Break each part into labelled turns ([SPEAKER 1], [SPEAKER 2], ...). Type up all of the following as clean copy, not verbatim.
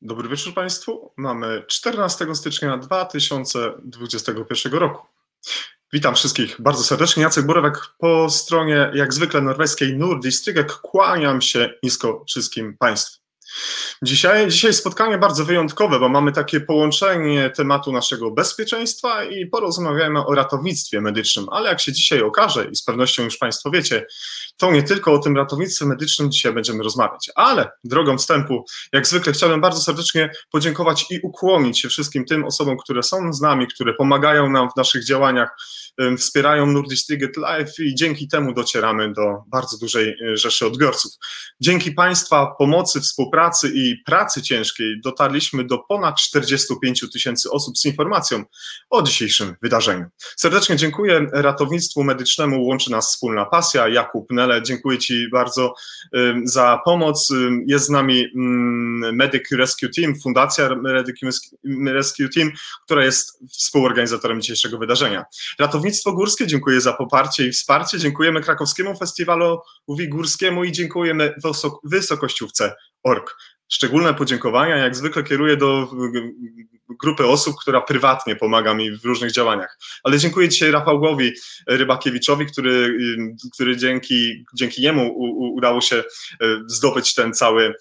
[SPEAKER 1] Dobry wieczór Państwu. Mamy 14 stycznia 2021 roku. Witam wszystkich bardzo serdecznie. Jacek Borowek po stronie, jak zwykle, norweskiej Nordistrygg. Kłaniam się nisko wszystkim Państwu. Dzisiaj spotkanie bardzo wyjątkowe, bo mamy takie połączenie tematu naszego bezpieczeństwa i porozmawiamy o ratownictwie medycznym, ale jak się dzisiaj okaże i z pewnością już Państwo wiecie, to nie tylko o tym ratownictwie medycznym dzisiaj będziemy rozmawiać, ale drogą wstępu, jak zwykle chciałbym bardzo serdecznie podziękować i ukłonić się wszystkim tym osobom, które są z nami, które pomagają nam w naszych działaniach, wspierają Nordistrygg Live i dzięki temu docieramy do bardzo dużej rzeszy odbiorców. Dzięki Państwa pomocy, współpracy i pracy ciężkiej dotarliśmy do ponad 45 000 osób z informacją o dzisiejszym wydarzeniu. Serdecznie dziękuję ratownictwu medycznemu, łączy nas wspólna pasja. Jakub Nele, dziękuję Ci bardzo za pomoc. Jest z nami Medic Rescue Team, Fundacja Medic Rescue Team, która jest współorganizatorem dzisiejszego wydarzenia. Ratownictwo górskie, dziękuję za poparcie i wsparcie. Dziękujemy Krakowskiemu Festiwalowi Górskiemu i dziękujemy Wysokościówce.org. Szczególne podziękowania, jak zwykle, kieruję do grupy osób, która prywatnie pomaga mi w różnych działaniach. Ale dziękuję dzisiaj Rafałowi Rybakiewiczowi, który dzięki niemu udało się zdobyć ten cały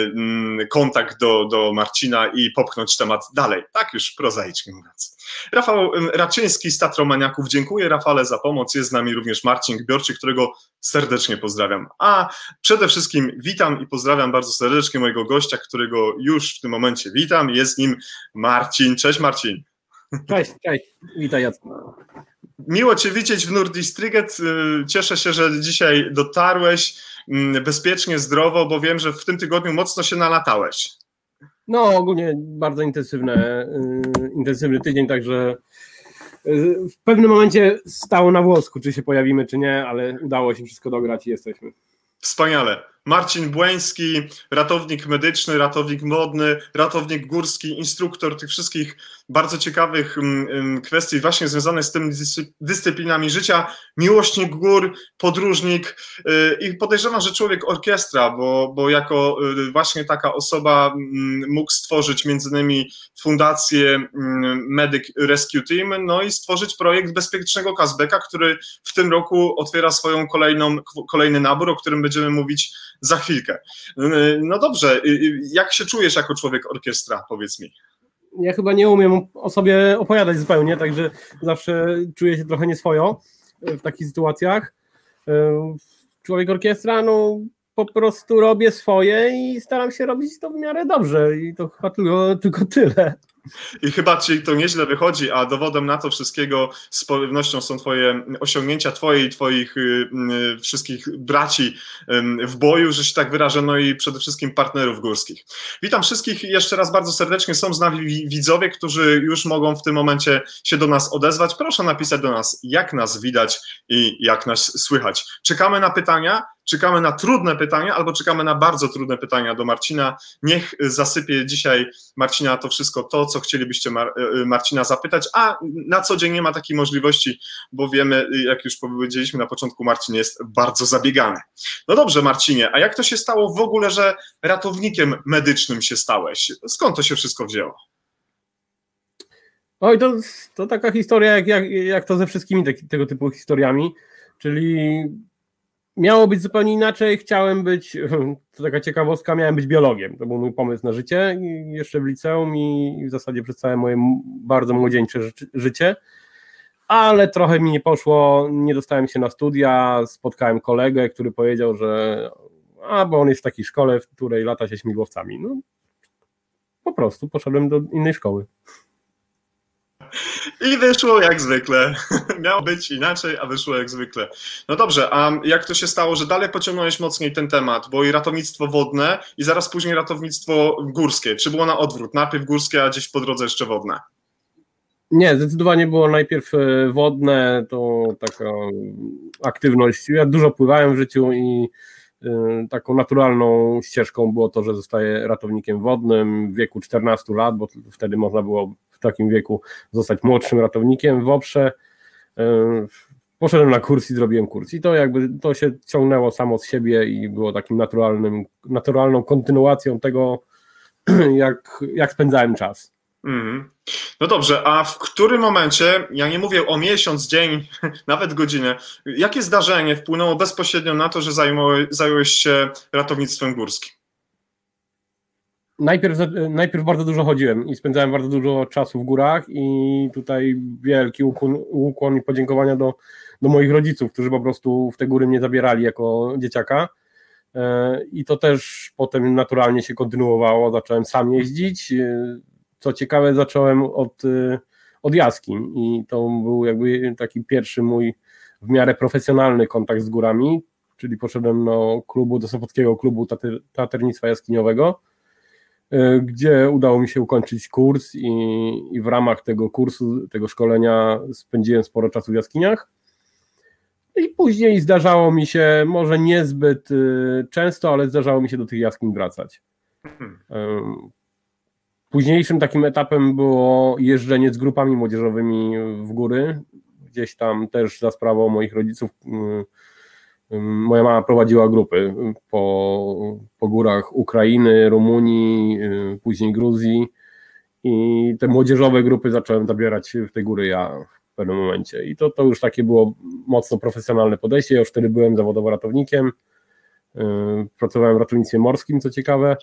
[SPEAKER 1] kontakt do Marcina i popchnąć temat dalej. Tak już prozaicznie mówiąc. Rafał Raczyński z Tatromaniaków. Dziękuję Rafale za pomoc. Jest z nami również Marcin Gbiorczyk, którego serdecznie pozdrawiam. A przede wszystkim witam i pozdrawiam bardzo serdecznie mojego gościa, którego już w tym momencie witam. Jest nim Marcin. Cześć Marcin.
[SPEAKER 2] Cześć. Witaj Jacku.
[SPEAKER 1] Miło Cię widzieć w Nordistrygg. Cieszę się, że dzisiaj dotarłeś bezpiecznie, zdrowo, bo wiem, że w tym tygodniu mocno się nalatałeś.
[SPEAKER 2] No ogólnie bardzo intensywny tydzień, także w pewnym momencie stało na włosku, czy się pojawimy, czy nie, ale udało się wszystko dograć i jesteśmy.
[SPEAKER 1] Wspaniale. Marcin Błański, ratownik medyczny, ratownik wodny, ratownik górski, instruktor tych wszystkich bardzo ciekawych kwestii właśnie związanych z tymi dyscyplinami życia, miłośnik gór, podróżnik i podejrzewam, że człowiek orkiestra, bo jako właśnie taka osoba mógł stworzyć między innymi fundację Medic Rescue Team, no i stworzyć projekt bezpiecznego cashbacka, który w tym roku otwiera swoją kolejny nabór, o którym będziemy mówić za chwilkę. No dobrze, jak się czujesz jako człowiek orkiestra, powiedz mi?
[SPEAKER 2] Ja chyba nie umiem o sobie opowiadać zupełnie, także zawsze czuję się trochę nieswojo w takich sytuacjach. Człowiek orkiestra, no po prostu robię swoje i staram się robić to w miarę dobrze i to chyba tylko tyle.
[SPEAKER 1] I chyba Ci to nieźle wychodzi, a dowodem na to wszystkiego z pewnością są Twoje osiągnięcia, Twoje i Twoich wszystkich braci w boju, że się tak wyrażę, no i przede wszystkim partnerów górskich. Witam wszystkich jeszcze raz bardzo serdecznie. Są z nami widzowie, którzy już mogą w tym momencie się do nas odezwać. Proszę napisać do nas, jak nas widać i jak nas słychać. Czekamy na pytania. Czekamy na trudne pytania albo czekamy na bardzo trudne pytania do Marcina. Niech zasypie dzisiaj Marcina to wszystko, to co chcielibyście Marcina zapytać, a na co dzień nie ma takiej możliwości, bo wiemy, jak już powiedzieliśmy na początku, Marcin jest bardzo zabiegany. No dobrze Marcinie, a jak to się stało w ogóle, że ratownikiem medycznym się stałeś? Skąd to się wszystko wzięło?
[SPEAKER 2] Oj, to taka historia jak to ze wszystkimi tego typu historiami, czyli miało być zupełnie inaczej, chciałem być, to taka ciekawostka, miałem być biologiem, to był mój pomysł na życie jeszcze w liceum i w zasadzie przez całe moje bardzo młodzieńcze życie, ale trochę mi nie poszło, nie dostałem się na studia, spotkałem kolegę, który powiedział, że bo on jest w takiej szkole, w której lata się śmigłowcami, no po prostu poszedłem do innej szkoły.
[SPEAKER 1] I wyszło jak zwykle. Miało być inaczej, a wyszło jak zwykle. No dobrze, a jak to się stało, że dalej pociągnąłeś mocniej ten temat, bo i ratownictwo wodne i zaraz później ratownictwo górskie. Czy było na odwrót? Najpierw górskie, a gdzieś po drodze jeszcze wodne?
[SPEAKER 2] Nie, zdecydowanie było najpierw wodne, to taka aktywność. Ja dużo pływałem w życiu i taką naturalną ścieżką było to, że zostaję ratownikiem wodnym w wieku 14 lat, bo wtedy można było w takim wieku zostać młodszym ratownikiem w Oprze. Poszedłem na kurs i zrobiłem kurs i to się ciągnęło samo z siebie i było takim naturalną kontynuacją tego, jak spędzałem czas.
[SPEAKER 1] No dobrze, a w którym momencie, ja nie mówię o miesiąc, dzień, nawet godzinę, jakie zdarzenie wpłynęło bezpośrednio na to, że zająłeś się ratownictwem górskim?
[SPEAKER 2] Najpierw bardzo dużo chodziłem i spędzałem bardzo dużo czasu w górach i tutaj wielki ukłon i podziękowania do moich rodziców, którzy po prostu w te góry mnie zabierali jako dzieciaka i to też potem naturalnie się kontynuowało, zacząłem sam jeździć. Co ciekawe, zacząłem od jaskiń i to był jakby taki pierwszy mój w miarę profesjonalny kontakt z górami, czyli poszedłem do Sopockiego Klubu Taternictwa Jaskiniowego, gdzie udało mi się ukończyć kurs i w ramach tego kursu, tego szkolenia spędziłem sporo czasu w jaskiniach. I później zdarzało mi się, może niezbyt często, ale zdarzało mi się do tych jaskiń wracać. Późniejszym takim etapem było jeżdżenie z grupami młodzieżowymi w góry. Gdzieś tam też za sprawą moich rodziców moja mama prowadziła grupy po górach Ukrainy, Rumunii, później Gruzji i te młodzieżowe grupy zacząłem zabierać w te góry ja w pewnym momencie i to już takie było mocno profesjonalne podejście. Ja już wtedy byłem zawodowo ratownikiem, pracowałem w ratownictwie morskim, co ciekawe,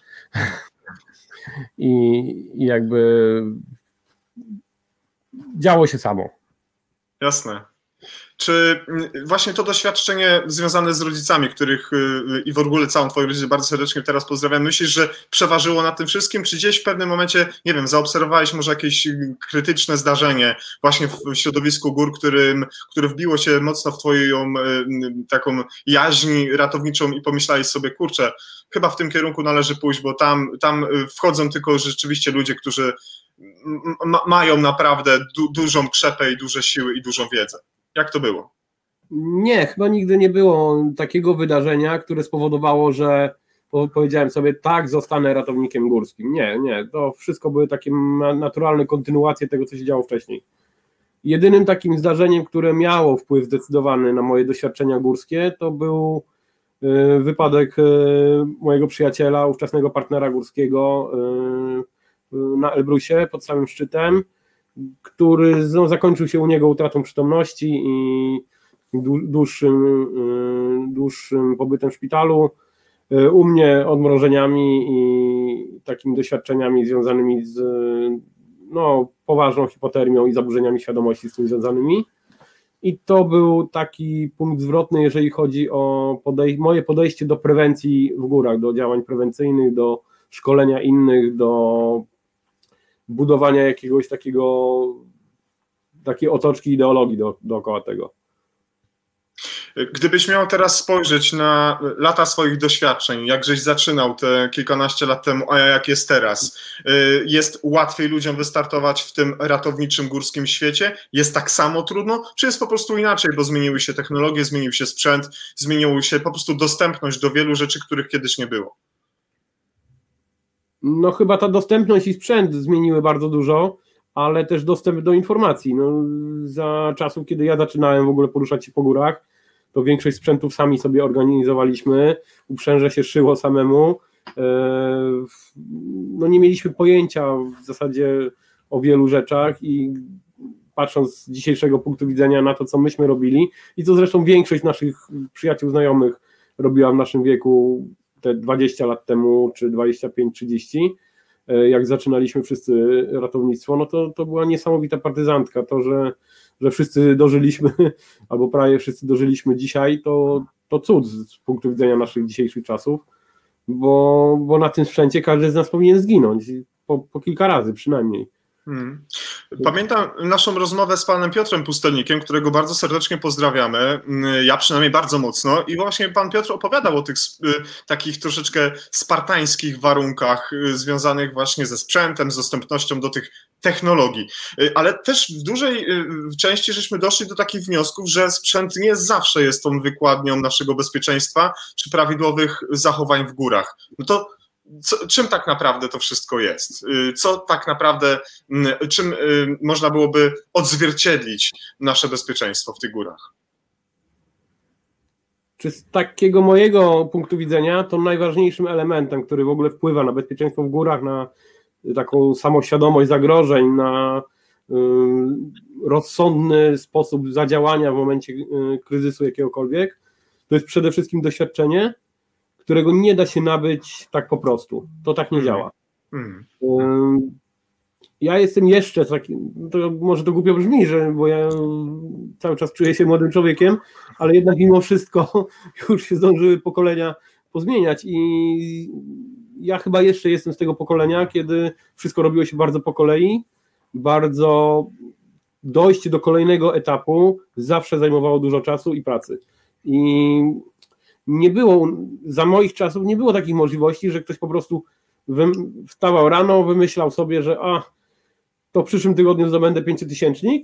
[SPEAKER 2] i jakby działo się samo.
[SPEAKER 1] Jasne. Czy właśnie to doświadczenie związane z rodzicami, których i w ogóle całą twoją rodzinę bardzo serdecznie teraz pozdrawiam, myślisz, że przeważyło nad tym wszystkim, czy gdzieś w pewnym momencie, nie wiem, zaobserwowałeś może jakieś krytyczne zdarzenie właśnie w środowisku gór, które wbiło się mocno w twoją taką jaźń ratowniczą i pomyślałeś sobie, kurczę, chyba w tym kierunku należy pójść, bo tam wchodzą tylko rzeczywiście ludzie, którzy mają naprawdę dużą krzepę i duże siły i dużą wiedzę. Jak to było?
[SPEAKER 2] Nie, chyba nigdy nie było takiego wydarzenia, które spowodowało, że powiedziałem sobie, tak, zostanę ratownikiem górskim. Nie, to wszystko były takie naturalne kontynuacje tego, co się działo wcześniej. Jedynym takim zdarzeniem, które miało wpływ zdecydowany na moje doświadczenia górskie, to był wypadek mojego przyjaciela, ówczesnego partnera górskiego na Elbrusie pod samym szczytem, który zakończył się u niego utratą przytomności i dłuższym pobytem w szpitalu, u mnie odmrożeniami i takimi doświadczeniami związanymi z poważną hipotermią i zaburzeniami świadomości z tym związanymi. I to był taki punkt zwrotny, jeżeli chodzi o moje podejście do prewencji w górach, do działań prewencyjnych, do szkolenia innych, do budowania jakiegoś takiej otoczki ideologii dookoła tego.
[SPEAKER 1] Gdybyś miał teraz spojrzeć na lata swoich doświadczeń, jak żeś zaczynał te kilkanaście lat temu, a jak jest teraz, jest łatwiej ludziom wystartować w tym ratowniczym górskim świecie? Jest tak samo trudno? Czy jest po prostu inaczej, bo zmieniły się technologie, zmienił się sprzęt, zmieniła się po prostu dostępność do wielu rzeczy, których kiedyś nie było?
[SPEAKER 2] No chyba ta dostępność i sprzęt zmieniły bardzo dużo, ale też dostęp do informacji. Za czasów, kiedy ja zaczynałem w ogóle poruszać się po górach, to większość sprzętów sami sobie organizowaliśmy, uprzęże się szyło samemu. Nie mieliśmy pojęcia w zasadzie o wielu rzeczach i patrząc z dzisiejszego punktu widzenia na to, co myśmy robili i co zresztą większość naszych przyjaciół, znajomych robiła w naszym wieku te 20 lat temu, czy 25-30, jak zaczynaliśmy wszyscy ratownictwo, to była niesamowita partyzantka. To, że wszyscy dożyliśmy, albo prawie wszyscy dożyliśmy dzisiaj, to cud z punktu widzenia naszych dzisiejszych czasów, bo na tym sprzęcie każdy z nas powinien zginąć, po kilka razy przynajmniej.
[SPEAKER 1] Pamiętam naszą rozmowę z panem Piotrem Pustelnikiem, którego bardzo serdecznie pozdrawiamy, ja przynajmniej bardzo mocno, i właśnie pan Piotr opowiadał o tych takich troszeczkę spartańskich warunkach związanych właśnie ze sprzętem, z dostępnością do tych technologii, ale też w dużej części żeśmy doszli do takich wniosków, że sprzęt nie zawsze jest tą wykładnią naszego bezpieczeństwa czy prawidłowych zachowań w górach. Czym tak naprawdę to wszystko jest? Co tak naprawdę, czym można byłoby odzwierciedlić nasze bezpieczeństwo w tych górach?
[SPEAKER 2] Czy z takiego mojego punktu widzenia to najważniejszym elementem, który w ogóle wpływa na bezpieczeństwo w górach, na taką samoświadomość zagrożeń, na rozsądny sposób zadziałania w momencie kryzysu jakiegokolwiek, to jest przede wszystkim doświadczenie, którego nie da się nabyć tak po prostu. To tak nie działa. Ja jestem jeszcze taki, to może to głupio brzmi, bo ja cały czas czuję się młodym człowiekiem, ale jednak mimo wszystko już się zdążyły pokolenia pozmieniać i ja chyba jeszcze jestem z tego pokolenia, kiedy wszystko robiło się bardzo po kolei, bardzo dojście do kolejnego etapu zawsze zajmowało dużo czasu i pracy. I nie było, za moich czasów nie było takich możliwości, że ktoś po prostu wstawał rano, wymyślał sobie, że to w przyszłym tygodniu zdobędę 5-tysięcznik,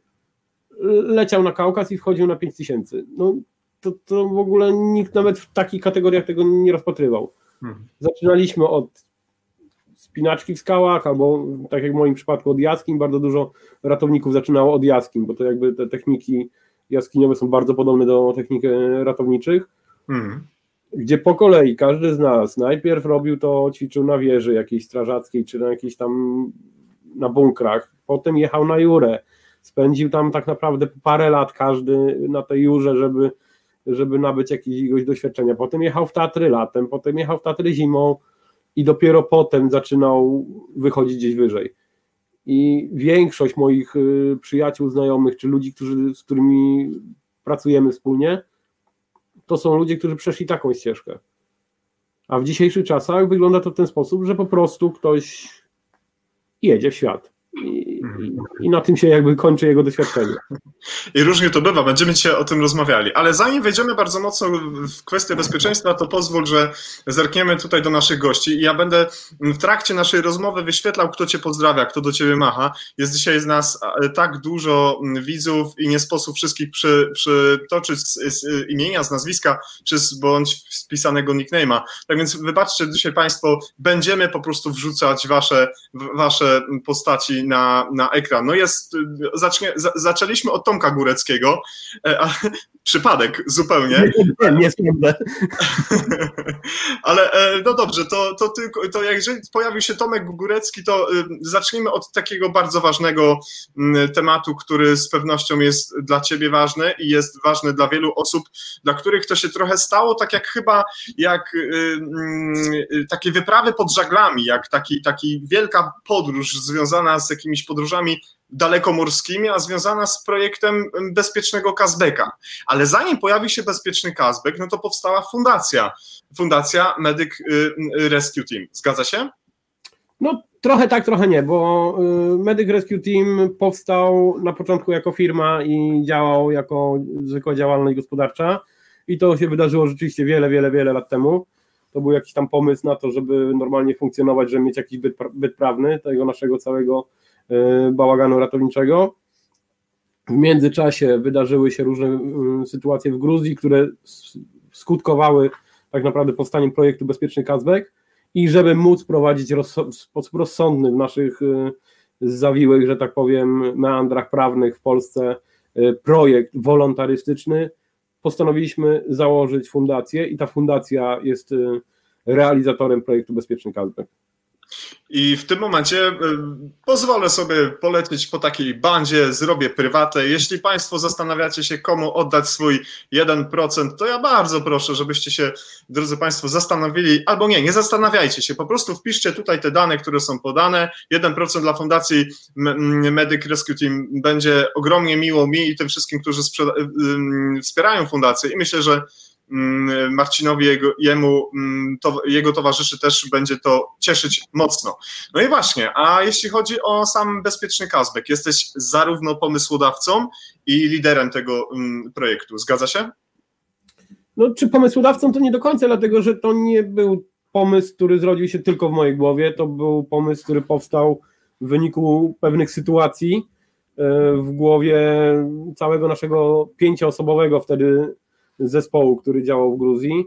[SPEAKER 2] leciał na Kaukaz i wchodził na 5000. No to w ogóle nikt nawet w takich kategoriach tego nie rozpatrywał. Zaczynaliśmy od spinaczki w skałach, albo tak jak w moim przypadku od jaskiń, bardzo dużo ratowników zaczynało od jaskiń, bo to jakby te techniki jaskiniowe są bardzo podobne do technik ratowniczych, gdzie po kolei każdy z nas najpierw robił to, ćwiczył na wieży jakiejś strażackiej, czy na jakiejś tam na bunkrach, potem jechał na Jurę, spędził tam tak naprawdę parę lat każdy na tej Jurze, żeby nabyć jakiegoś doświadczenia, potem jechał w Tatry latem, potem jechał w Tatry zimą i dopiero potem zaczynał wychodzić gdzieś wyżej. I większość moich przyjaciół, znajomych, czy ludzi, z którymi pracujemy wspólnie, to są ludzie, którzy przeszli taką ścieżkę. A w dzisiejszych czasach wygląda to w ten sposób, że po prostu ktoś jedzie w świat. I na tym się jakby kończy jego doświadczenie.
[SPEAKER 1] I różnie to bywa, będziemy dzisiaj o tym rozmawiali, ale zanim wejdziemy bardzo mocno w kwestię bezpieczeństwa, to pozwól, że zerkniemy tutaj do naszych gości i ja będę w trakcie naszej rozmowy wyświetlał, kto cię pozdrawia, kto do ciebie macha. Jest dzisiaj z nas tak dużo widzów i nie sposób wszystkich przytoczyć z imienia, z nazwiska, czy bądź spisanego nickname'a. Tak więc wybaczcie dzisiaj Państwo, będziemy po prostu wrzucać wasze postaci na ekran. No zaczęliśmy od Tomka Góreckiego, przypadek zupełnie.
[SPEAKER 2] Nie sądzę.
[SPEAKER 1] Ale no dobrze, to jeżeli pojawił się Tomek Górecki, to zacznijmy od takiego bardzo ważnego tematu, który z pewnością jest dla ciebie ważny i jest ważny dla wielu osób, dla których to się trochę stało tak jak chyba takie wyprawy pod żaglami, jak taki wielka podróż związana z jakimiś podróżami dalekomorskimi, a związana z projektem bezpiecznego Kazbeka. Ale zanim pojawił się bezpieczny Kazbek, no to powstała Fundacja Medic Rescue Team. Zgadza się?
[SPEAKER 2] No trochę tak, trochę nie, bo Medic Rescue Team powstał na początku jako firma i działał jako zwykła działalność gospodarcza i to się wydarzyło rzeczywiście wiele lat temu. To był jakiś tam pomysł na to, żeby normalnie funkcjonować, żeby mieć jakiś byt prawny tego naszego całego bałaganu ratowniczego. W międzyczasie wydarzyły się różne sytuacje w Gruzji, które skutkowały tak naprawdę powstaniem projektu Bezpieczny Kazbek i żeby móc prowadzić w sposób rozsądny w naszych zawiłych, że tak powiem, meandrach prawnych w Polsce projekt wolontarystyczny, postanowiliśmy założyć fundację i ta fundacja jest realizatorem projektu Bezpieczny Kazbek.
[SPEAKER 1] I w tym momencie pozwolę sobie polecieć po takiej bandzie, zrobię prywatę. Jeśli Państwo zastanawiacie się, komu oddać swój 1%, to ja bardzo proszę, żebyście się, drodzy Państwo, zastanowili, albo nie zastanawiajcie się, po prostu wpiszcie tutaj te dane, które są podane. 1% dla Fundacji Medic Rescue Team będzie ogromnie miło mi i tym wszystkim, którzy wspierają fundację i myślę, że Marcinowi, jego towarzyszy też będzie to cieszyć mocno. No i właśnie, a jeśli chodzi o sam Bezpieczny Kazbek, jesteś zarówno pomysłodawcą i liderem tego projektu, zgadza się?
[SPEAKER 2] No czy pomysłodawcą to nie do końca, dlatego że to nie był pomysł, który zrodził się tylko w mojej głowie, to był pomysł, który powstał w wyniku pewnych sytuacji w głowie całego naszego 5-osobowego wtedy zespołu, który działał w Gruzji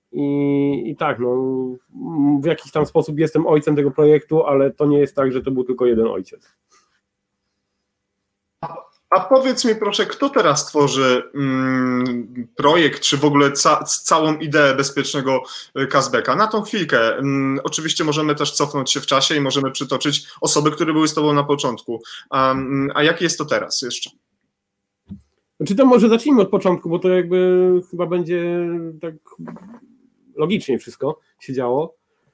[SPEAKER 2] i tak, no w jakiś tam sposób jestem ojcem tego projektu, ale to nie jest tak, że to był tylko jeden ojciec.
[SPEAKER 1] A powiedz mi proszę, kto teraz tworzy projekt, czy w ogóle całą ideę bezpiecznego cashbacka? Na tą chwilkę. Oczywiście możemy też cofnąć się w czasie i możemy przytoczyć osoby, które były z tobą na początku. A jak jest to teraz jeszcze?
[SPEAKER 2] Znaczy to może zacznijmy od początku, bo to jakby chyba będzie tak logicznie wszystko się działo.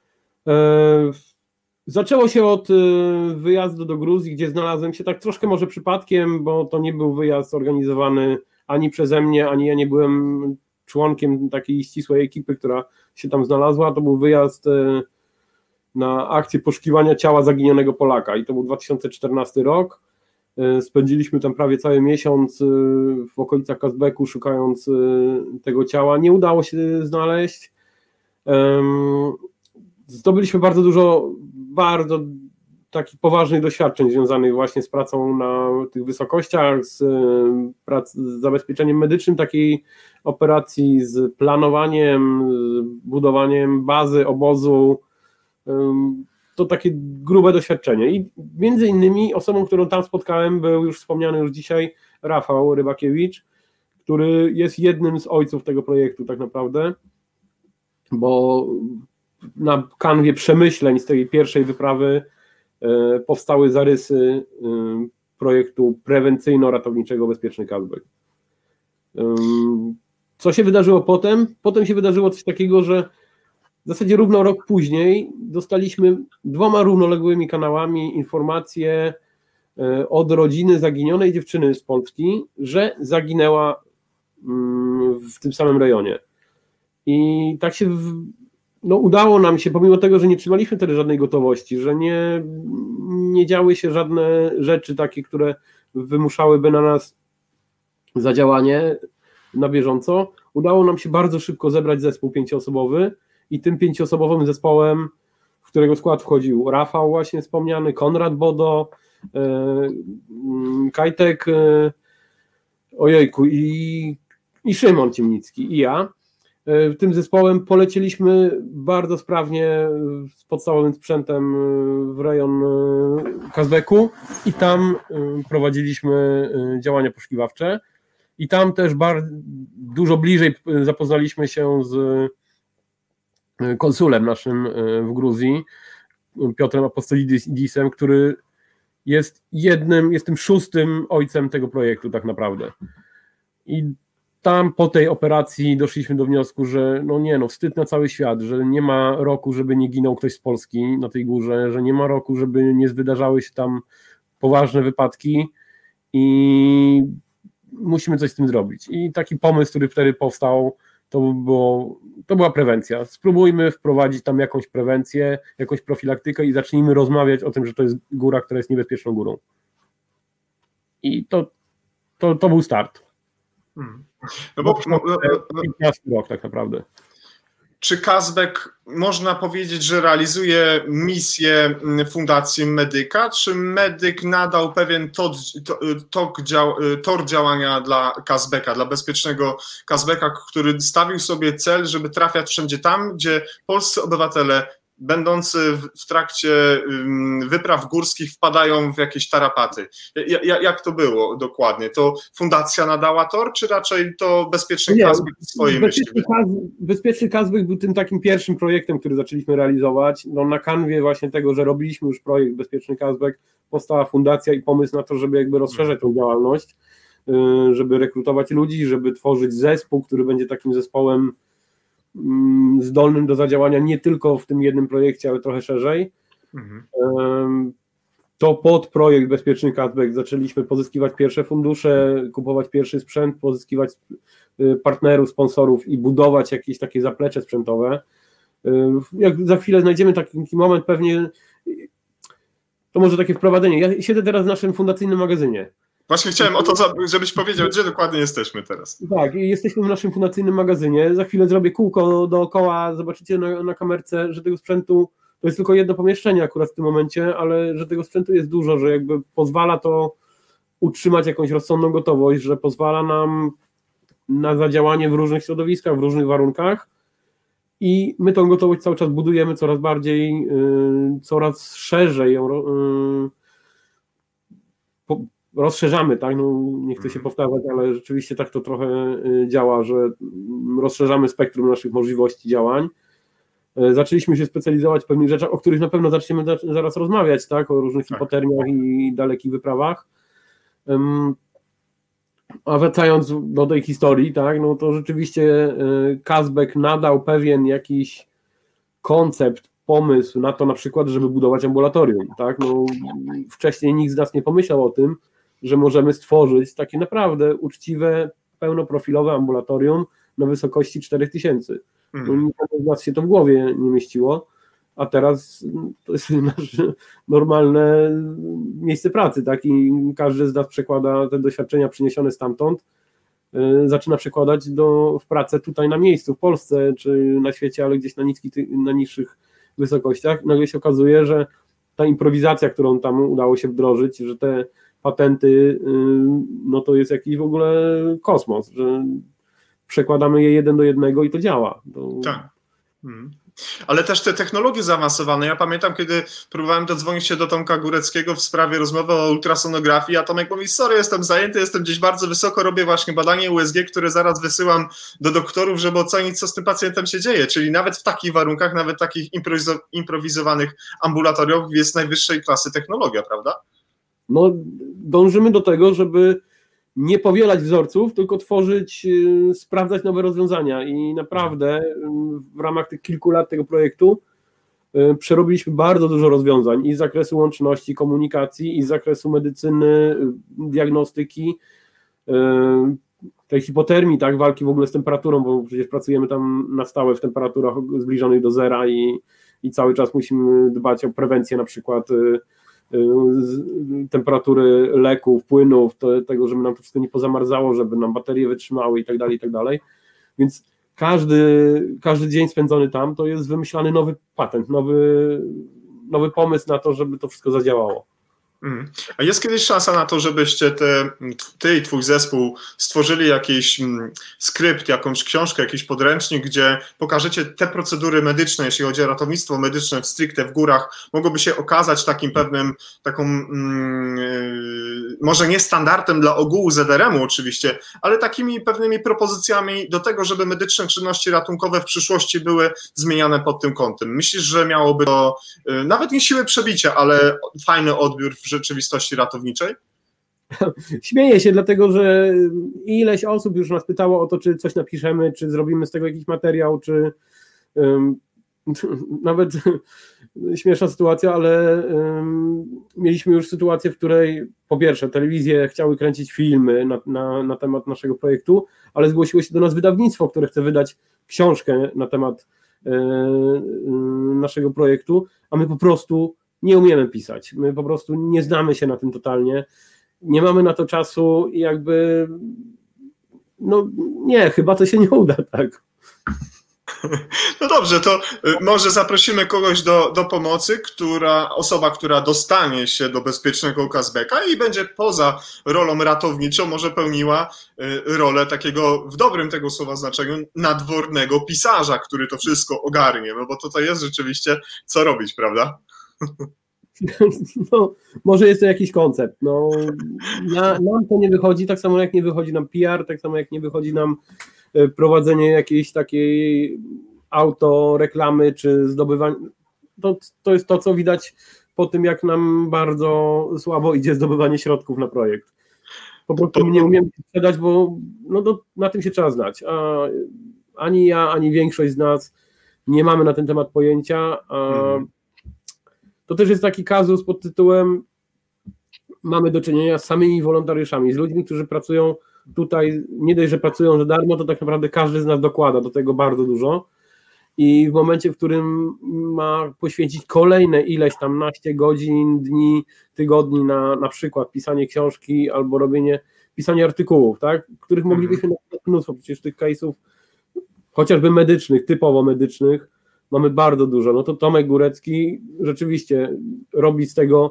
[SPEAKER 2] Zaczęło się od wyjazdu do Gruzji, gdzie znalazłem się tak troszkę może przypadkiem, bo to nie był wyjazd organizowany ani przeze mnie, ani ja nie byłem członkiem takiej ścisłej ekipy, która się tam znalazła. To był wyjazd na akcję poszukiwania ciała zaginionego Polaka i to był 2014 rok. Spędziliśmy tam prawie cały miesiąc w okolicach Kazbeku szukając tego ciała. Nie udało się znaleźć. Zdobyliśmy bardzo dużo, bardzo takich poważnych doświadczeń związanych właśnie z pracą na tych wysokościach, z zabezpieczeniem medycznym takiej operacji, z planowaniem, z budowaniem bazy, obozu. To takie grube doświadczenie. I między innymi osobą, którą tam spotkałem, był już wspomniany już dzisiaj Rafał Rybakiewicz, który jest jednym z ojców tego projektu tak naprawdę, bo na kanwie przemyśleń z tej pierwszej wyprawy powstały zarysy projektu prewencyjno-ratowniczego Bezpieczny Cashback. Co się wydarzyło potem? Potem się wydarzyło coś takiego, że w zasadzie równo rok później dostaliśmy 2 równoległymi kanałami informację od rodziny zaginionej dziewczyny z Polski, że zaginęła w tym samym rejonie. I tak się udało nam się, pomimo tego, że nie trzymaliśmy wtedy żadnej gotowości, że nie działy się żadne rzeczy takie, które wymuszałyby na nas zadziałanie na bieżąco, udało nam się bardzo szybko zebrać zespół 5-osobowy i tym 5-osobowym zespołem, w którego skład wchodził Rafał właśnie wspomniany, Konrad Bodo, Kajtek, i Szymon Ciemnicki i ja. Tym zespołem polecieliśmy bardzo sprawnie z podstawowym sprzętem w rejon Kazbeku i tam prowadziliśmy działania poszukiwawcze i tam też dużo bliżej zapoznaliśmy się z konsulem naszym w Gruzji, Piotrem Apostolidisem, który jest tym 6. ojcem tego projektu tak naprawdę. I tam po tej operacji doszliśmy do wniosku, że wstyd na cały świat, że nie ma roku, żeby nie ginął ktoś z Polski na tej górze, że nie ma roku, żeby nie wydarzały się tam poważne wypadki i musimy coś z tym zrobić. I taki pomysł, który wtedy powstał, to była prewencja. Spróbujmy wprowadzić tam jakąś prewencję, jakąś profilaktykę i zacznijmy rozmawiać o tym, że to jest góra, która jest niebezpieczną górą. I to był start.
[SPEAKER 1] No bo
[SPEAKER 2] 15 rok tak naprawdę.
[SPEAKER 1] Czy Cashback można powiedzieć, że realizuje misję Fundacji Medyka, czy Medyk nadał pewien tor działania dla Cashbacka, dla bezpiecznego Cashbacka, który stawił sobie cel, żeby trafiać wszędzie tam, gdzie polscy obywatele będący w trakcie wypraw górskich wpadają w jakieś tarapaty. Jak to było dokładnie? To fundacja nadała tor, czy raczej to Bezpieczny Cashback swojej myśli?
[SPEAKER 2] Bezpieczny Cashback był tym takim pierwszym projektem, który zaczęliśmy realizować. Na kanwie właśnie tego, że robiliśmy już projekt Bezpieczny Cashback, powstała fundacja i pomysł na to, żeby jakby rozszerzać tą działalność, żeby rekrutować ludzi, żeby tworzyć zespół, który będzie takim zespołem zdolnym do zadziałania nie tylko w tym jednym projekcie, ale trochę szerzej. To pod projekt Bezpieczny Cashback zaczęliśmy pozyskiwać pierwsze fundusze, kupować pierwszy sprzęt, pozyskiwać partnerów, sponsorów i budować jakieś takie zaplecze sprzętowe. Jak za chwilę znajdziemy taki moment, pewnie to może takie wprowadzenie. Ja siedzę teraz w naszym fundacyjnym magazynie.
[SPEAKER 1] Właśnie chciałem o to, żebyś powiedział, gdzie dokładnie jesteśmy teraz.
[SPEAKER 2] Tak, jesteśmy w naszym fundacyjnym magazynie. Za chwilę zrobię kółko dookoła, zobaczycie na kamerce, że tego sprzętu, to jest tylko jedno pomieszczenie akurat w tym momencie, ale że tego sprzętu jest dużo, że jakby pozwala to utrzymać jakąś rozsądną gotowość, że pozwala nam na zadziałanie w różnych środowiskach, w różnych warunkach i my tą gotowość cały czas budujemy coraz bardziej, coraz szerzej ją rozszerzamy, tak, no nie chcę się powtarzać, ale rzeczywiście tak to trochę działa, że rozszerzamy spektrum naszych możliwości działań. Zaczęliśmy się specjalizować w pewnych rzeczach, o których na pewno zaczniemy zaraz rozmawiać, tak, o różnych hipotermiach i dalekich wyprawach. A wracając do tej historii, tak, no to rzeczywiście Kazbek nadał pewien jakiś koncept, pomysł na to na przykład, żeby budować ambulatorium, tak, no wcześniej nikt z nas nie pomyślał o tym, że możemy stworzyć takie naprawdę uczciwe, pełnoprofilowe ambulatorium na wysokości 4000. No, nikomu z nas się to w głowie nie mieściło, a teraz to jest nasze normalne miejsce pracy, tak, i każdy z nas przekłada te doświadczenia przyniesione stamtąd, zaczyna przekładać w pracę tutaj na miejscu, w Polsce czy na świecie, ale gdzieś na niższych wysokościach. Nagle się okazuje, że ta improwizacja, którą tam udało się wdrożyć, że te patenty, no to jest jakiś w ogóle kosmos, że przekładamy je 1 do 1 i to działa.
[SPEAKER 1] Tak. Ale też te technologie zaawansowane. Ja pamiętam, kiedy próbowałem dodzwonić się do Tomka Góreckiego w sprawie rozmowy o ultrasonografii, a Tomek mówi, sorry, jestem zajęty, jestem gdzieś bardzo wysoko, robię właśnie badanie USG, które zaraz wysyłam do doktorów, żeby ocenić, co z tym pacjentem się dzieje. Czyli nawet w takich warunkach, nawet takich improwizowanych ambulatoriów jest najwyższej klasy technologia, prawda?
[SPEAKER 2] No, dążymy do tego, żeby nie powielać wzorców, tylko tworzyć, sprawdzać nowe rozwiązania i naprawdę w ramach tych kilku lat tego projektu przerobiliśmy bardzo dużo rozwiązań i z zakresu łączności, komunikacji, i z zakresu medycyny, diagnostyki, tej hipotermii, tak, walki w ogóle z temperaturą, bo przecież pracujemy tam na stałe w temperaturach zbliżonych do zera i cały czas musimy dbać o prewencję na przykład temperatury leków, płynów, tego, żeby nam to wszystko nie pozamarzało, żeby nam baterie wytrzymały i tak dalej. Więc każdy dzień spędzony tam to jest wymyślany nowy patent, nowy pomysł na to, żeby to wszystko zadziałało.
[SPEAKER 1] A jest kiedyś szansa na to, żebyście ty i twój zespół stworzyli jakiś skrypt, jakąś książkę, jakiś podręcznik, gdzie pokażecie te procedury medyczne, jeśli chodzi o ratownictwo medyczne stricte w górach, mogłoby się okazać takim pewnym, może nie standardem dla ogółu ZRM-u oczywiście, ale takimi pewnymi propozycjami do tego, żeby medyczne czynności ratunkowe w przyszłości były zmieniane pod tym kątem. Myślisz, że miałoby to nawet nie siłę przebicia, ale fajny odbiór w rzeczywistości ratowniczej?
[SPEAKER 2] Śmieję się, dlatego że ileś osób już nas pytało o to, czy coś napiszemy, czy zrobimy z tego jakiś materiał, czy nawet śmieszna sytuacja, ale mieliśmy już sytuację, w której po pierwsze telewizje chciały kręcić filmy na temat naszego projektu, ale zgłosiło się do nas wydawnictwo, które chce wydać książkę na temat naszego projektu, a my po prostu nie umiemy pisać, my po prostu nie znamy się na tym totalnie, nie mamy na to czasu i jakby nie, chyba to się nie uda, tak.
[SPEAKER 1] No dobrze, to może zaprosimy kogoś do pomocy, osoba, która dostanie się do bezpiecznego Kazbeka i będzie poza rolą ratowniczą, może pełniła rolę takiego, w dobrym tego słowa znaczeniu, nadwornego pisarza, który to wszystko ogarnie, no bo to jest rzeczywiście co robić, prawda?
[SPEAKER 2] No, może jest to jakiś koncept. No, nam to nie wychodzi, tak samo jak nie wychodzi nam PR, tak samo jak nie wychodzi nam prowadzenie jakiejś takiej autoreklamy czy zdobywanie. To jest to, co widać po tym, jak nam bardzo słabo idzie zdobywanie środków na projekt. Po prostu nie umiemy sprzedać, bo na tym się trzeba znać. A ani ja, ani większość z nas nie mamy na ten temat pojęcia. To też jest taki kazus pod tytułem mamy do czynienia z samymi wolontariuszami, z ludźmi, którzy pracują tutaj, nie dość, że pracują za darmo, to tak naprawdę każdy z nas dokłada do tego bardzo dużo i w momencie, w którym ma poświęcić kolejne ileś tam naście godzin, dni, tygodni na przykład pisanie książki albo pisanie artykułów, tak, których moglibyśmy napisać mnóstwo, przecież tych case'ów chociażby medycznych, typowo medycznych, mamy bardzo dużo. No to Tomek Górecki rzeczywiście robi z tego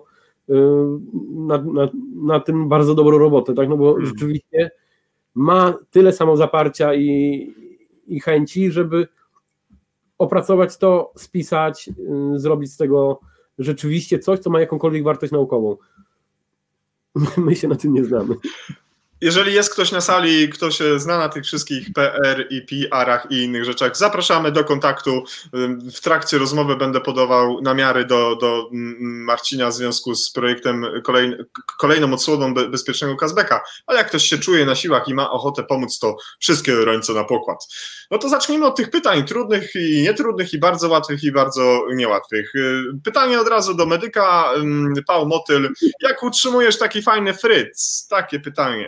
[SPEAKER 2] na tym bardzo dobrą robotę, tak? No bo rzeczywiście ma tyle samozaparcia i chęci, żeby opracować to, spisać, zrobić z tego rzeczywiście coś, co ma jakąkolwiek wartość naukową. My się na tym nie znamy.
[SPEAKER 1] Jeżeli jest ktoś na sali, kto się zna na tych wszystkich PR i PR-ach i innych rzeczach, zapraszamy do kontaktu. W trakcie rozmowy będę podawał namiary do Marcina w związku z projektem kolejną odsłoną bezpiecznego cashbacka, ale jak ktoś się czuje na siłach i ma ochotę pomóc, to wszystkie ręce na pokład. No to zacznijmy od tych pytań trudnych i nietrudnych i bardzo łatwych i bardzo niełatwych. Pytanie od razu do medyka. Paul Motyl, jak utrzymujesz taki fajny fryc? Takie pytanie.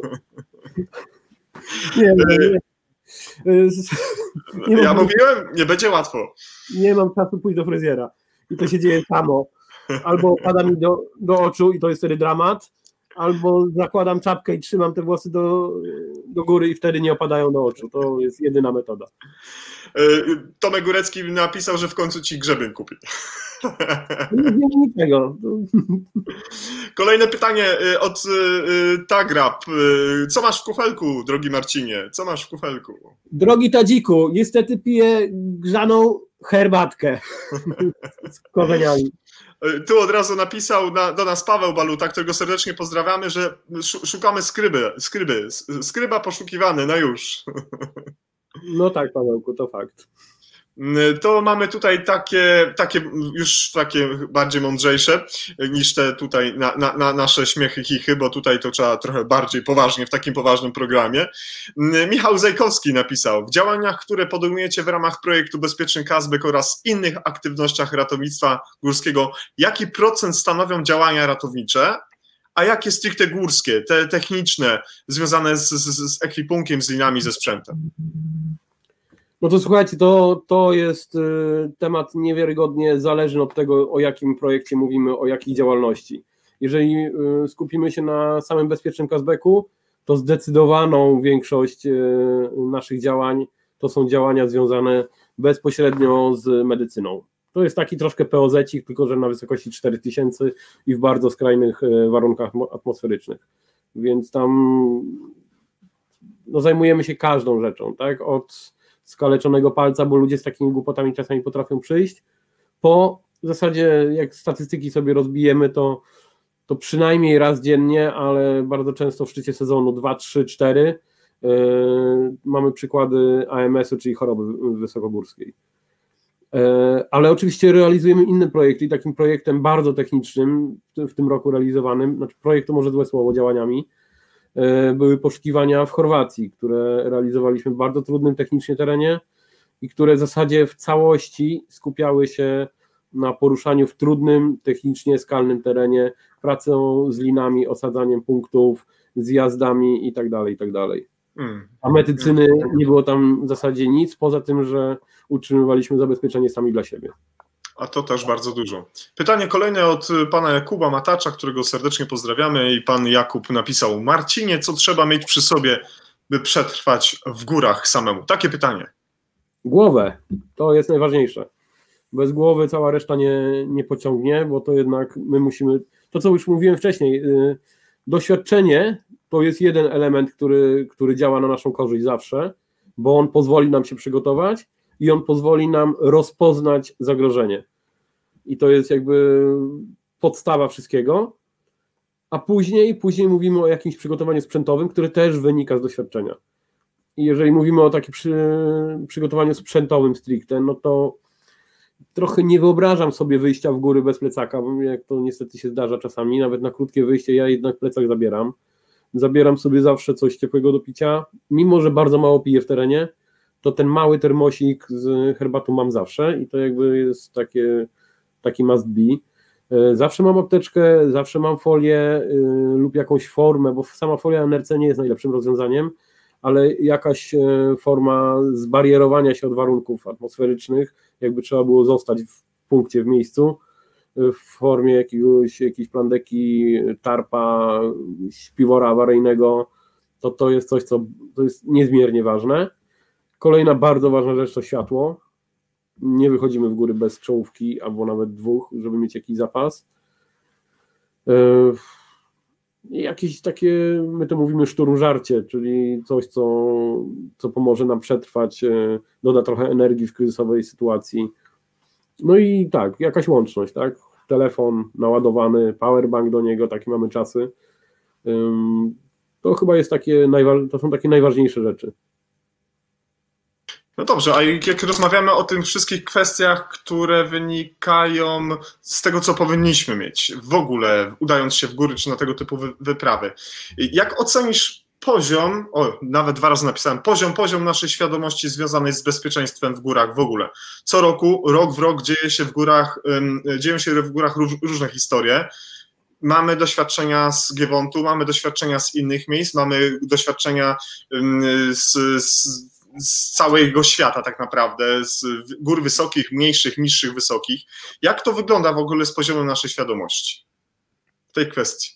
[SPEAKER 2] Nie.
[SPEAKER 1] Ja mówiłem, nie będzie łatwo.
[SPEAKER 2] Nie mam czasu pójść do fryzjera i to się dzieje samo. Albo pada mi do oczu i to jest wtedy dramat, albo zakładam czapkę i trzymam te włosy do góry i wtedy nie opadają do oczu. To jest jedyna metoda.
[SPEAKER 1] Tomek Górecki napisał, że w końcu ci grzebień kupi.
[SPEAKER 2] Nie wiem niczego.
[SPEAKER 1] Kolejne pytanie od Tagrab. Co masz w kufelku, drogi Marcinie? Co masz w kufelku?
[SPEAKER 2] Drogi Tadziku, niestety piję grzaną herbatkę z korzeniami.
[SPEAKER 1] Tu od razu napisał do nas Paweł Baluta, którego serdecznie pozdrawiamy, że szukamy skryba poszukiwany, no już.
[SPEAKER 2] No tak, Pawełku, to fakt.
[SPEAKER 1] To mamy tutaj takie bardziej mądrzejsze niż te tutaj na nasze śmiechy, chichy, bo tutaj to trzeba trochę bardziej poważnie, w takim poważnym programie. Michał Zajkowski napisał: w działaniach, które podejmujecie w ramach projektu Bezpieczny Cashback oraz innych aktywnościach ratownictwa górskiego, jaki procent stanowią działania ratownicze, a jakie stricte górskie, te techniczne, związane z ekwipunkiem, z linami, ze sprzętem?
[SPEAKER 2] No to słuchajcie, to jest temat niewiarygodnie zależny od tego, o jakim projekcie mówimy, o jakiej działalności. Jeżeli skupimy się na samym bezpiecznym cashbacku, to zdecydowaną większość naszych działań to są działania związane bezpośrednio z medycyną. To jest taki troszkę POZ-cik, tylko że na wysokości 4000 i w bardzo skrajnych warunkach atmosferycznych. Więc tam zajmujemy się każdą rzeczą, tak? Od skaleczonego palca, bo ludzie z takimi głupotami czasami potrafią przyjść, po w zasadzie jak statystyki sobie rozbijemy, to przynajmniej raz dziennie, ale bardzo często w szczycie sezonu 2, 3, 4 mamy przykłady AMS-u, czyli choroby wysokogórskiej. Ale oczywiście realizujemy inne projekty i takim projektem bardzo technicznym w tym roku realizowanym, znaczy projekt to może złe słowo, działaniami, były poszukiwania w Chorwacji, które realizowaliśmy w bardzo trudnym technicznie terenie i które w zasadzie w całości skupiały się na poruszaniu w trudnym, technicznie skalnym terenie, pracą z linami, osadzaniem punktów, zjazdami i tak dalej, i tak dalej. A medycyny nie było tam w zasadzie nic, poza tym, że utrzymywaliśmy zabezpieczenie sami dla siebie.
[SPEAKER 1] A to też bardzo dużo. Pytanie kolejne od pana Jakuba Matacza, którego serdecznie pozdrawiamy, i pan Jakub napisał: Marcinie, co trzeba mieć przy sobie, by przetrwać w górach samemu? Takie pytanie.
[SPEAKER 2] Głowę, to jest najważniejsze. Bez głowy cała reszta nie pociągnie, bo to jednak my musimy, to co już mówiłem wcześniej, doświadczenie to jest jeden element, który działa na naszą korzyść zawsze, bo on pozwoli nam się przygotować i on pozwoli nam rozpoznać zagrożenie. I to jest jakby podstawa wszystkiego, a później mówimy o jakimś przygotowaniu sprzętowym, które też wynika z doświadczenia. I jeżeli mówimy o takim przygotowaniu sprzętowym stricte, no to trochę nie wyobrażam sobie wyjścia w góry bez plecaka, jak to niestety się zdarza czasami, nawet na krótkie wyjście ja jednak plecak zabieram. Zabieram sobie zawsze coś ciepłego do picia, mimo że bardzo mało piję w terenie, to ten mały termosik z herbatą mam zawsze i to jakby jest taki must be. Zawsze mam apteczkę, zawsze mam folię lub jakąś formę, bo sama folia NRC nie jest najlepszym rozwiązaniem, ale jakaś forma zbarierowania się od warunków atmosferycznych, jakby trzeba było zostać w punkcie, w miejscu, w formie jakiejś plandeki, tarpa, śpiwora awaryjnego, to jest coś, co to jest niezmiernie ważne. Kolejna bardzo ważna rzecz to światło. Nie wychodzimy w góry bez czołówki albo nawet dwóch, żeby mieć jakiś zapas. Jakieś takie, my to mówimy szturmżarcie, czyli coś, co pomoże nam przetrwać, doda trochę energii w kryzysowej sytuacji. No i tak, jakaś łączność, tak? Telefon naładowany, powerbank do niego, takie mamy czasy. To chyba jest to są takie najważniejsze rzeczy.
[SPEAKER 1] No dobrze, a jak rozmawiamy o tych wszystkich kwestiach, które wynikają z tego, co powinniśmy mieć w ogóle, udając się w góry czy na tego typu wyprawy, jak ocenisz poziom, nawet 2 razy napisałem, poziom naszej świadomości związanej z bezpieczeństwem w górach w ogóle? Co roku, rok w rok dzieją się w górach różne historie. Mamy doświadczenia z Giewontu, mamy doświadczenia z innych miejsc, mamy doświadczenia z całego świata tak naprawdę, z gór wysokich, mniejszych, niższych, wysokich. Jak to wygląda w ogóle z poziomem naszej świadomości w tej kwestii?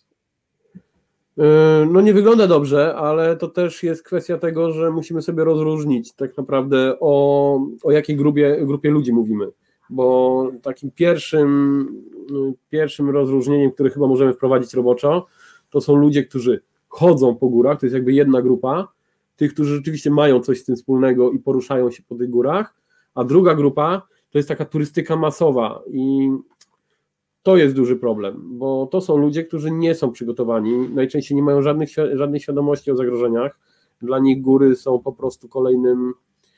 [SPEAKER 2] No nie wygląda dobrze, ale to też jest kwestia tego, że musimy sobie rozróżnić tak naprawdę o jakiej grupie ludzi mówimy, bo takim pierwszym rozróżnieniem, które chyba możemy wprowadzić roboczo, to są ludzie, którzy chodzą po górach, to jest jakby jedna grupa, tych, którzy rzeczywiście mają coś z tym wspólnego i poruszają się po tych górach, a druga grupa to jest taka turystyka masowa i to jest duży problem, bo to są ludzie, którzy nie są przygotowani, najczęściej nie mają żadnej świadomości o zagrożeniach, dla nich góry są po prostu kolejnym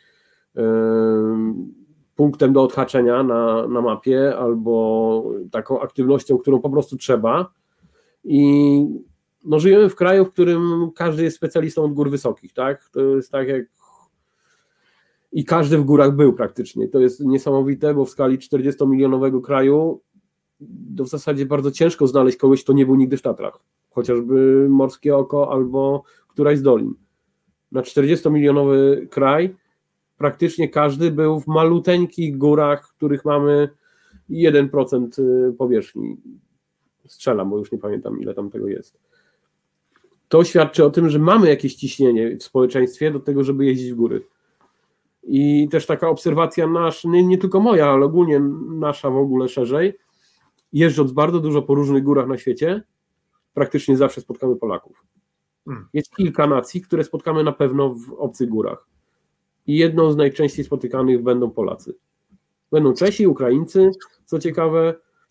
[SPEAKER 2] punktem do odhaczenia na mapie albo taką aktywnością, którą po prostu trzeba i no, żyjemy w kraju, w którym każdy jest specjalistą od gór wysokich, tak? To jest tak jak i każdy w górach był praktycznie. To jest niesamowite, bo w skali 40-milionowego kraju w zasadzie bardzo ciężko znaleźć kogoś, kto nie był nigdy w Tatrach. Chociażby Morskie Oko albo któraś z dolin. Na 40-milionowy kraj praktycznie każdy był w maluteńkich górach, w których mamy 1% powierzchni. Strzelam, bo już nie pamiętam, ile tam tego jest. To świadczy o tym, że mamy jakieś ciśnienie w społeczeństwie do tego, żeby jeździć w góry. I też taka obserwacja nie tylko moja, ale ogólnie nasza w ogóle szerzej, jeżdżąc bardzo dużo po różnych górach na świecie, praktycznie zawsze spotkamy Polaków. Jest kilka nacji, które spotkamy na pewno w obcych górach. I jedną z najczęściej spotykanych będą Polacy. Będą Czesi, Ukraińcy, co ciekawe.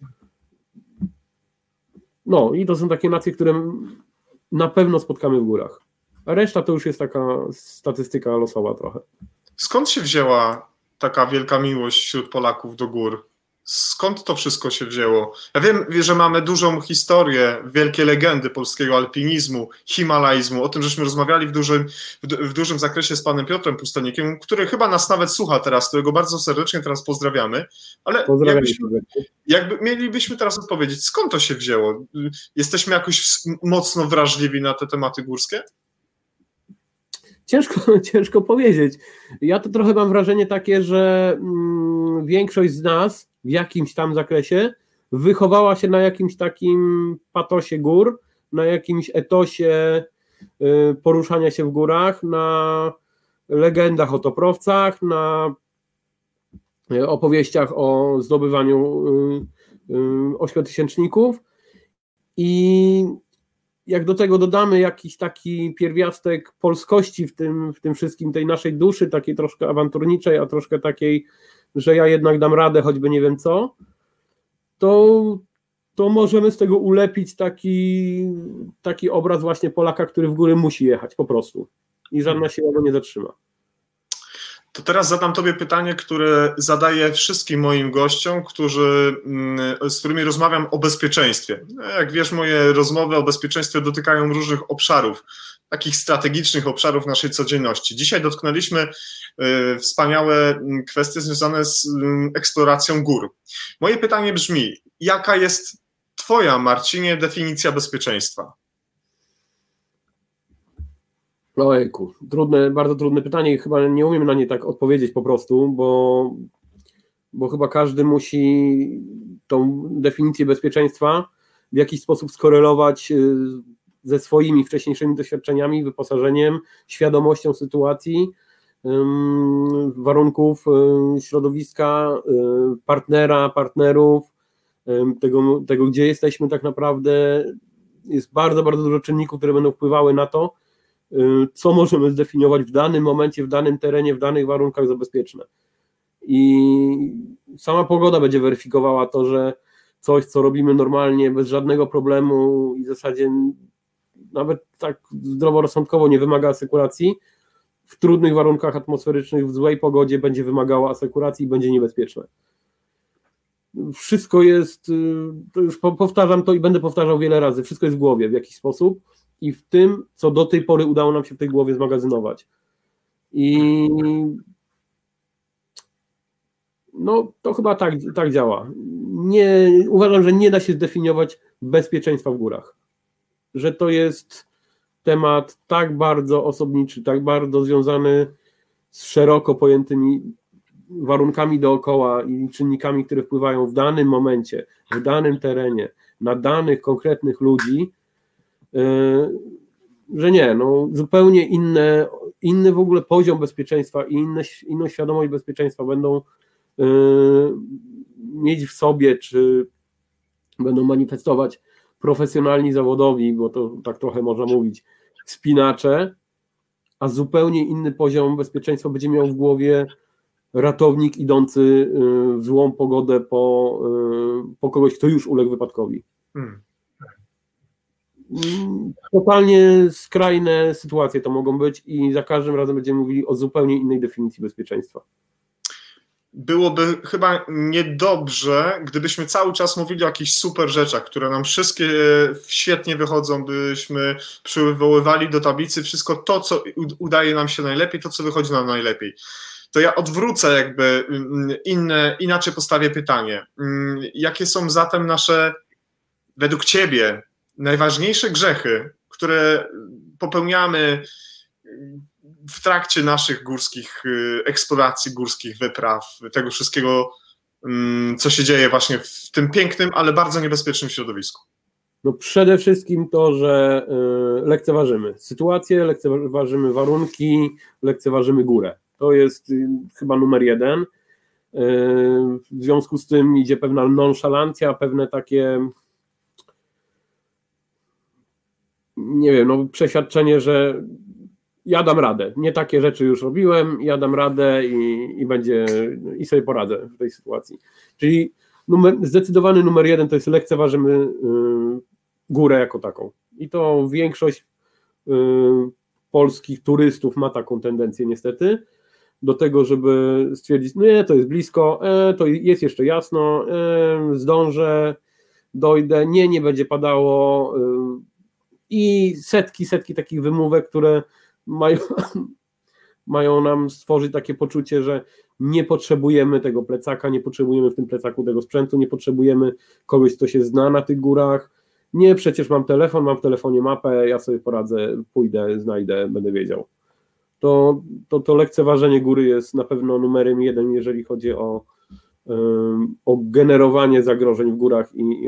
[SPEAKER 2] No i to są takie nacje, które na pewno spotkamy w górach. A reszta to już jest taka statystyka losowa trochę.
[SPEAKER 1] Skąd się wzięła taka wielka miłość wśród Polaków do gór? Skąd to wszystko się wzięło? Ja wiem, że mamy dużą historię, wielkie legendy polskiego alpinizmu, himalaizmu, o tym żeśmy rozmawiali w dużym zakresie z panem Piotrem Pustelnikiem, który chyba nas nawet słucha teraz, którego bardzo serdecznie teraz pozdrawiamy, ale mielibyśmy teraz odpowiedzieć, skąd to się wzięło? Jesteśmy jakoś mocno wrażliwi na te tematy górskie?
[SPEAKER 2] Ciężko powiedzieć. Ja to trochę mam wrażenie takie, że większość z nas w jakimś tam zakresie wychowała się na jakimś takim patosie gór, na jakimś etosie poruszania się w górach, na legendach o toprowcach, na opowieściach o zdobywaniu ośmiotysięczników i jak do tego dodamy jakiś taki pierwiastek polskości w tym wszystkim, tej naszej duszy, takiej troszkę awanturniczej, a troszkę takiej, że ja jednak dam radę, choćby nie wiem co, to możemy z tego ulepić taki obraz właśnie Polaka, który w góry musi jechać po prostu i żadna siła go nie zatrzyma.
[SPEAKER 1] To teraz zadam tobie pytanie, które zadaję wszystkim moim gościom, z którymi rozmawiam o bezpieczeństwie. Jak wiesz, moje rozmowy o bezpieczeństwie dotykają różnych obszarów, takich strategicznych obszarów naszej codzienności. Dzisiaj dotknęliśmy wspaniałe kwestie związane z eksploracją gór. Moje pytanie brzmi, jaka jest twoja, Marcinie, definicja bezpieczeństwa?
[SPEAKER 2] Ojejku, bardzo trudne pytanie i chyba nie umiem na nie tak odpowiedzieć po prostu, bo chyba każdy musi tą definicję bezpieczeństwa w jakiś sposób skorelować ze swoimi wcześniejszymi doświadczeniami, wyposażeniem, świadomością sytuacji, warunków środowiska, partnerów, tego gdzie jesteśmy tak naprawdę. Jest bardzo, bardzo dużo czynników, które będą wpływały na to, co możemy zdefiniować w danym momencie, w danym terenie, w danych warunkach za bezpieczne. I sama pogoda będzie weryfikowała to, że coś, co robimy normalnie, bez żadnego problemu i w zasadzie nawet tak zdroworozsądkowo nie wymaga asekuracji, w trudnych warunkach atmosferycznych, w złej pogodzie będzie wymagało asekuracji i będzie niebezpieczne. Wszystko jest, to już powtarzam to i będę powtarzał wiele razy, wszystko jest w głowie w jakiś sposób i w tym, co do tej pory udało nam się w tej głowie zmagazynować. I no to chyba tak działa. Uważam, że nie da się zdefiniować bezpieczeństwa w górach. Że to jest temat tak bardzo osobniczy, tak bardzo związany z szeroko pojętymi warunkami dookoła i czynnikami, które wpływają w danym momencie, w danym terenie, na danych konkretnych ludzi, że nie, no zupełnie inny w ogóle poziom bezpieczeństwa i inną świadomość bezpieczeństwa będą mieć w sobie, czy będą manifestować profesjonalni zawodowi, bo to tak trochę można mówić, wspinacze, a zupełnie inny poziom bezpieczeństwa będzie miał w głowie ratownik idący w złą pogodę po kogoś, kto już uległ wypadkowi. Totalnie skrajne sytuacje to mogą być i za każdym razem będziemy mówili o zupełnie innej definicji bezpieczeństwa.
[SPEAKER 1] Byłoby chyba niedobrze, gdybyśmy cały czas mówili o jakichś super rzeczach, które nam wszystkie świetnie wychodzą, byśmy przywoływali do tablicy wszystko to, co udaje nam się najlepiej, to, co wychodzi nam najlepiej. To ja odwrócę jakby inaczej postawię pytanie. Jakie są zatem nasze, według Ciebie, najważniejsze grzechy, które popełniamy w trakcie naszych górskich eksploracji, górskich wypraw, tego wszystkiego, co się dzieje właśnie w tym pięknym, ale bardzo niebezpiecznym środowisku?
[SPEAKER 2] No przede wszystkim to, że lekceważymy sytuację, lekceważymy warunki, lekceważymy górę. To jest chyba numer jeden. W związku z tym idzie pewna nonszalancja, pewne takie, nie wiem, no przeświadczenie, że ja dam radę, nie takie rzeczy już robiłem, ja dam radę i sobie poradzę w tej sytuacji. Czyli zdecydowany numer jeden to jest lekceważymy górę jako taką. I to większość polskich turystów ma taką tendencję niestety do tego, żeby stwierdzić, nie, to jest blisko, to jest jeszcze jasno, zdążę, dojdę, nie będzie padało i setki takich wymówek, które mają nam stworzyć takie poczucie, że nie potrzebujemy tego plecaka, nie potrzebujemy w tym plecaku tego sprzętu, nie potrzebujemy kogoś, kto się zna na tych górach. Nie, przecież mam telefon, mam w telefonie mapę, ja sobie poradzę, pójdę, znajdę, będę wiedział. To lekceważenie góry jest na pewno numerem jeden, jeżeli chodzi o generowanie zagrożeń w górach i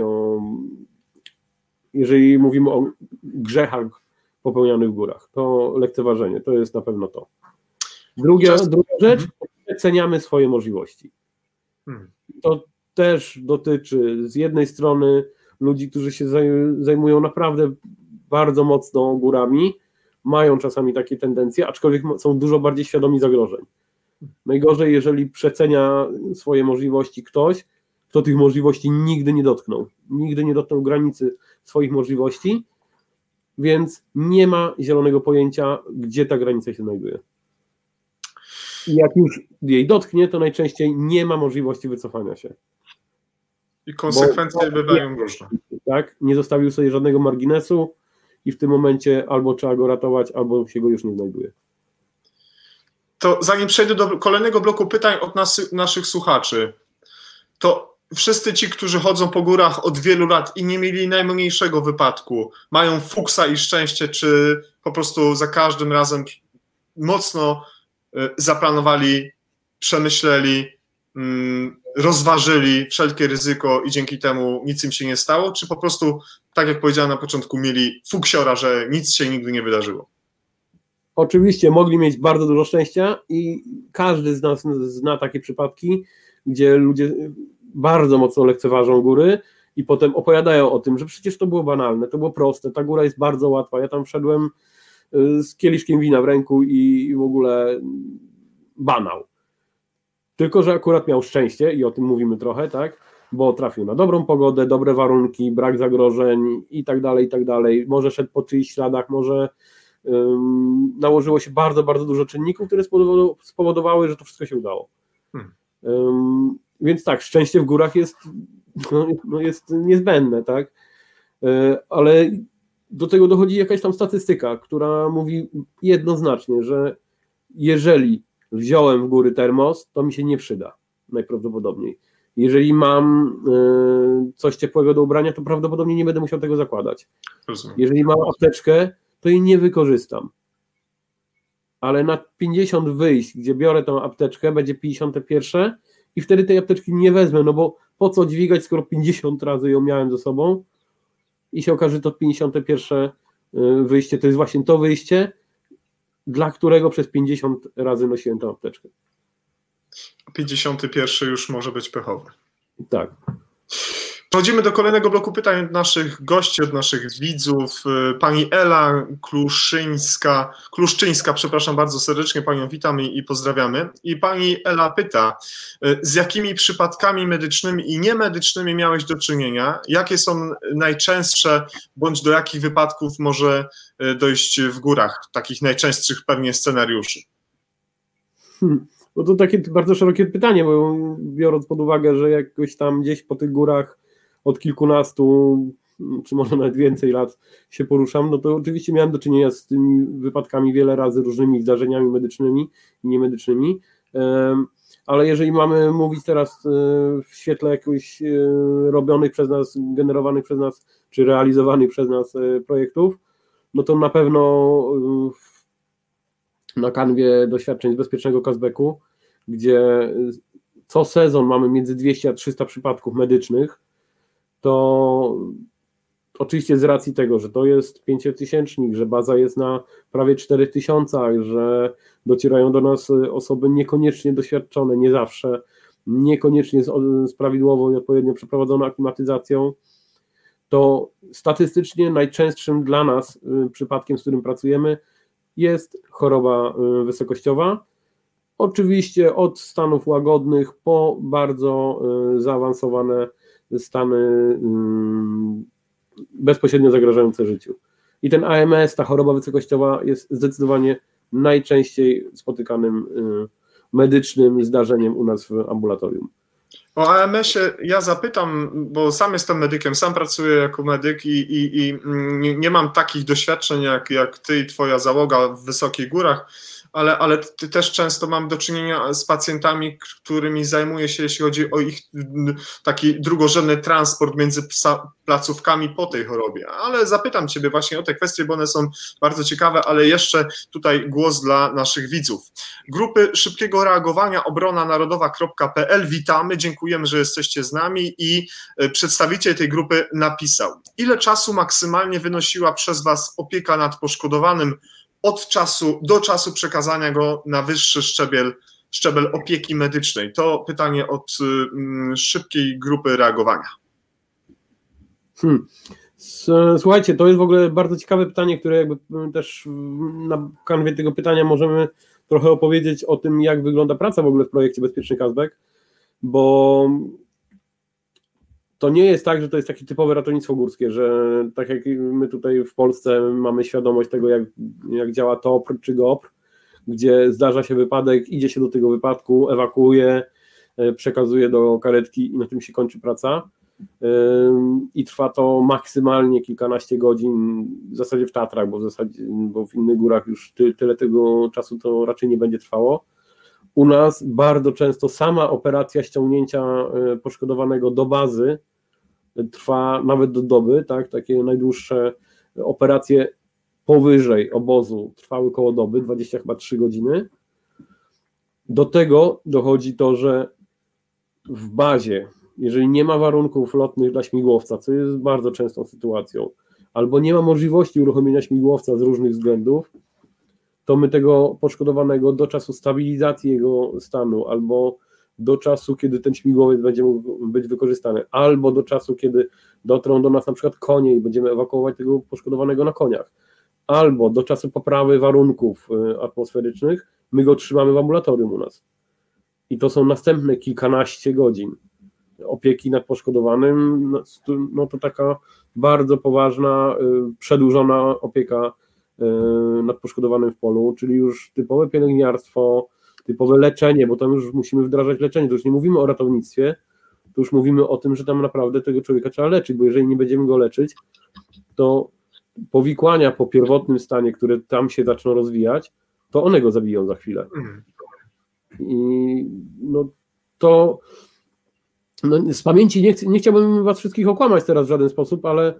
[SPEAKER 2] jeżeli mówimy o grzechach popełnianych w górach, to lekceważenie, to jest na pewno to. Druga rzecz, przeceniamy swoje możliwości. To też dotyczy z jednej strony ludzi, którzy się zajmują naprawdę bardzo mocno górami, mają czasami takie tendencje, aczkolwiek są dużo bardziej świadomi zagrożeń. Najgorzej, jeżeli przecenia swoje możliwości ktoś, kto tych możliwości nigdy nie dotknął granicy swoich możliwości, więc nie ma zielonego pojęcia, gdzie ta granica się znajduje. I jak już jej dotknie, to najczęściej nie ma możliwości wycofania się.
[SPEAKER 1] I konsekwencje bywają różne.
[SPEAKER 2] Tak? Nie zostawił sobie żadnego marginesu i w tym momencie albo trzeba go ratować, albo się go już nie znajduje.
[SPEAKER 1] To zanim przejdę do kolejnego bloku pytań od naszych słuchaczy, to wszyscy ci, którzy chodzą po górach od wielu lat i nie mieli najmniejszego wypadku, mają fuksa i szczęście, czy po prostu za każdym razem mocno zaplanowali, przemyśleli, rozważyli wszelkie ryzyko i dzięki temu nic im się nie stało, czy po prostu, tak jak powiedziałem na początku, mieli fuksiora, że nic się nigdy nie wydarzyło?
[SPEAKER 2] Oczywiście mogli mieć bardzo dużo szczęścia i każdy z nas zna takie przypadki, gdzie ludzie bardzo mocno lekceważą góry i potem opowiadają o tym, że przecież to było banalne, to było proste, ta góra jest bardzo łatwa, ja tam wszedłem z kieliszkiem wina w ręku i w ogóle banał. Tylko że akurat miał szczęście i o tym mówimy trochę, tak? bo trafił na dobrą pogodę, dobre warunki, brak zagrożeń i tak dalej, może szedł po czyichś śladach, może nałożyło się bardzo, bardzo dużo czynników, które spowodowały, że to wszystko się udało. Więc tak, szczęście w górach jest niezbędne, tak? Ale do tego dochodzi jakaś tam statystyka, która mówi jednoznacznie, że jeżeli wziąłem w góry termos, to mi się nie przyda najprawdopodobniej. Jeżeli mam coś ciepłego do ubrania, to prawdopodobnie nie będę musiał tego zakładać.
[SPEAKER 1] Rozumiem.
[SPEAKER 2] Jeżeli mam apteczkę, to jej nie wykorzystam. Ale na 50 wyjść, gdzie biorę tą apteczkę, będzie 51 i wtedy tej apteczki nie wezmę, no bo po co dźwigać, skoro 50 razy ją miałem ze sobą i się okaże, że to 51 wyjście to jest właśnie to wyjście, dla którego przez 50 razy nosiłem tę apteczkę.
[SPEAKER 1] 51 już może być pechowy.
[SPEAKER 2] Tak.
[SPEAKER 1] Przechodzimy do kolejnego bloku pytań od naszych gości, od naszych widzów. Pani Ela Kluszczyńska, przepraszam bardzo serdecznie, panią witam i pozdrawiamy. I pani Ela pyta, z jakimi przypadkami medycznymi i niemedycznymi miałeś do czynienia? Jakie są najczęstsze, bądź do jakich wypadków może dojść w górach? Takich najczęstszych pewnie scenariuszy.
[SPEAKER 2] No to takie bardzo szerokie pytanie, bo biorąc pod uwagę, że jakoś tam gdzieś po tych górach od kilkunastu, czy może nawet więcej lat się poruszam, no to oczywiście miałem do czynienia z tymi wypadkami wiele razy, różnymi zdarzeniami medycznymi i niemedycznymi, ale jeżeli mamy mówić teraz w świetle jakichś robionych przez nas, generowanych przez nas, czy realizowanych przez nas projektów, no to na pewno na kanwie doświadczeń z bezpiecznego cashbacku, gdzie co sezon mamy między 200 a 300 przypadków medycznych, to oczywiście z racji tego, że to jest 5-tysięcznik, że baza jest na prawie 4000, że docierają do nas osoby niekoniecznie doświadczone, nie zawsze, niekoniecznie z prawidłową i odpowiednio przeprowadzoną aklimatyzacją, to statystycznie najczęstszym dla nas przypadkiem, z którym pracujemy, jest choroba wysokościowa. Oczywiście od stanów łagodnych po bardzo zaawansowane stany bezpośrednio zagrażające życiu. I ten AMS, ta choroba wysokościowa jest zdecydowanie najczęściej spotykanym medycznym zdarzeniem u nas w ambulatorium.
[SPEAKER 1] O AMS-ie ja zapytam, bo sam jestem medykiem, sam pracuję jako medyk i nie mam takich doświadczeń jak ty i twoja załoga w wysokich górach, ale też często mam do czynienia z pacjentami, którymi zajmuję się, jeśli chodzi o ich taki drugorzędny transport między placówkami po tej chorobie. Ale zapytam ciebie właśnie o te kwestie, bo one są bardzo ciekawe, ale jeszcze tutaj głos dla naszych widzów. Grupy szybkiego reagowania obronanarodowa.pl, witamy, dziękujemy, że jesteście z nami i przedstawiciel tej grupy napisał: ile czasu maksymalnie wynosiła przez was opieka nad poszkodowanym od czasu do czasu przekazania go na wyższy szczebel opieki medycznej? To pytanie od szybkiej grupy reagowania.
[SPEAKER 2] Słuchajcie, to jest w ogóle bardzo ciekawe pytanie, które jakby też na kanwie tego pytania możemy trochę opowiedzieć o tym, jak wygląda praca w ogóle w projekcie Bezpieczny Cashback, bo to nie jest tak, że to jest takie typowe ratownictwo górskie, że tak jak my tutaj w Polsce mamy świadomość tego, jak działa TOPR czy GOPR, gdzie zdarza się wypadek, idzie się do tego wypadku, ewakuuje, przekazuje do karetki i na tym się kończy praca. I trwa to maksymalnie kilkanaście godzin, w zasadzie w Tatrach, bo w innych górach już tyle tego czasu to raczej nie będzie trwało. U nas bardzo często sama operacja ściągnięcia poszkodowanego do bazy trwa nawet do doby, tak? Takie najdłuższe operacje powyżej obozu trwały koło doby, 23 godziny. Do tego dochodzi to, że w bazie, jeżeli nie ma warunków lotnych dla śmigłowca, co jest bardzo częstą sytuacją, albo nie ma możliwości uruchomienia śmigłowca z różnych względów, to my tego poszkodowanego do czasu stabilizacji jego stanu, albo do czasu, kiedy ten śmigłowiec będzie mógł być wykorzystany, albo do czasu, kiedy dotrą do nas na przykład konie i będziemy ewakuować tego poszkodowanego na koniach, albo do czasu poprawy warunków atmosferycznych, my go trzymamy w ambulatorium u nas. I to są następne kilkanaście godzin. opieki nad poszkodowanym, no to taka bardzo poważna, przedłużona opieka nad poszkodowanym w polu, czyli już typowe pielęgniarstwo, typowe leczenie, bo tam już musimy wdrażać leczenie, to już nie mówimy o ratownictwie, to już mówimy o tym, że tam naprawdę tego człowieka trzeba leczyć, bo jeżeli nie będziemy go leczyć, to powikłania po pierwotnym stanie, które tam się zaczną rozwijać, to one go zabiją za chwilę. I no to z pamięci nie chciałbym was wszystkich okłamać teraz w żaden sposób, ale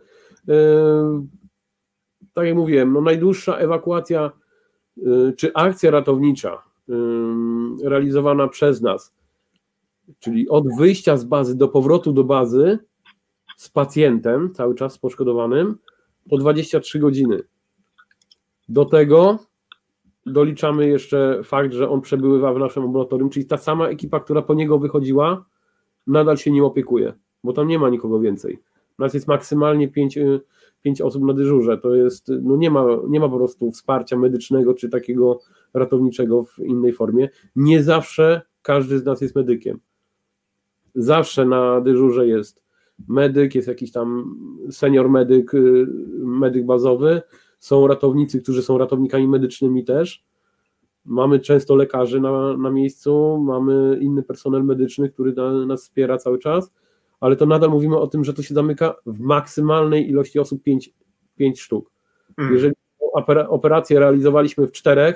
[SPEAKER 2] tak jak mówiłem, no najdłuższa ewakuacja czy akcja ratownicza realizowana przez nas, czyli od wyjścia z bazy do powrotu do bazy z pacjentem, cały czas poszkodowanym, to 23 godziny. Do tego doliczamy jeszcze fakt, że on przebywa w naszym ambulatorium, czyli ta sama ekipa, która po niego wychodziła, nadal się nim opiekuje, bo tam nie ma nikogo więcej. Nas jest maksymalnie 5 osób na dyżurze, to jest, no nie ma po prostu wsparcia medycznego czy takiego ratowniczego w innej formie. Nie zawsze każdy z nas jest medykiem. Zawsze na dyżurze jest medyk, jest jakiś tam senior medyk, medyk bazowy, są ratownicy, którzy są ratownikami medycznymi też. Mamy często lekarzy na miejscu, mamy inny personel medyczny, który nas wspiera cały czas, ale to nadal mówimy o tym, że to się zamyka w maksymalnej ilości osób 5 sztuk. Jeżeli operację realizowaliśmy w 4,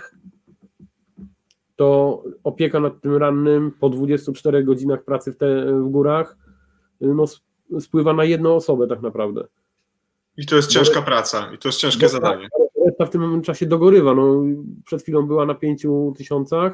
[SPEAKER 2] to opieka nad tym rannym po 24 godzinach pracy w górach no, spływa na jedną osobę tak naprawdę.
[SPEAKER 1] I to jest ciężka praca, i to jest ciężkie zadanie.
[SPEAKER 2] Reszta w tym czasie dogorywa. No, przed chwilą była na 5000.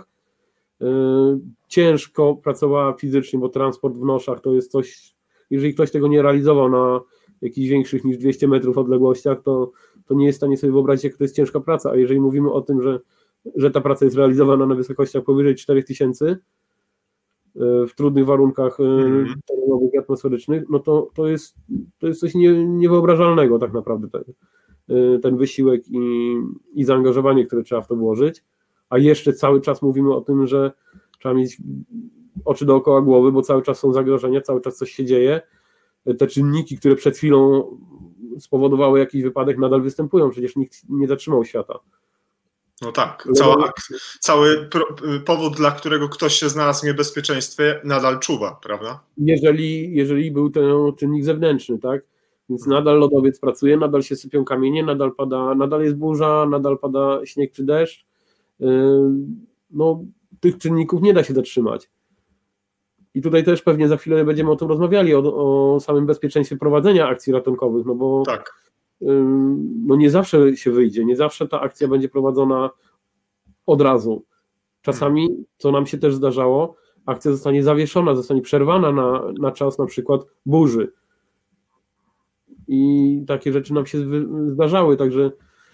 [SPEAKER 2] Ciężko pracowała fizycznie, bo transport w noszach to jest coś, jeżeli ktoś tego nie realizował na jakichś większych niż 200 metrów odległościach, to nie jest w stanie sobie wyobrazić, jak to jest ciężka praca. A jeżeli mówimy o tym, że ta praca jest realizowana na wysokościach powyżej 4000 w trudnych warunkach terenowych i atmosferycznych, no to jest coś niewyobrażalnego tak naprawdę ten wysiłek i zaangażowanie, które trzeba w to włożyć, a jeszcze cały czas mówimy o tym, że trzeba mieć oczy dookoła głowy, bo cały czas są zagrożenia, cały czas coś się dzieje. Te czynniki, które przed chwilą spowodowały jakiś wypadek, nadal występują, przecież nikt nie zatrzymał świata.
[SPEAKER 1] No tak, cały powód, dla którego ktoś się znalazł w niebezpieczeństwie, nadal czuwa, prawda?
[SPEAKER 2] Jeżeli był ten czynnik zewnętrzny, tak? Więc nadal lodowiec pracuje, nadal się sypią kamienie, nadal jest burza, nadal pada śnieg czy deszcz. No, tych czynników nie da się zatrzymać. I tutaj też pewnie za chwilę będziemy o tym rozmawiali, o samym bezpieczeństwie prowadzenia akcji ratunkowych, no bo
[SPEAKER 1] tak.
[SPEAKER 2] No nie zawsze się wyjdzie, nie zawsze ta akcja będzie prowadzona od razu. Czasami, co nam się też zdarzało, akcja zostanie zawieszona, zostanie przerwana na czas na przykład burzy. I takie rzeczy nam się zdarzały, także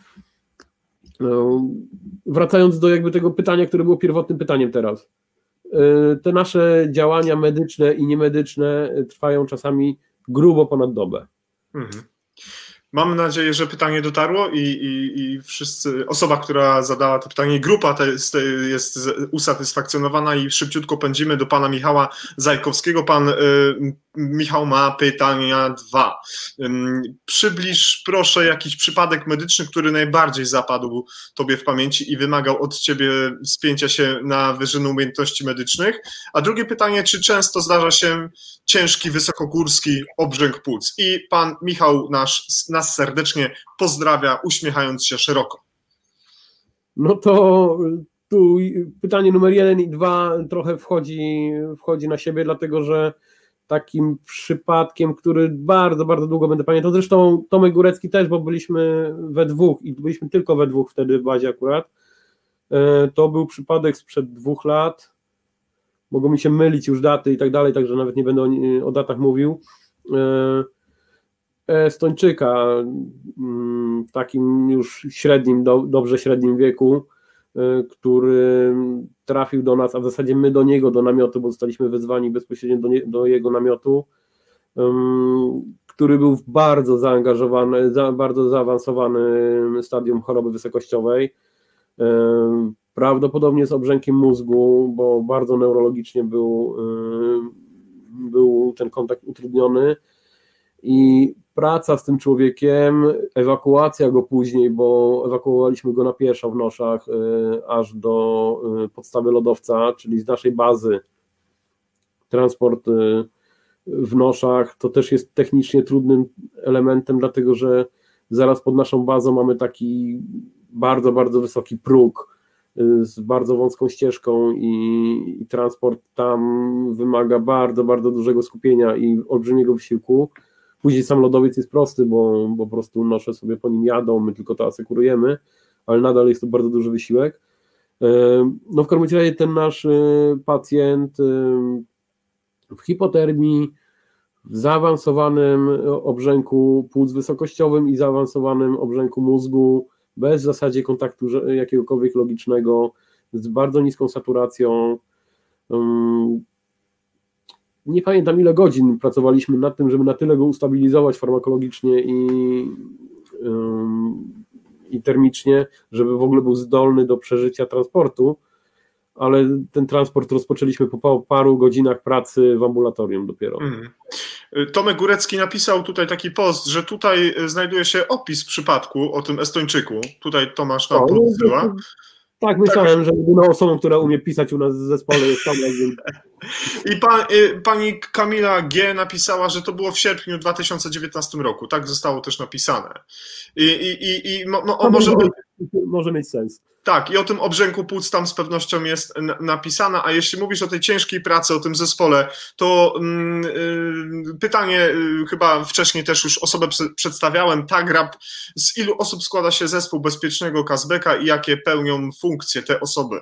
[SPEAKER 2] wracając do jakby tego pytania, które było pierwotnym pytaniem teraz. Te nasze działania medyczne i niemedyczne trwają czasami grubo ponad dobę.
[SPEAKER 1] Mam nadzieję, że pytanie dotarło i wszyscy, osoba, która zadała to pytanie, grupa jest usatysfakcjonowana i szybciutko pędzimy do pana Michała Zajkowskiego. Pan Michał ma pytania 2. Przybliż proszę jakiś przypadek medyczny, który najbardziej zapadł tobie w pamięci i wymagał od ciebie spięcia się na wyżyny umiejętności medycznych. A drugie pytanie, czy często zdarza się ciężki, wysokogórski obrzęk płuc? I pan Michał nas serdecznie pozdrawia, uśmiechając się szeroko.
[SPEAKER 2] No to tu pytanie numer 1 i 2 trochę wchodzi na siebie, dlatego że takim przypadkiem, który bardzo, bardzo długo będę pamiętał, zresztą Tomek Górecki też, bo byliśmy we dwóch i byliśmy tylko we dwóch wtedy w bazie akurat, to był przypadek sprzed 2 lat, mogą mi się mylić już daty i tak dalej, także nawet nie będę o datach mówił, Estończyka, takim już średnim, dobrze średnim wieku, który trafił do nas, a w zasadzie my do niego, do namiotu, bo zostaliśmy wezwani bezpośrednio do jego namiotu, który był w bardzo zaangażowany, bardzo zaawansowanym stadium choroby wysokościowej, prawdopodobnie z obrzękiem mózgu, bo bardzo neurologicznie był był ten kontakt utrudniony i praca z tym człowiekiem, ewakuacja go później, bo ewakuowaliśmy go na pieszo w Noszach aż do podstawy lodowca, czyli z naszej bazy transport w Noszach, to też jest technicznie trudnym elementem, dlatego że zaraz pod naszą bazą mamy taki bardzo, bardzo wysoki próg z bardzo wąską ścieżką i transport tam wymaga bardzo, bardzo dużego skupienia i olbrzymiego wysiłku. Później sam lodowiec jest prosty, bo po prostu Nosze sobie po nim jadą, my tylko to asekurujemy, ale nadal jest to bardzo duży wysiłek. No w każdym razie ten nasz pacjent w hipotermii, w zaawansowanym obrzęku płuc wysokościowym i zaawansowanym obrzęku mózgu, bez w zasadzie kontaktu jakiegokolwiek logicznego, z bardzo niską saturacją. Nie pamiętam ile godzin pracowaliśmy nad tym, żeby na tyle go ustabilizować farmakologicznie i termicznie, żeby w ogóle był zdolny do przeżycia transportu, ale ten transport rozpoczęliśmy po paru godzinach pracy w ambulatorium dopiero.
[SPEAKER 1] Tomek Górecki napisał tutaj taki post, że tutaj znajduje się opis przypadku o tym Estończyku. Tutaj Tomasz nam podsyła.
[SPEAKER 2] Tak, myślałem, że jedyną osobą, która umie pisać u nas w zespole jest Tomek.
[SPEAKER 1] I pani Kamila G. napisała, że to było w sierpniu 2019 roku. Tak zostało też napisane.
[SPEAKER 2] Może mieć sens.
[SPEAKER 1] Tak, i o tym obrzęku płuc tam z pewnością jest napisane, a jeśli mówisz o tej ciężkiej pracy, o tym zespole, to pytanie, chyba wcześniej też już osobę przedstawiałem, TAGRAP, z ilu osób składa się zespół bezpiecznego Kazbeka i jakie pełnią funkcje te osoby?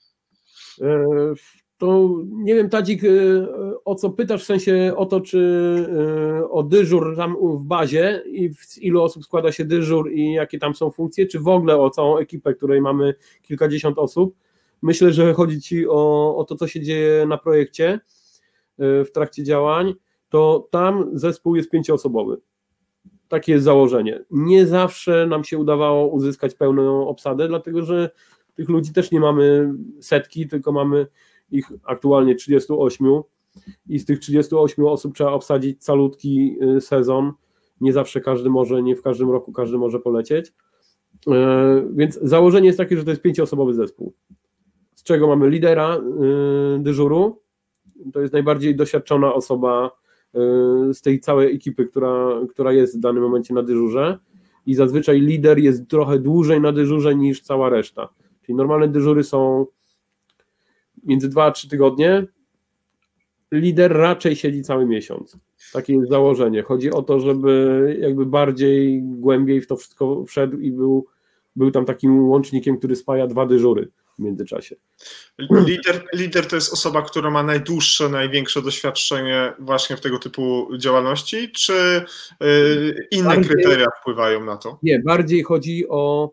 [SPEAKER 2] To nie wiem, Tadzik, o co pytasz, w sensie o to, czy o dyżur tam w bazie i z ilu osób składa się dyżur i jakie tam są funkcje, czy w ogóle o całą ekipę, której mamy kilkadziesiąt osób. Myślę, że chodzi Ci o to, co się dzieje na projekcie w trakcie działań, to tam zespół jest 5-osobowy. Takie jest założenie. Nie zawsze nam się udawało uzyskać pełną obsadę, dlatego że tych ludzi też nie mamy setki, tylko mamy ich aktualnie 38 i z tych 38 osób trzeba obsadzić calutki sezon. Nie zawsze każdy może, nie w każdym roku każdy może polecieć. Więc założenie jest takie, że to jest 5-osobowy zespół, z czego mamy lidera dyżuru, to jest najbardziej doświadczona osoba z tej całej ekipy, która jest w danym momencie na dyżurze i zazwyczaj lider jest trochę dłużej na dyżurze niż cała reszta. Czyli normalne dyżury są między 2 a 3 tygodnie, lider raczej siedzi cały miesiąc. Takie jest założenie. Chodzi o to, żeby jakby bardziej, głębiej w to wszystko wszedł i był tam takim łącznikiem, który spaja 2 dyżury w międzyczasie.
[SPEAKER 1] Lider to jest osoba, która ma najdłuższe, największe doświadczenie właśnie w tego typu działalności, czy inne kryteria wpływają na to?
[SPEAKER 2] Nie, bardziej chodzi o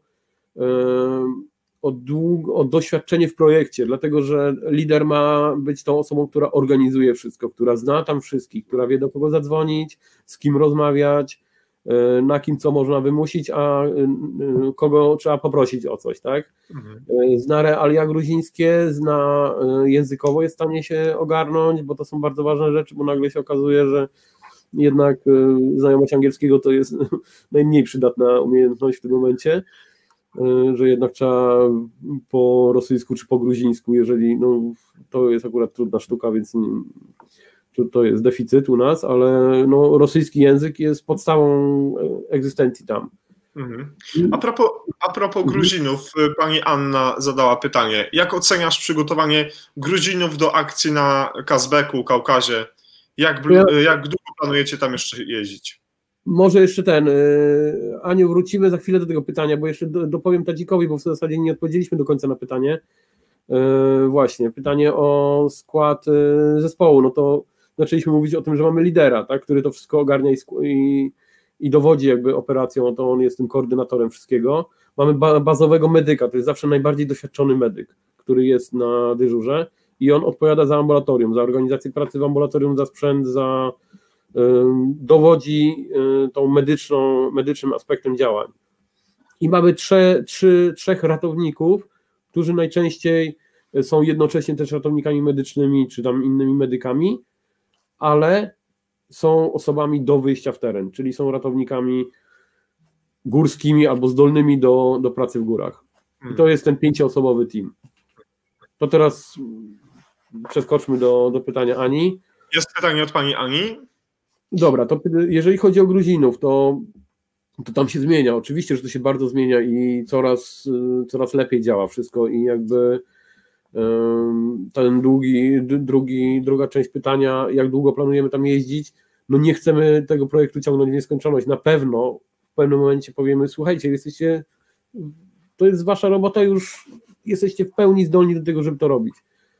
[SPEAKER 2] doświadczenie w projekcie, dlatego że lider ma być tą osobą, która organizuje wszystko, która zna tam wszystkich, która wie, do kogo zadzwonić, z kim rozmawiać, na kim co można wymusić, a kogo trzeba poprosić o coś, tak? Zna realia gruzińskie, zna językowo, jest w stanie się ogarnąć, bo to są bardzo ważne rzeczy, bo nagle się okazuje, że jednak znajomość angielskiego to jest najmniej przydatna umiejętność w tym momencie, że jednak trzeba po rosyjsku czy po gruzińsku, jeżeli to jest akurat trudna sztuka, więc to jest deficyt u nas, ale rosyjski język jest podstawą egzystencji tam.
[SPEAKER 1] A propos Gruzinów, pani Anna zadała pytanie, jak oceniasz przygotowanie Gruzinów do akcji na Kazbeku, Kaukazie? Jak długo planujecie tam jeszcze jeździć?
[SPEAKER 2] Może jeszcze Aniu, wrócimy za chwilę do tego pytania, bo jeszcze dopowiem Tadzikowi, bo w zasadzie nie odpowiedzieliśmy do końca na pytanie. Właśnie, pytanie o skład zespołu, no to zaczęliśmy mówić o tym, że mamy lidera, tak, który to wszystko ogarnia i dowodzi jakby operacją, to on jest tym koordynatorem wszystkiego. Mamy bazowego medyka, to jest zawsze najbardziej doświadczony medyk, który jest na dyżurze i on odpowiada za ambulatorium, za organizację pracy w ambulatorium, za sprzęt, dowodzi tą medycznym aspektem działań. I mamy trzech ratowników, którzy najczęściej są jednocześnie też ratownikami medycznymi, czy tam innymi medykami, ale są osobami do wyjścia w teren, czyli są ratownikami górskimi albo zdolnymi do pracy w górach. I to jest ten 5-osobowy team. To teraz przeskoczmy do pytania Ani.
[SPEAKER 1] Jest pytanie od pani Ani.
[SPEAKER 2] Dobra, to jeżeli chodzi o Gruzinów, to tam się zmienia. Oczywiście, że to się bardzo zmienia i coraz lepiej działa wszystko i jakby ten druga część pytania, jak długo planujemy tam jeździć, no nie chcemy tego projektu ciągnąć w nieskończoność. Na pewno w pewnym momencie powiemy, słuchajcie, to jest wasza robota, już jesteście w pełni zdolni do tego, żeby to robić.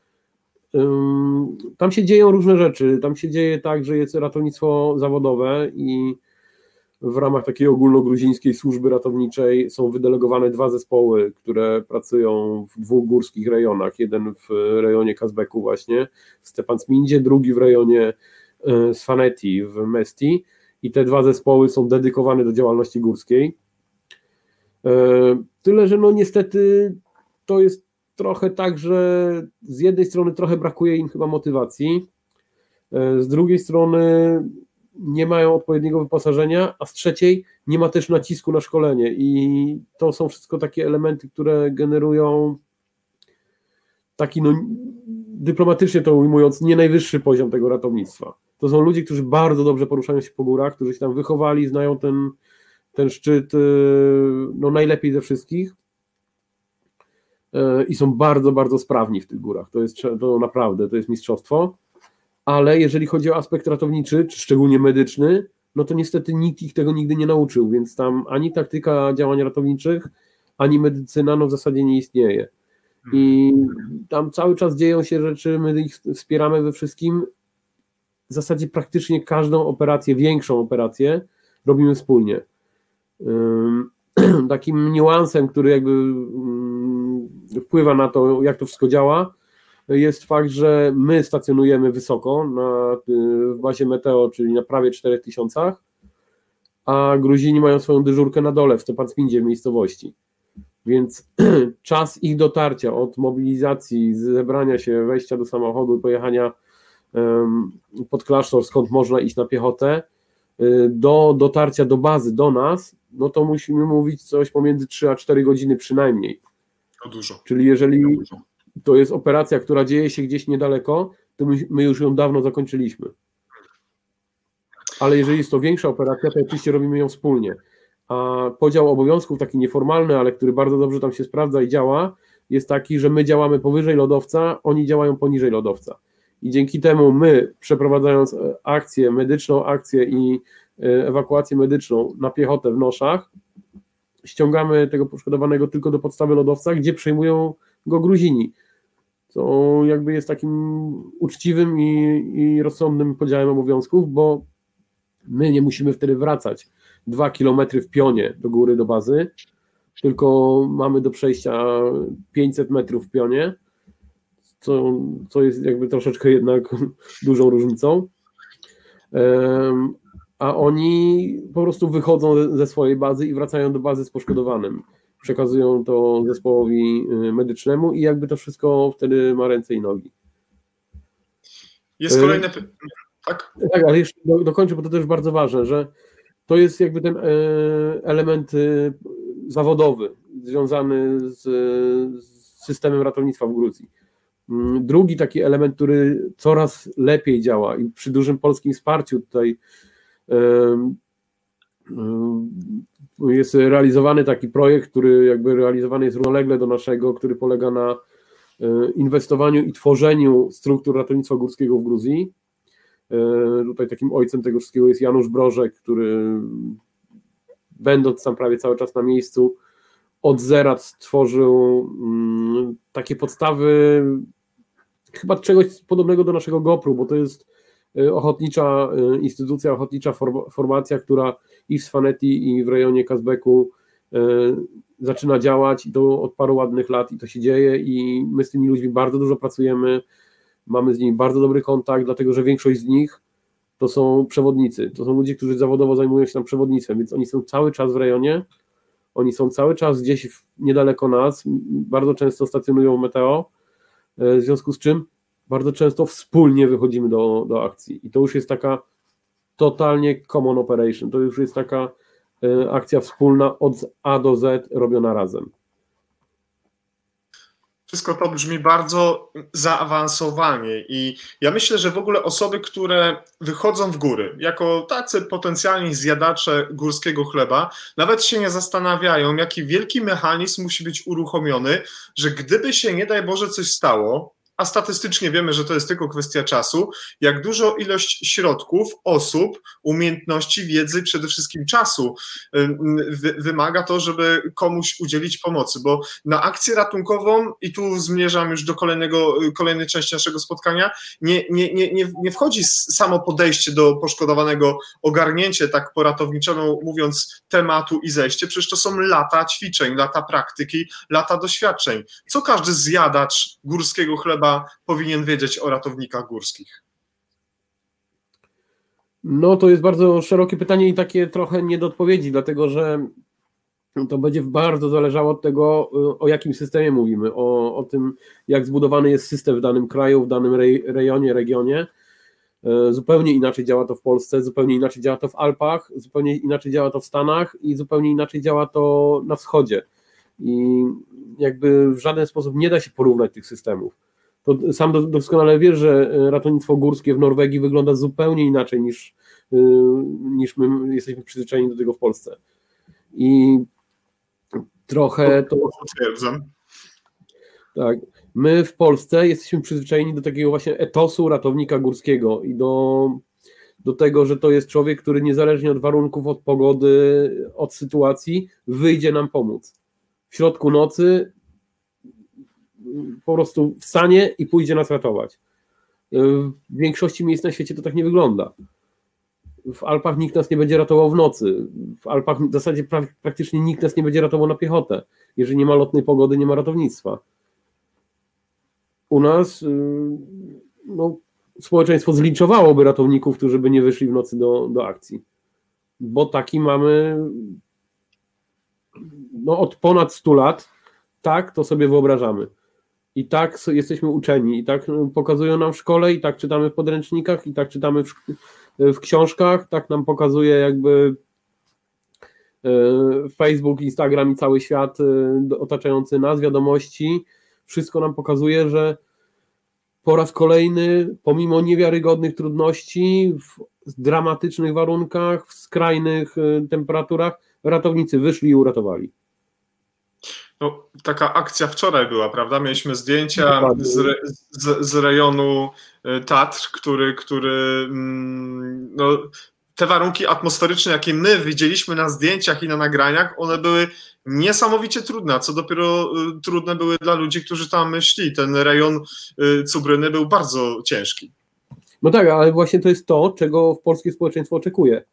[SPEAKER 2] Tam się dzieją różne rzeczy, tam się dzieje tak, że jest ratownictwo zawodowe i w ramach takiej ogólnogruzińskiej służby ratowniczej są wydelegowane 2 zespoły, które pracują w 2 górskich rejonach. Jeden w rejonie Kazbeku właśnie, w Stepansmindzie, drugi w rejonie Sfaneti w Mesti i te 2 zespoły są dedykowane do działalności górskiej. Tyle, że no niestety to jest trochę tak, że z jednej strony trochę brakuje im chyba motywacji, z drugiej strony nie mają odpowiedniego wyposażenia, a z trzeciej nie ma też nacisku na szkolenie i to są wszystko takie elementy, które generują taki, no dyplomatycznie to ujmując, nie najwyższy poziom tego ratownictwa. To są ludzie, którzy bardzo dobrze poruszają się po górach, którzy się tam wychowali, znają ten szczyt no najlepiej ze wszystkich i są bardzo, bardzo sprawni w tych górach. To naprawdę, to jest mistrzostwo. Ale jeżeli chodzi o aspekt ratowniczy, czy szczególnie medyczny, no to niestety nikt ich tego nigdy nie nauczył, więc tam ani taktyka działań ratowniczych, ani medycyna no w zasadzie nie istnieje. I tam cały czas dzieją się rzeczy, my ich wspieramy we wszystkim. W zasadzie praktycznie każdą operację, większą operację robimy wspólnie. Takim niuansem, który jakby wpływa na to, jak to wszystko działa, jest fakt, że my stacjonujemy wysoko w bazie Meteo, czyli na prawie 4000, a Gruzini mają swoją dyżurkę na dole w Stepansmindzie w miejscowości. Więc czas ich dotarcia od mobilizacji, zebrania się, wejścia do samochodu, pojechania pod klasztor, skąd można iść na piechotę, do dotarcia do bazy, do nas, no to musimy mówić coś pomiędzy 3 a 4 godziny przynajmniej.
[SPEAKER 1] To dużo.
[SPEAKER 2] Czyli jeżeli to jest operacja, która dzieje się gdzieś niedaleko, to my już ją dawno zakończyliśmy. Ale jeżeli jest to większa operacja, to oczywiście robimy ją wspólnie. A podział obowiązków, taki nieformalny, ale który bardzo dobrze tam się sprawdza i działa, jest taki, że my działamy powyżej lodowca, oni działają poniżej lodowca. I dzięki temu my, przeprowadzając medyczną akcję i ewakuację medyczną na piechotę w noszach, ściągamy tego poszkodowanego tylko do podstawy lodowca, gdzie przejmują go Gruzini. Co jakby jest takim uczciwym i rozsądnym podziałem obowiązków, bo my nie musimy wtedy wracać 2 kilometry w pionie do góry, do bazy, tylko mamy do przejścia 500 metrów w pionie, co jest jakby troszeczkę jednak dużą różnicą. A oni po prostu wychodzą ze swojej bazy i wracają do bazy z poszkodowanym. Przekazują to zespołowi medycznemu i jakby to wszystko wtedy ma ręce i nogi.
[SPEAKER 1] Jest kolejne pytanie. Tak?
[SPEAKER 2] Tak, ale jeszcze dokończę, bo to też bardzo ważne, że to jest jakby ten element zawodowy związany z systemem ratownictwa w Gruzji. Drugi taki element, który coraz lepiej działa i przy dużym polskim wsparciu tutaj jest realizowany taki projekt, który jakby realizowany jest równolegle do naszego, który polega na inwestowaniu i tworzeniu struktur ratownictwa górskiego w Gruzji. Tutaj takim ojcem tego wszystkiego jest Janusz Brożek, który będąc tam prawie cały czas na miejscu od zera stworzył takie podstawy chyba czegoś podobnego do naszego GoPro, bo to jest ochotnicza instytucja, ochotnicza formacja, która i w Sfaneti, i w rejonie Kazbeku zaczyna działać i to od paru ładnych lat i to się dzieje i my z tymi ludźmi bardzo dużo pracujemy, mamy z nimi bardzo dobry kontakt, dlatego że większość z nich to są przewodnicy, to są ludzie, którzy zawodowo zajmują się tam przewodnictwem, więc oni są cały czas w rejonie, oni są cały czas gdzieś niedaleko nas, bardzo często stacjonują Meteo, w związku z czym bardzo często wspólnie wychodzimy do akcji i to już jest taka totalnie common operation, to już jest taka akcja wspólna od A do Z robiona razem.
[SPEAKER 1] Wszystko to brzmi bardzo zaawansowanie i ja myślę, że w ogóle osoby, które wychodzą w góry, jako tacy potencjalni zjadacze górskiego chleba, nawet się nie zastanawiają, jaki wielki mechanizm musi być uruchomiony, że gdyby się, nie daj Boże, coś stało, a statystycznie wiemy, że to jest tylko kwestia czasu, jak dużo ilość środków, osób, umiejętności, wiedzy, przede wszystkim czasu wymaga to, żeby komuś udzielić pomocy, bo na akcję ratunkową, i tu zmierzam już do kolejnej części naszego spotkania, nie wchodzi samo podejście do poszkodowanego, ogarnięcie tak po ratowniczemu mówiąc tematu i zejście, przecież to są lata ćwiczeń, lata praktyki, lata doświadczeń. Co każdy zjadacz górskiego chleba powinien wiedzieć o ratownikach górskich?
[SPEAKER 2] No to jest bardzo szerokie pytanie i takie trochę nie do odpowiedzi, dlatego że to będzie bardzo zależało od tego, o jakim systemie mówimy, o tym, jak zbudowany jest system w danym kraju, w danym rejonie, regionie. Zupełnie inaczej działa to w Polsce, zupełnie inaczej działa to w Alpach, zupełnie inaczej działa to w Stanach i zupełnie inaczej działa to na wschodzie. I jakby w żaden sposób nie da się porównać tych systemów. To sam doskonale wiesz, że ratownictwo górskie w Norwegii wygląda zupełnie inaczej niż my jesteśmy przyzwyczajeni do tego w Polsce. I trochę to... Tak, my w Polsce jesteśmy przyzwyczajeni do takiego właśnie etosu ratownika górskiego i do tego, że to jest człowiek, który niezależnie od warunków, od pogody, od sytuacji wyjdzie nam pomóc. W środku nocy po prostu wstanie i pójdzie nas ratować. W większości miejsc na świecie to tak nie wygląda. W Alpach nikt nas nie będzie ratował w nocy. W Alpach w zasadzie praktycznie nikt nas nie będzie ratował na piechotę. Jeżeli nie ma lotnej pogody, nie ma ratownictwa. U nas społeczeństwo zlinczowałoby ratowników, którzy by nie wyszli w nocy do akcji. Bo taki mamy od ponad 100 lat, tak to sobie wyobrażamy. I tak jesteśmy uczeni, i tak pokazują nam w szkole, i tak czytamy w podręcznikach, i tak czytamy w książkach, tak nam pokazuje jakby Facebook, Instagram i cały świat otaczający nas, wiadomości, wszystko nam pokazuje, że po raz kolejny, pomimo niewiarygodnych trudności, w dramatycznych warunkach, w skrajnych temperaturach, ratownicy wyszli i uratowali.
[SPEAKER 1] No, taka akcja wczoraj była, prawda? Mieliśmy zdjęcia z rejonu Tatr, który te warunki atmosferyczne, jakie my widzieliśmy na zdjęciach i na nagraniach, one były niesamowicie trudne, co dopiero trudne były dla ludzi, którzy tam szli. Ten rejon Cubryny był bardzo ciężki.
[SPEAKER 2] No tak, ale właśnie to jest to, czego polskie społeczeństwo oczekuje.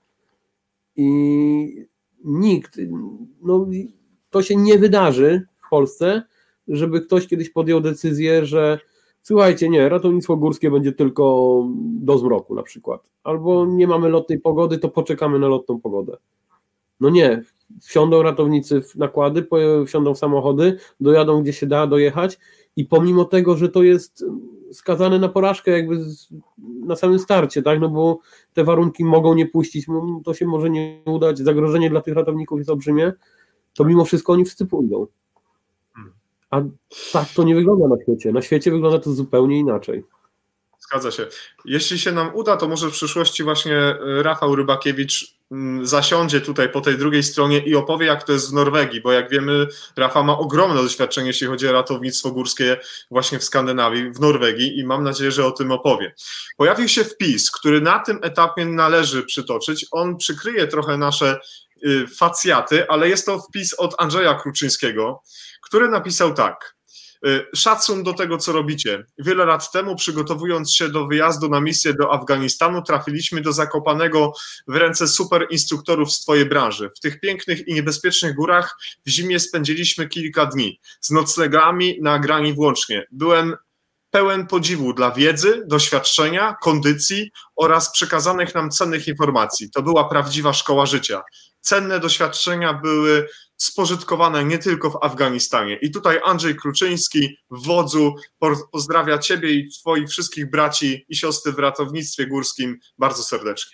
[SPEAKER 2] I nikt, to się nie wydarzy w Polsce, żeby ktoś kiedyś podjął decyzję, że słuchajcie, nie, ratownictwo górskie będzie tylko do zmroku na przykład, albo nie mamy lotnej pogody, to poczekamy na lotną pogodę. No nie, wsiądą ratownicy w nakłady, wsiądą w samochody, dojadą gdzie się da dojechać i pomimo tego, że to jest skazane na porażkę jakby na samym starcie, tak, no bo te warunki mogą nie puścić, to się może nie udać, zagrożenie dla tych ratowników jest olbrzymie, to mimo wszystko oni wszyscy pójdą. A tak to nie wygląda na świecie. Na świecie wygląda to zupełnie inaczej.
[SPEAKER 1] Zgadza się. Jeśli się nam uda, to może w przyszłości właśnie Rafał Rybakiewicz zasiądzie tutaj po tej drugiej stronie i opowie, jak to jest w Norwegii, bo jak wiemy, Rafał ma ogromne doświadczenie, jeśli chodzi o ratownictwo górskie właśnie w Skandynawii, w Norwegii i mam nadzieję, że o tym opowie. Pojawił się wpis, który na tym etapie należy przytoczyć. On przykryje trochę nasze facjaty, ale jest to wpis od Andrzeja Kruczyńskiego, który napisał tak. Szacun do tego, co robicie. Wiele lat temu, przygotowując się do wyjazdu na misję do Afganistanu, trafiliśmy do zakopanego w ręce super instruktorów z twojej branży. W tych pięknych i niebezpiecznych górach w zimie spędziliśmy kilka dni, z noclegami na grani włącznie. Byłem pełen podziwu dla wiedzy, doświadczenia, kondycji oraz przekazanych nam cennych informacji. To była prawdziwa szkoła życia. Cenne doświadczenia były spożytkowane nie tylko w Afganistanie. I tutaj Andrzej Kruczyński, wodzu, pozdrawia Ciebie i Twoich wszystkich braci i siostry w ratownictwie górskim bardzo serdecznie.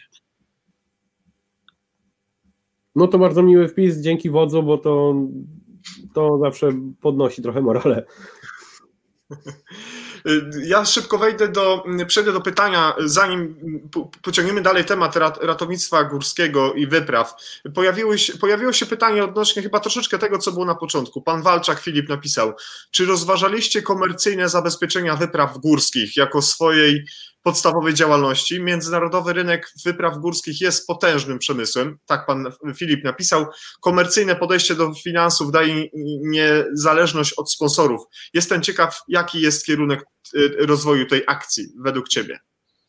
[SPEAKER 2] No to bardzo miły wpis, dzięki wodzu, bo to zawsze podnosi trochę morale.
[SPEAKER 1] Ja szybko przejdę do pytania, zanim pociągniemy dalej temat ratownictwa górskiego i wypraw. Pojawiło się pytanie odnośnie chyba troszeczkę tego, co było na początku. Pan Walczak Filip napisał, czy rozważaliście komercyjne zabezpieczenia wypraw górskich jako swojej podstawowej działalności? Międzynarodowy rynek wypraw górskich jest potężnym przemysłem, tak pan Filip napisał. Komercyjne podejście do finansów daje niezależność od sponsorów. Jestem ciekaw, jaki jest kierunek rozwoju tej akcji według Ciebie?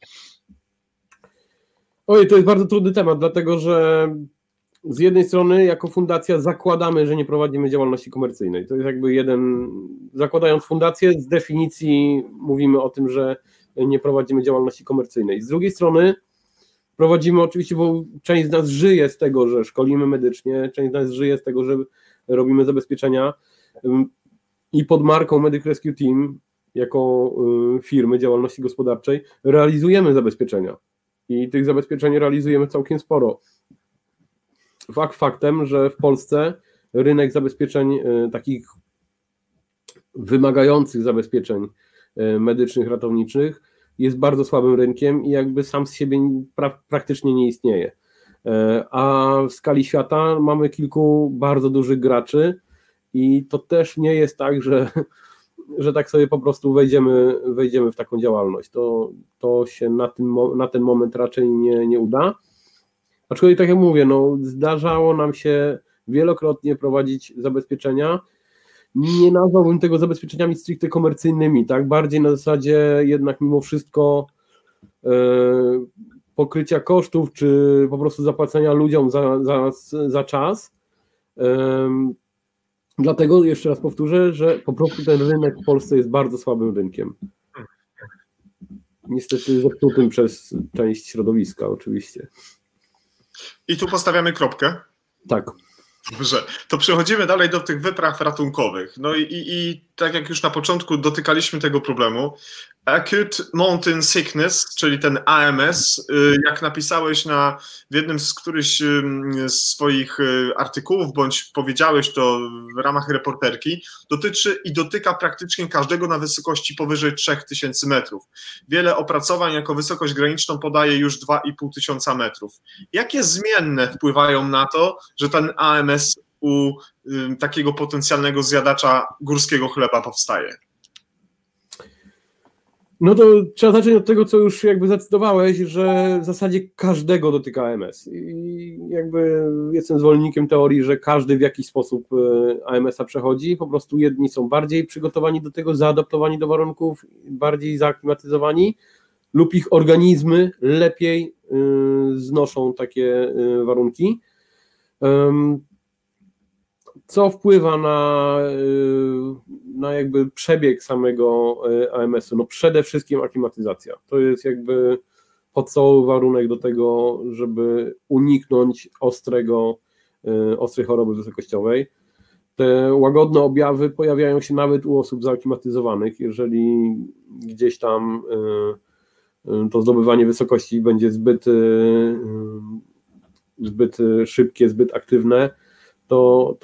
[SPEAKER 2] Ojej, to jest bardzo trudny temat, dlatego że z jednej strony jako fundacja zakładamy, że nie prowadzimy działalności komercyjnej. To jest jakby zakładając fundację, z definicji mówimy o tym, że nie prowadzimy działalności komercyjnej. Z drugiej strony prowadzimy oczywiście, bo część z nas żyje z tego, że szkolimy medycznie, część z nas żyje z tego, że robimy zabezpieczenia i pod marką Medic Rescue Team jako firmy działalności gospodarczej realizujemy zabezpieczenia i tych zabezpieczeń realizujemy całkiem sporo. Faktem, że w Polsce rynek zabezpieczeń takich wymagających zabezpieczeń medycznych, ratowniczych jest bardzo słabym rynkiem i jakby sam z siebie praktycznie nie istnieje. A w skali świata mamy kilku bardzo dużych graczy i to też nie jest tak, że tak sobie po prostu wejdziemy w taką działalność. To się na ten moment raczej nie uda. Aczkolwiek tak jak mówię, zdarzało nam się wielokrotnie prowadzić zabezpieczenia. Nie nazwałbym tego zabezpieczeniami stricte komercyjnymi, tak? Bardziej na zasadzie jednak mimo wszystko pokrycia kosztów, czy po prostu zapłacenia ludziom za czas. Dlatego jeszcze raz powtórzę, że po prostu ten rynek w Polsce jest bardzo słabym rynkiem. Niestety zepsutym przez część środowiska oczywiście.
[SPEAKER 1] I tu postawiamy kropkę.
[SPEAKER 2] Tak.
[SPEAKER 1] Dobrze, to przechodzimy dalej do tych wypraw ratunkowych. No i tak jak już na początku dotykaliśmy tego problemu, Acute Mountain Sickness, czyli ten AMS, jak napisałeś w jednym z którychś z swoich artykułów, bądź powiedziałeś to w ramach reporterki, dotyka praktycznie każdego na wysokości powyżej 3000 metrów. Wiele opracowań jako wysokość graniczną podaje już 2500 metrów. Jakie zmienne wpływają na to, że ten AMS u takiego potencjalnego zjadacza górskiego chleba powstaje?
[SPEAKER 2] No to trzeba zacząć od tego, co już jakby zdecydowałeś, że w zasadzie każdego dotyka AMS. I jakby jestem zwolennikiem teorii, że każdy w jakiś sposób AMS-a przechodzi. Po prostu jedni są bardziej przygotowani do tego, zaadaptowani do warunków, bardziej zaaklimatyzowani, lub ich organizmy lepiej znoszą takie warunki. Co wpływa na jakby przebieg samego AMS-u? No przede wszystkim aklimatyzacja. To jest jakby podstawowy warunek do tego, żeby uniknąć ostrej choroby wysokościowej. Te łagodne objawy pojawiają się nawet u osób zaaklimatyzowanych. Jeżeli gdzieś tam to zdobywanie wysokości będzie zbyt szybkie, zbyt aktywne, to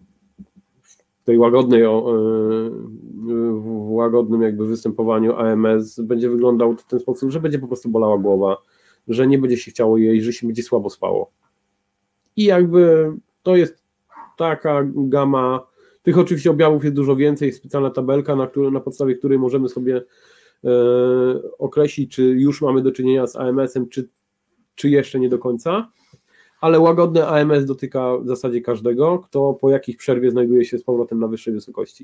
[SPEAKER 2] w łagodnym jakby występowaniu AMS będzie wyglądał w ten sposób, że będzie po prostu bolała głowa, że nie będzie się chciało jeść, że się będzie słabo spało. I jakby to jest taka gama, tych oczywiście objawów jest dużo więcej, jest specjalna tabelka, na podstawie której możemy sobie określić, czy już mamy do czynienia z AMS-em, czy jeszcze nie do końca. Ale łagodne AMS dotyka w zasadzie każdego, kto po jakiejś przerwie znajduje się z powrotem na wyższej wysokości.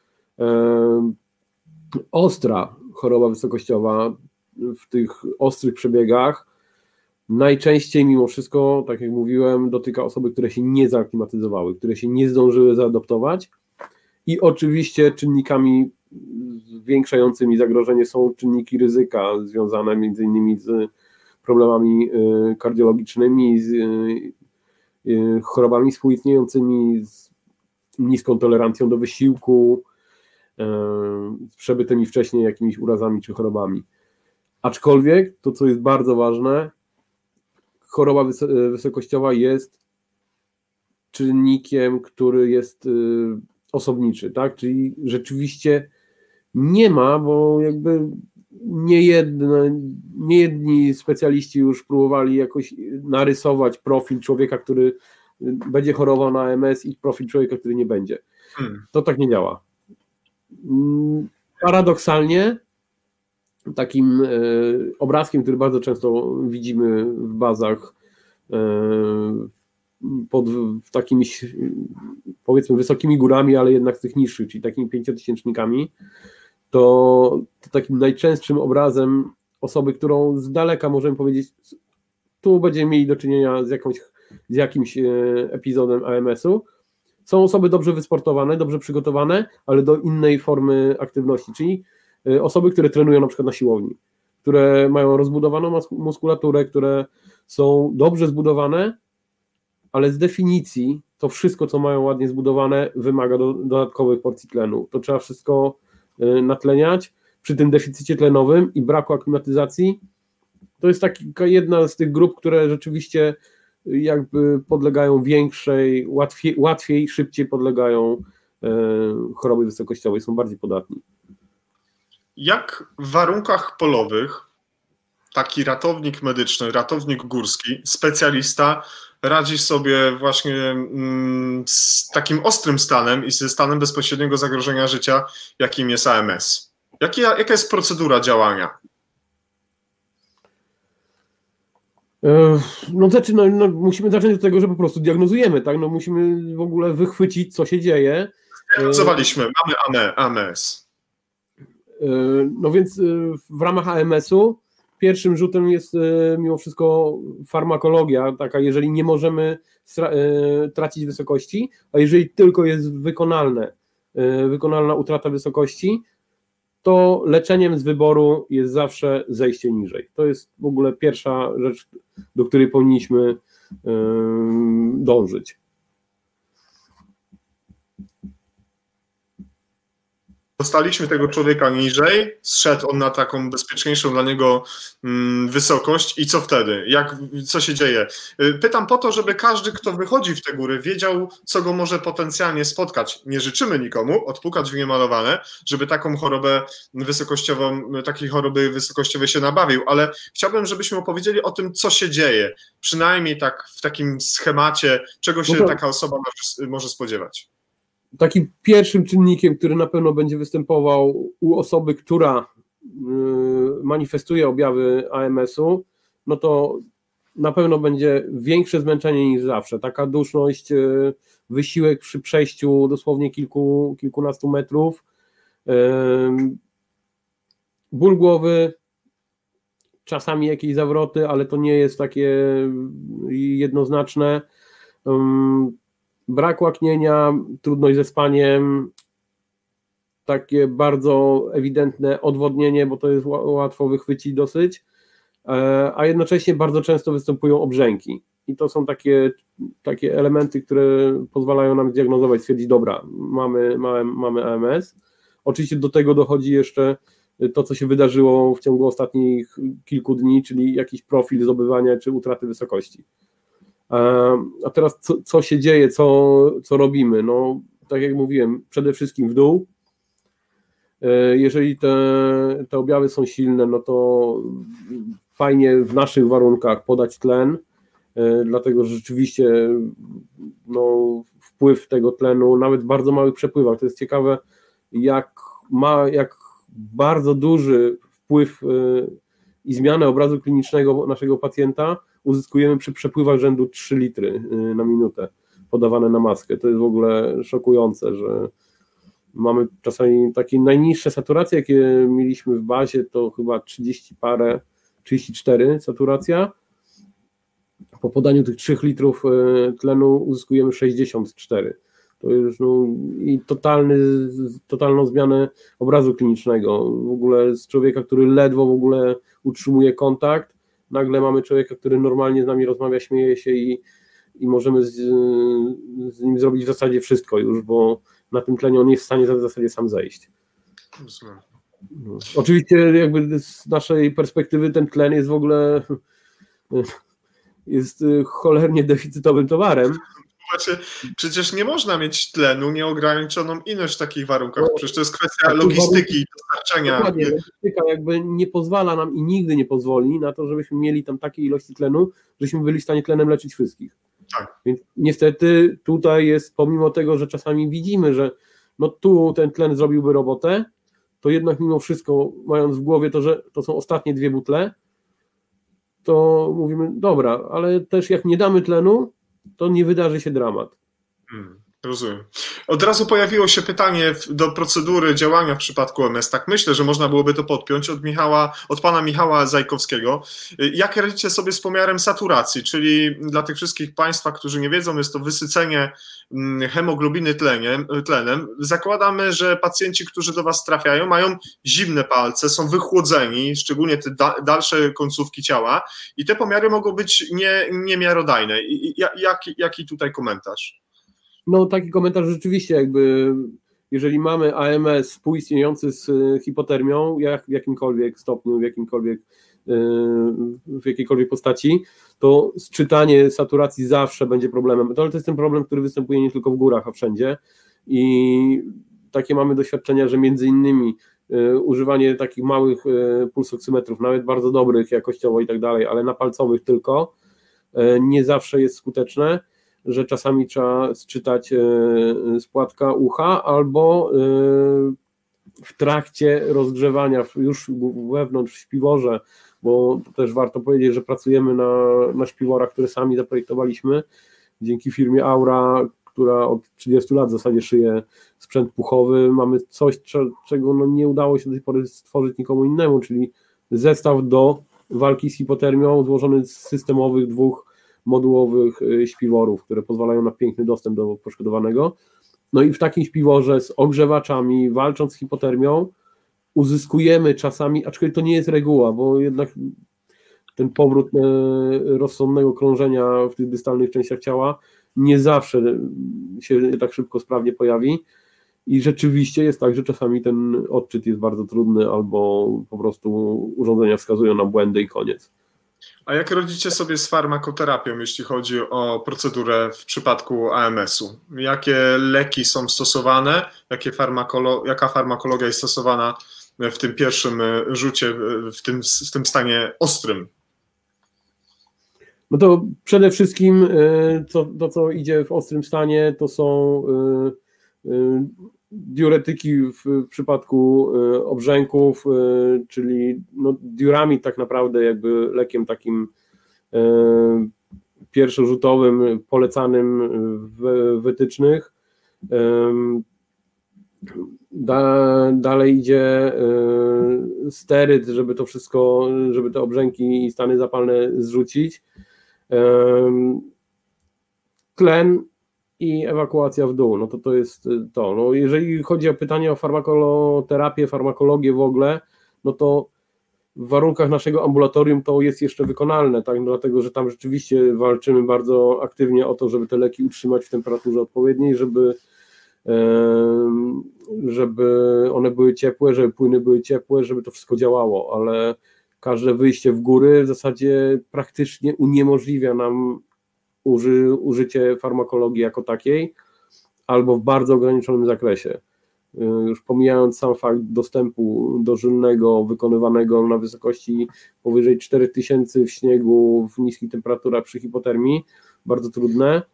[SPEAKER 2] Ostra choroba wysokościowa w tych ostrych przebiegach najczęściej mimo wszystko, tak jak mówiłem, dotyka osoby, które się nie zaaklimatyzowały, które się nie zdążyły zaadaptować i oczywiście czynnikami zwiększającymi zagrożenie są czynniki ryzyka związane między innymi z problemami kardiologicznymi, z chorobami współistniejącymi, z niską tolerancją do wysiłku, z przebytymi wcześniej jakimiś urazami czy chorobami. Aczkolwiek to, co jest bardzo ważne, choroba wysokościowa jest czynnikiem, który jest osobniczy, tak? Czyli rzeczywiście nie ma, bo jakby nie jedni specjaliści już próbowali jakoś narysować profil człowieka, który będzie chorował na AMS i profil człowieka, który nie będzie. To tak nie działa. Paradoksalnie takim obrazkiem, który bardzo często widzimy w bazach pod takimi, powiedzmy, wysokimi górami, ale jednak z tych niższych, czyli takimi 5000-tysięcznikami, to takim najczęstszym obrazem osoby, którą z daleka możemy powiedzieć, tu będziemy mieli do czynienia z jakimś epizodem AMS-u, są osoby dobrze wysportowane, dobrze przygotowane, ale do innej formy aktywności, czyli osoby, które trenują na przykład na siłowni, które mają rozbudowaną muskulaturę, które są dobrze zbudowane, ale z definicji to wszystko, co mają ładnie zbudowane, wymaga dodatkowych porcji tlenu. To trzeba wszystko natleniać. Przy tym deficycie tlenowym i braku aklimatyzacji to jest taka jedna z tych grup, które rzeczywiście jakby podlegają większej, łatwiej, szybciej podlegają chorobie wysokościowej, są bardziej podatni.
[SPEAKER 1] Jak w warunkach polowych taki ratownik medyczny, ratownik górski, specjalista radzi sobie właśnie z takim ostrym stanem i ze stanem bezpośredniego zagrożenia życia, jakim jest AMS? Jaka jest procedura działania?
[SPEAKER 2] Musimy zacząć od tego, że po prostu diagnozujemy, tak? Musimy w ogóle wychwycić, co się dzieje.
[SPEAKER 1] Diagnozowaliśmy, mamy AMS.
[SPEAKER 2] No więc w ramach AMS-u pierwszym rzutem jest mimo wszystko farmakologia, taka, jeżeli nie możemy tracić wysokości, a jeżeli tylko jest wykonalna utrata wysokości, to leczeniem z wyboru jest zawsze zejście niżej. To jest w ogóle pierwsza rzecz, do której powinniśmy dążyć.
[SPEAKER 1] Dostaliśmy tego człowieka niżej, zszedł on na taką bezpieczniejszą dla niego wysokość i co wtedy? Co się dzieje? Pytam po to, żeby każdy, kto wychodzi w te góry, wiedział, co go może potencjalnie spotkać. Nie życzymy nikomu odpukać w niemalowane, żeby taką chorobę wysokościową, takiej choroby wysokościowej się nabawił, ale chciałbym, żebyśmy opowiedzieli o tym, co się dzieje. Przynajmniej tak w takim schemacie, czego się taka osoba może spodziewać.
[SPEAKER 2] Takim pierwszym czynnikiem, który na pewno będzie występował u osoby, która manifestuje objawy AMS-u, no to na pewno będzie większe zmęczenie niż zawsze. Taka duszność, wysiłek przy przejściu dosłownie kilkunastu metrów, ból głowy, czasami jakieś zawroty, ale to nie jest takie jednoznaczne. Brak łaknienia, trudność ze spaniem, takie bardzo ewidentne odwodnienie, bo to jest łatwo wychwycić dosyć, a jednocześnie bardzo często występują obrzęki i to są takie elementy, które pozwalają nam zdiagnozować, stwierdzić, dobra, mamy AMS. Oczywiście do tego dochodzi jeszcze to, co się wydarzyło w ciągu ostatnich kilku dni, czyli jakiś profil zdobywania czy utraty wysokości. A teraz co się dzieje, co robimy? No, tak jak mówiłem, przede wszystkim w dół. Jeżeli te objawy są silne, no to fajnie w naszych warunkach podać tlen, dlatego że rzeczywiście wpływ tego tlenu, nawet w bardzo małych przepływach, to jest ciekawe, jak bardzo duży wpływ i zmianę obrazu klinicznego naszego pacjenta uzyskujemy przy przepływach rzędu 3 litry na minutę podawane na maskę. To jest w ogóle szokujące, że mamy czasami takie najniższe saturacje, jakie mieliśmy w bazie, to chyba 34 saturacja. Po podaniu tych 3 litrów tlenu uzyskujemy 64. To już i totalną zmianę obrazu klinicznego. W ogóle z człowieka, który ledwo w ogóle utrzymuje kontakt, nagle mamy człowieka, który normalnie z nami rozmawia, śmieje się i możemy z nim zrobić w zasadzie wszystko już, bo na tym tlenie on jest w stanie w zasadzie sam zejść. No. Oczywiście jakby z naszej perspektywy ten tlen jest w ogóle jest cholernie deficytowym towarem.
[SPEAKER 1] Przecież nie można mieć tlenu nieograniczoną ilość w takich warunkach. Przecież to jest kwestia logistyki, dostarczenia.
[SPEAKER 2] Dokładnie, logistyka jakby nie pozwala nam i nigdy nie pozwoli na to, żebyśmy mieli tam takiej ilości tlenu, żebyśmy byli w stanie tlenem leczyć wszystkich.
[SPEAKER 1] Tak.
[SPEAKER 2] Więc niestety tutaj jest, pomimo tego, że czasami widzimy, że no tu ten tlen zrobiłby robotę, to jednak mimo wszystko, mając w głowie to, że to są ostatnie 2 butle, to mówimy, dobra, ale też jak nie damy tlenu, to nie wydarzy się dramat.
[SPEAKER 1] Rozumiem. Od razu pojawiło się pytanie do procedury działania w przypadku MS. Tak myślę, że można byłoby to podpiąć od pana Michała Zajkowskiego. Jak radzicie sobie z pomiarem saturacji, czyli dla tych wszystkich państwa, którzy nie wiedzą, jest to wysycenie hemoglobiny tlenem. Zakładamy, że pacjenci, którzy do was trafiają, mają zimne palce, są wychłodzeni, szczególnie te dalsze końcówki ciała i te pomiary mogą być niemiarodajne. Jaki tutaj komentarz?
[SPEAKER 2] No taki komentarz rzeczywiście jakby, jeżeli mamy AMS współistniejący z hipotermią, w jakimkolwiek stopniu, w jakiejkolwiek postaci, to sczytanie saturacji zawsze będzie problemem. Ale to jest ten problem, który występuje nie tylko w górach, a wszędzie i takie mamy doświadczenia, że między innymi używanie takich małych pulsoksymetrów, nawet bardzo dobrych jakościowo i tak dalej, ale na palcowych tylko, nie zawsze jest skuteczne, że czasami trzeba sczytać z płatka ucha albo w trakcie rozgrzewania już wewnątrz w śpiworze, bo też warto powiedzieć, że pracujemy na śpiworach, które sami zaprojektowaliśmy dzięki firmie Aura, która od 30 lat w zasadzie szyje sprzęt puchowy. Mamy coś, czego nie udało się do tej pory stworzyć nikomu innemu, czyli zestaw do walki z hipotermią złożony z systemowych 2 modułowych śpiworów, które pozwalają na piękny dostęp do poszkodowanego. No i w takim śpiworze z ogrzewaczami, walcząc z hipotermią, uzyskujemy czasami, aczkolwiek to nie jest reguła, bo jednak ten powrót rozsądnego krążenia w tych dystalnych częściach ciała nie zawsze się tak szybko, sprawnie pojawi i rzeczywiście jest tak, że czasami ten odczyt jest bardzo trudny albo po prostu urządzenia wskazują na błędy i koniec.
[SPEAKER 1] A jak radzicie sobie z farmakoterapią, jeśli chodzi o procedurę w przypadku AMS-u? Jakie leki są stosowane? Jaka farmakologia jest stosowana w tym pierwszym rzucie, w tym stanie ostrym?
[SPEAKER 2] No to przede wszystkim to, co idzie w ostrym stanie, to są diuretyki w przypadku obrzęków, czyli no, diuramid tak naprawdę jakby lekiem takim pierwszorzutowym, polecanym w wytycznych. Dalej idzie steryd, żeby to wszystko, żeby te obrzęki i stany zapalne zrzucić. Tlen i ewakuacja w dół, no to jest to. No jeżeli chodzi o pytanie o farmakoterapię, farmakologię w ogóle, no to w warunkach naszego ambulatorium to jest jeszcze wykonalne, tak? Dlatego, że tam rzeczywiście walczymy bardzo aktywnie o to, żeby te leki utrzymać w temperaturze odpowiedniej, żeby one były ciepłe, żeby płyny były ciepłe, żeby to wszystko działało, ale każde wyjście w góry w zasadzie praktycznie uniemożliwia nam użycie farmakologii jako takiej, albo w bardzo ograniczonym zakresie. Już pomijając sam fakt dostępu dożylnego wykonywanego na wysokości powyżej 4000 w śniegu, w niskich temperaturach przy hipotermii, bardzo trudne,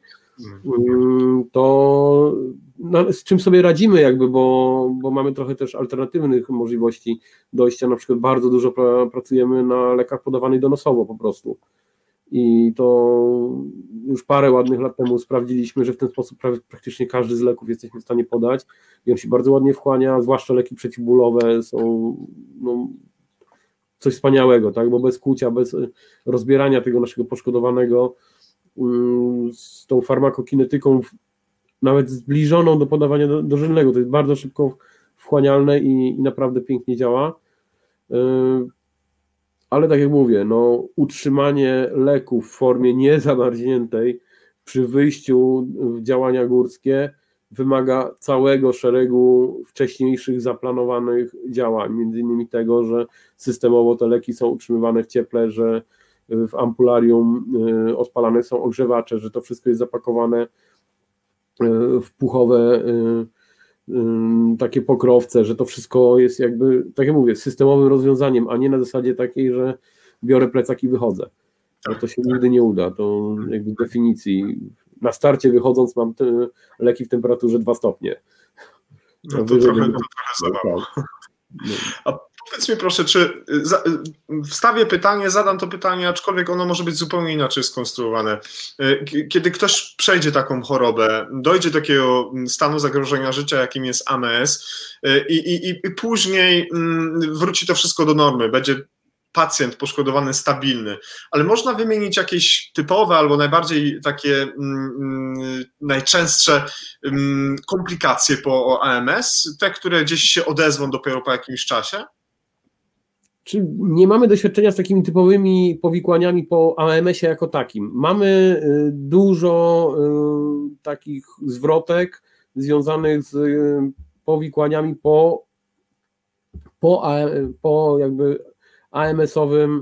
[SPEAKER 2] to no, z czym sobie radzimy jakby, bo mamy trochę też alternatywnych możliwości dojścia, na przykład bardzo dużo pracujemy na lekach podawanych donosowo po prostu. I to już parę ładnych lat temu sprawdziliśmy, że w ten sposób praktycznie każdy z leków jesteśmy w stanie podać i on się bardzo ładnie wchłania, zwłaszcza leki przeciwbólowe są no, coś wspaniałego, tak? Bo bez kłucia, bez rozbierania tego naszego poszkodowanego z tą farmakokinetyką nawet zbliżoną do podawania dożylnego. To jest bardzo szybko wchłanialne i naprawdę pięknie działa. Ale tak jak mówię, no, utrzymanie leku w formie niezamarzniętej przy wyjściu w działania górskie wymaga całego szeregu wcześniejszych zaplanowanych działań, między innymi tego, że systemowo te leki są utrzymywane w cieple, że w ampularium odpalane są ogrzewacze, że to wszystko jest zapakowane w puchowe takie pokrowce, że to wszystko jest jakby, tak jak mówię, systemowym rozwiązaniem, a nie na zasadzie takiej, że biorę plecak i wychodzę. No to się nigdy nie uda, to jakby z definicji. Na starcie wychodząc mam leki w temperaturze 2 stopnie.
[SPEAKER 1] No to trochę zabawa. A powiedz mi proszę, czy wstawię pytanie, zadam to pytanie, aczkolwiek ono może być zupełnie inaczej skonstruowane. Kiedy ktoś przejdzie taką chorobę, dojdzie do takiego stanu zagrożenia życia, jakim jest AMS i później wróci to wszystko do normy, będzie pacjent poszkodowany stabilny, ale można wymienić jakieś typowe albo najbardziej takie najczęstsze komplikacje po AMS, te, które gdzieś się odezwą dopiero po jakimś czasie?
[SPEAKER 2] Czy nie mamy doświadczenia z takimi typowymi powikłaniami po AMS-ie jako takim. Mamy dużo takich zwrotek związanych z powikłaniami po jakby AMS-owym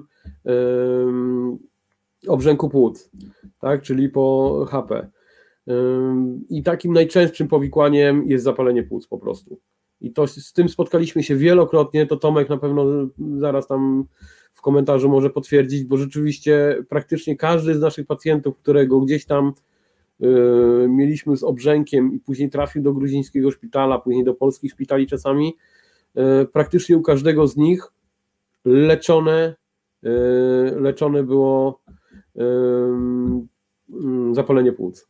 [SPEAKER 2] obrzęku płuc, tak, czyli po HP. I takim najczęstszym powikłaniem jest zapalenie płuc po prostu. I to z tym spotkaliśmy się wielokrotnie, to Tomek na pewno zaraz tam w komentarzu może potwierdzić, bo rzeczywiście praktycznie każdy z naszych pacjentów, którego gdzieś tam mieliśmy z obrzękiem i później trafił do gruzińskiego szpitala, później do polskich szpitali czasami, praktycznie u każdego z nich leczone było zapalenie płuc.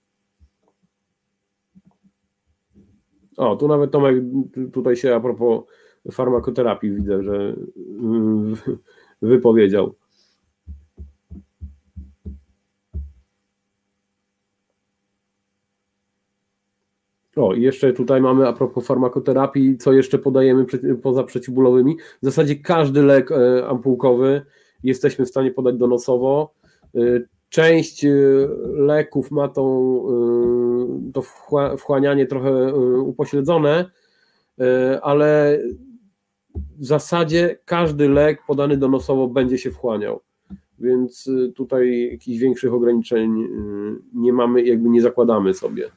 [SPEAKER 2] O, tu nawet Tomek tutaj się a propos farmakoterapii widzę, że wypowiedział. O, i jeszcze tutaj mamy a propos farmakoterapii, co jeszcze podajemy poza przeciwbólowymi. W zasadzie każdy lek ampułkowy jesteśmy w stanie podać donosowo. Część leków ma to wchłanianie trochę upośledzone, ale w zasadzie każdy lek podany donosowo będzie się wchłaniał, więc tutaj jakichś większych ograniczeń nie mamy, jakby nie zakładamy sobie.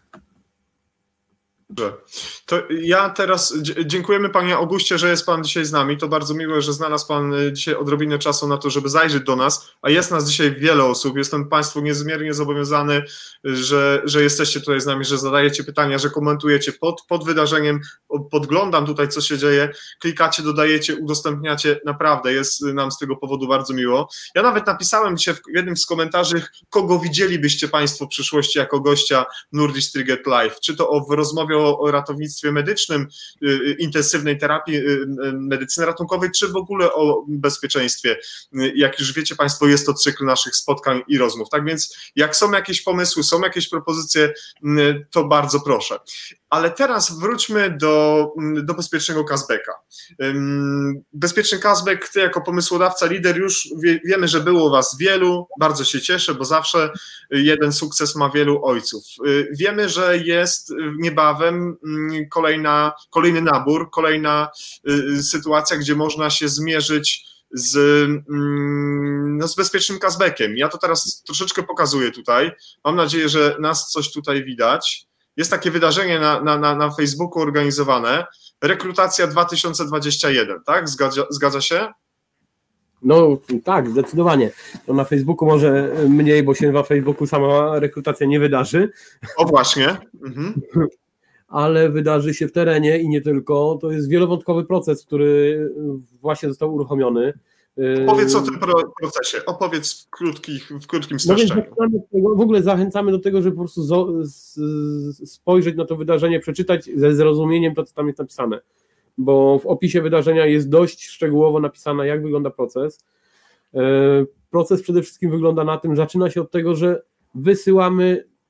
[SPEAKER 1] To ja teraz dziękujemy panie Augustie, że jest pan dzisiaj z nami. To bardzo miłe, że znalazł pan dzisiaj odrobinę czasu na to, żeby zajrzeć do nas, a jest nas dzisiaj wiele osób. Jestem państwu niezmiernie zobowiązany, że jesteście tutaj z nami, że zadajecie pytania, że komentujecie pod wydarzeniem. Podglądam tutaj, co się dzieje, klikacie, dodajecie, udostępniacie. Naprawdę jest nam z tego powodu bardzo miło. Ja nawet napisałem dzisiaj w jednym z komentarzy, kogo widzielibyście państwo w przyszłości jako gościa Nordic Triggered Live. Czy to w rozmowie o ratownictwie medycznym, intensywnej terapii, medycyny ratunkowej, czy w ogóle o bezpieczeństwie. Jak już wiecie państwo, jest to cykl naszych spotkań i rozmów. Tak więc jak są jakieś pomysły, są jakieś propozycje, to bardzo proszę. Ale teraz wróćmy do bezpiecznego cashbacka. Bezpieczny cashback, ty jako pomysłodawca, lider, już wiemy, że było was wielu, bardzo się cieszę, bo zawsze jeden sukces ma wielu ojców. Wiemy, że jest niebawem kolejny nabór, kolejna sytuacja, gdzie można się zmierzyć z bezpiecznym cashbackiem. Ja to teraz troszeczkę pokazuję tutaj. Mam nadzieję, że nas coś tutaj widać. Jest takie wydarzenie na Facebooku organizowane, Rekrutacja 2021, tak? Zgadza się?
[SPEAKER 2] No tak, zdecydowanie. To na Facebooku może mniej, bo się na Facebooku sama rekrutacja nie wydarzy.
[SPEAKER 1] O właśnie. Mhm.
[SPEAKER 2] Ale wydarzy się w terenie i nie tylko. To jest wielowątkowy proces, który właśnie został uruchomiony.
[SPEAKER 1] Opowiedz o tym procesie, opowiedz w krótkim streszczeniu.
[SPEAKER 2] W ogóle zachęcamy do tego, żeby po prostu spojrzeć na to wydarzenie, przeczytać ze zrozumieniem to, co tam jest napisane, bo w opisie wydarzenia jest dość szczegółowo napisane, jak wygląda proces. Proces przede wszystkim wygląda na tym, zaczyna się od tego, że wysyłamy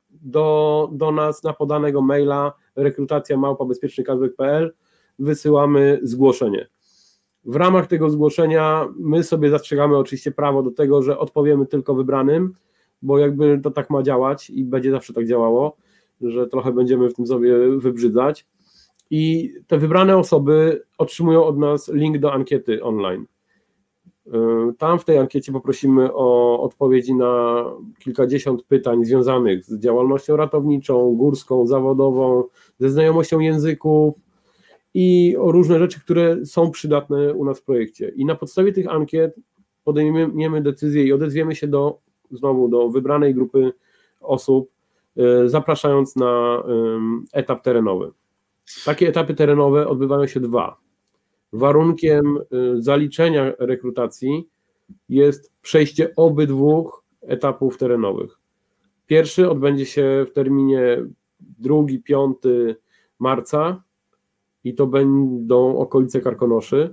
[SPEAKER 2] do nas na podanego maila rekrutacja@bezpiecznycashback.pl wysyłamy zgłoszenie. W ramach tego zgłoszenia my sobie zastrzegamy oczywiście prawo do tego, że odpowiemy tylko wybranym, bo jakby to tak ma działać i będzie zawsze tak działało, że trochę będziemy w tym sobie wybrzydzać. I te wybrane osoby otrzymują od nas link do ankiety online. Tam w tej ankiecie poprosimy o odpowiedzi na kilkadziesiąt pytań związanych z działalnością ratowniczą, górską, zawodową, ze znajomością języków i o różne rzeczy, które są przydatne u nas w projekcie. I na podstawie tych ankiet podejmiemy decyzję i odezwiemy się znowu do wybranej grupy osób, zapraszając na etap terenowy. Takie etapy terenowe odbywają się 2. Warunkiem zaliczenia rekrutacji jest przejście obydwu etapów terenowych. Pierwszy odbędzie się w terminie 2-5 marca i to będą okolice Karkonoszy.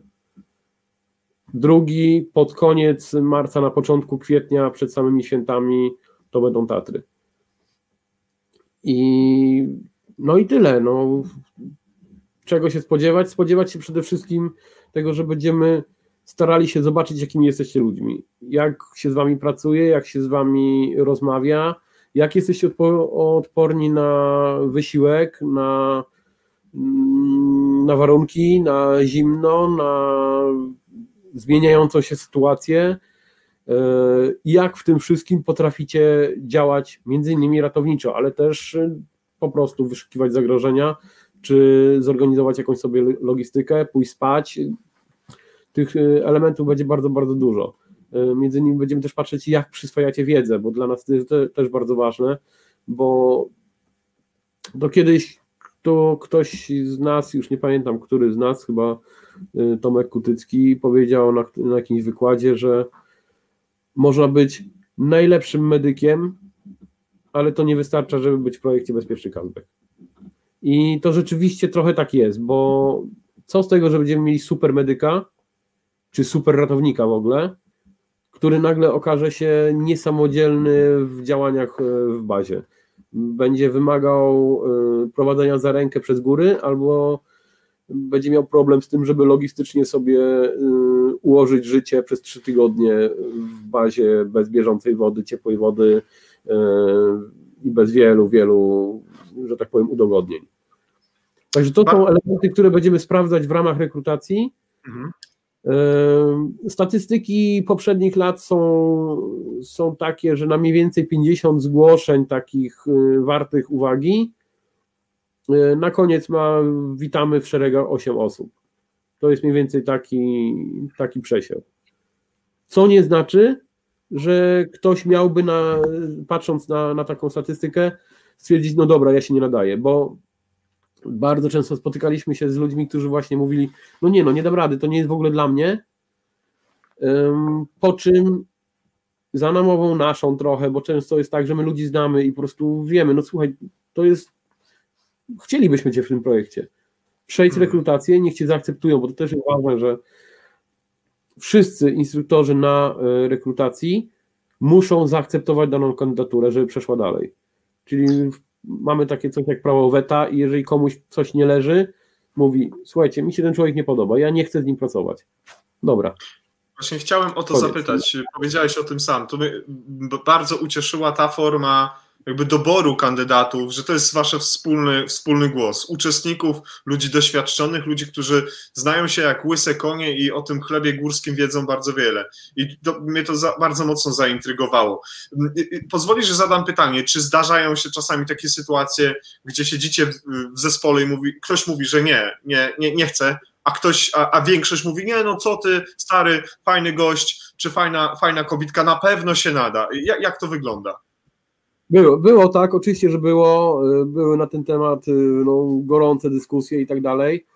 [SPEAKER 2] Drugi pod koniec marca, na początku kwietnia, przed samymi świętami, to będą Tatry. No i tyle. No. Czego się spodziewać? Spodziewać się przede wszystkim tego, że będziemy starali się zobaczyć, jakimi jesteście ludźmi, jak się z wami pracuje, jak się z wami rozmawia, jak jesteście odporni na wysiłek, na warunki, na zimno, na zmieniającą się sytuację, jak w tym wszystkim potraficie działać między innymi ratowniczo, ale też po prostu wyszukiwać zagrożenia, czy zorganizować jakąś sobie logistykę, pójść spać. Tych elementów będzie bardzo, bardzo dużo. Między innymi będziemy też patrzeć, jak przyswajacie wiedzę, bo dla nas to jest też bardzo ważne, bo to kiedyś ktoś z nas, już nie pamiętam, który z nas, chyba Tomek Kutycki, powiedział na jakimś wykładzie, że można być najlepszym medykiem, ale to nie wystarcza, żeby być w projekcie Bezpieczny Cashback. I to rzeczywiście trochę tak jest, bo co z tego, że będziemy mieli super medyka, czy super ratownika w ogóle, który nagle okaże się niesamodzielny w działaniach w bazie. Będzie wymagał prowadzenia za rękę przez góry, albo będzie miał problem z tym, żeby logistycznie sobie ułożyć życie przez 3 tygodnie w bazie bez bieżącej wody, ciepłej wody i bez wielu, że tak powiem, udogodnień. Także to są elementy, które będziemy sprawdzać w ramach rekrutacji. Statystyki poprzednich lat są takie, że na mniej więcej 50 zgłoszeń takich wartych uwagi. Na koniec witamy w szeregach 8 osób. To jest mniej więcej taki przesiad. Co nie znaczy, że ktoś miałby, patrząc na taką statystykę, stwierdzić, no dobra, ja się nie nadaję, bo bardzo często spotykaliśmy się z ludźmi, którzy właśnie mówili, nie dam rady, to nie jest w ogóle dla mnie, po czym za namową naszą trochę, bo często jest tak, że my ludzi znamy i po prostu wiemy, no słuchaj, chcielibyśmy cię w tym projekcie, przejdź rekrutację, niech cię zaakceptują, bo to też jest ważne, że wszyscy instruktorzy na rekrutacji muszą zaakceptować daną kandydaturę, żeby przeszła dalej. Czyli mamy takie coś jak prawo weta i jeżeli komuś coś nie leży, mówi, słuchajcie, mi się ten człowiek nie podoba, ja nie chcę z nim pracować. Dobra.
[SPEAKER 1] Właśnie chciałem o to zapytać. Powiedziałeś o tym sam. To mnie bardzo ucieszyła ta forma jakby doboru kandydatów, że to jest wasz wspólny głos. Uczestników, ludzi doświadczonych, ludzi, którzy znają się jak łyse konie i o tym chlebie górskim wiedzą bardzo wiele. I mnie to bardzo mocno zaintrygowało. Pozwolisz, że zadam pytanie, czy zdarzają się czasami takie sytuacje, gdzie siedzicie w zespole i ktoś mówi, że nie chce, a większość mówi, nie, no co ty, stary, fajny gość, czy fajna kobitka, na pewno się nada. Jak to wygląda?
[SPEAKER 2] Było tak, oczywiście, że były na ten temat gorące dyskusje i tak dalej.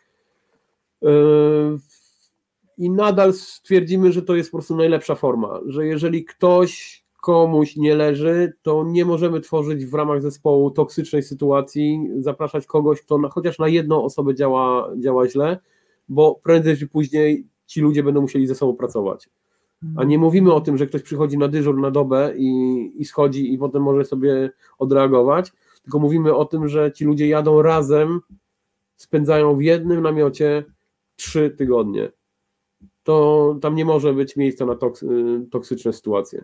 [SPEAKER 2] I nadal stwierdzimy, że to jest po prostu najlepsza forma, że jeżeli komuś nie leży, to nie możemy tworzyć w ramach zespołu toksycznej sytuacji, zapraszać kogoś, kto chociaż na jedną osobę działa źle, bo prędzej czy później ci ludzie będą musieli ze sobą pracować. A nie mówimy o tym, że ktoś przychodzi na dyżur na dobę i schodzi i potem może sobie odreagować, tylko mówimy o tym, że ci ludzie jadą razem, spędzają w jednym namiocie 3 tygodnie. To tam nie może być miejsca na toksyczne sytuacje.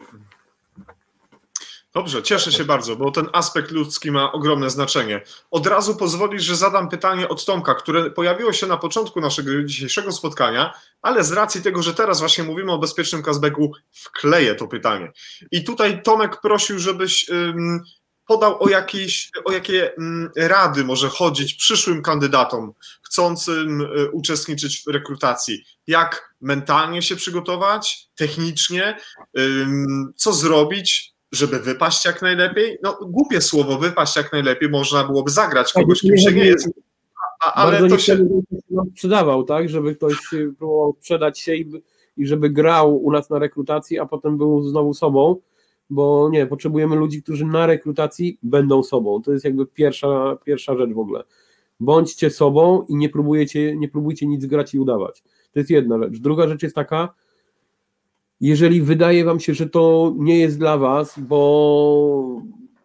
[SPEAKER 1] Dobrze, cieszę się bardzo, bo ten aspekt ludzki ma ogromne znaczenie. Od razu pozwolisz, że zadam pytanie od Tomka, które pojawiło się na początku naszego dzisiejszego spotkania, ale z racji tego, że teraz właśnie mówimy o bezpiecznym cashbacku, wkleję to pytanie. I tutaj Tomek prosił, żebyś podał o jakie rady może chodzić przyszłym kandydatom chcącym uczestniczyć w rekrutacji. Jak mentalnie się przygotować, technicznie, co zrobić, żeby wypaść jak najlepiej? No głupie słowo, wypaść jak najlepiej, można byłoby zagrać kogoś, kim się nie jest. Ale to się
[SPEAKER 2] sprzedawał, tak, żeby ktoś próbował sprzedać się i żeby grał u nas na rekrutacji, a potem był znowu sobą, bo nie, potrzebujemy ludzi, którzy na rekrutacji będą sobą. To jest jakby pierwsza rzecz w ogóle. Bądźcie sobą i nie próbujcie nic grać i udawać. To jest jedna rzecz. Druga rzecz jest taka, jeżeli wydaje wam się, że to nie jest dla was, bo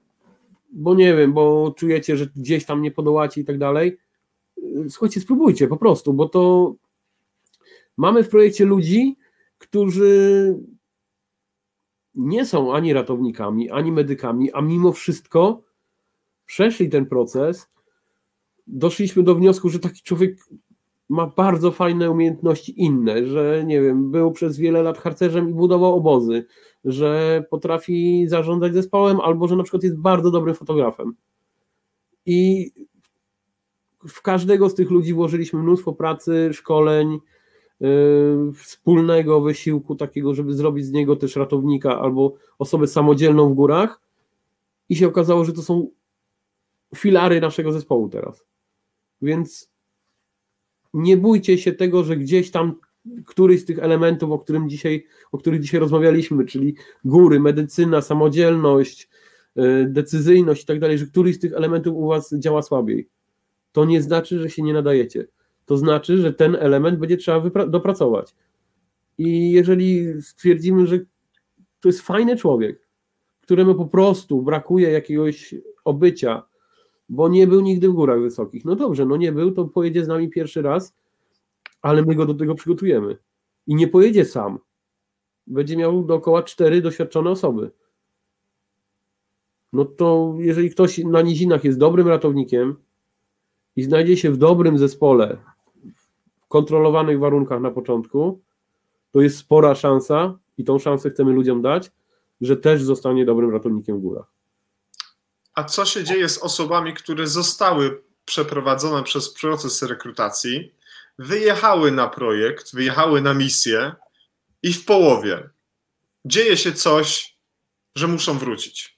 [SPEAKER 2] nie wiem, bo czujecie, że gdzieś tam nie podołacie i tak dalej, słuchajcie, spróbujcie po prostu, bo to mamy w projekcie ludzi, którzy nie są ani ratownikami, ani medykami, a mimo wszystko przeszli ten proces, doszliśmy do wniosku, że taki człowiek ma bardzo fajne umiejętności inne, że nie wiem, był przez wiele lat harcerzem i budował obozy, że potrafi zarządzać zespołem, albo że na przykład jest bardzo dobrym fotografem. I w każdego z tych ludzi włożyliśmy mnóstwo pracy, szkoleń, wspólnego wysiłku takiego, żeby zrobić z niego też ratownika albo osobę samodzielną w górach i się okazało, że to są filary naszego zespołu teraz. Więc nie bójcie się tego, że gdzieś tam któryś z tych elementów, o których dzisiaj rozmawialiśmy, czyli góry, medycyna, samodzielność, decyzyjność i tak dalej, że któryś z tych elementów u was działa słabiej. To nie znaczy, że się nie nadajecie. To znaczy, że ten element będzie trzeba dopracować. I jeżeli stwierdzimy, że to jest fajny człowiek, któremu po prostu brakuje jakiegoś obycia, bo nie był nigdy w górach wysokich, no dobrze, no nie był, to pojedzie z nami pierwszy raz, ale my go do tego przygotujemy. I nie pojedzie sam. Będzie miał dookoła 4 doświadczone osoby. No to jeżeli ktoś na nizinach jest dobrym ratownikiem i znajdzie się w dobrym zespole, w kontrolowanych warunkach na początku, to jest spora szansa i tą szansę chcemy ludziom dać, że też zostanie dobrym ratownikiem w górach.
[SPEAKER 1] A co się dzieje z osobami, które zostały przeprowadzone przez proces rekrutacji, wyjechały na projekt, wyjechały na misję i w połowie dzieje się coś, że muszą wrócić?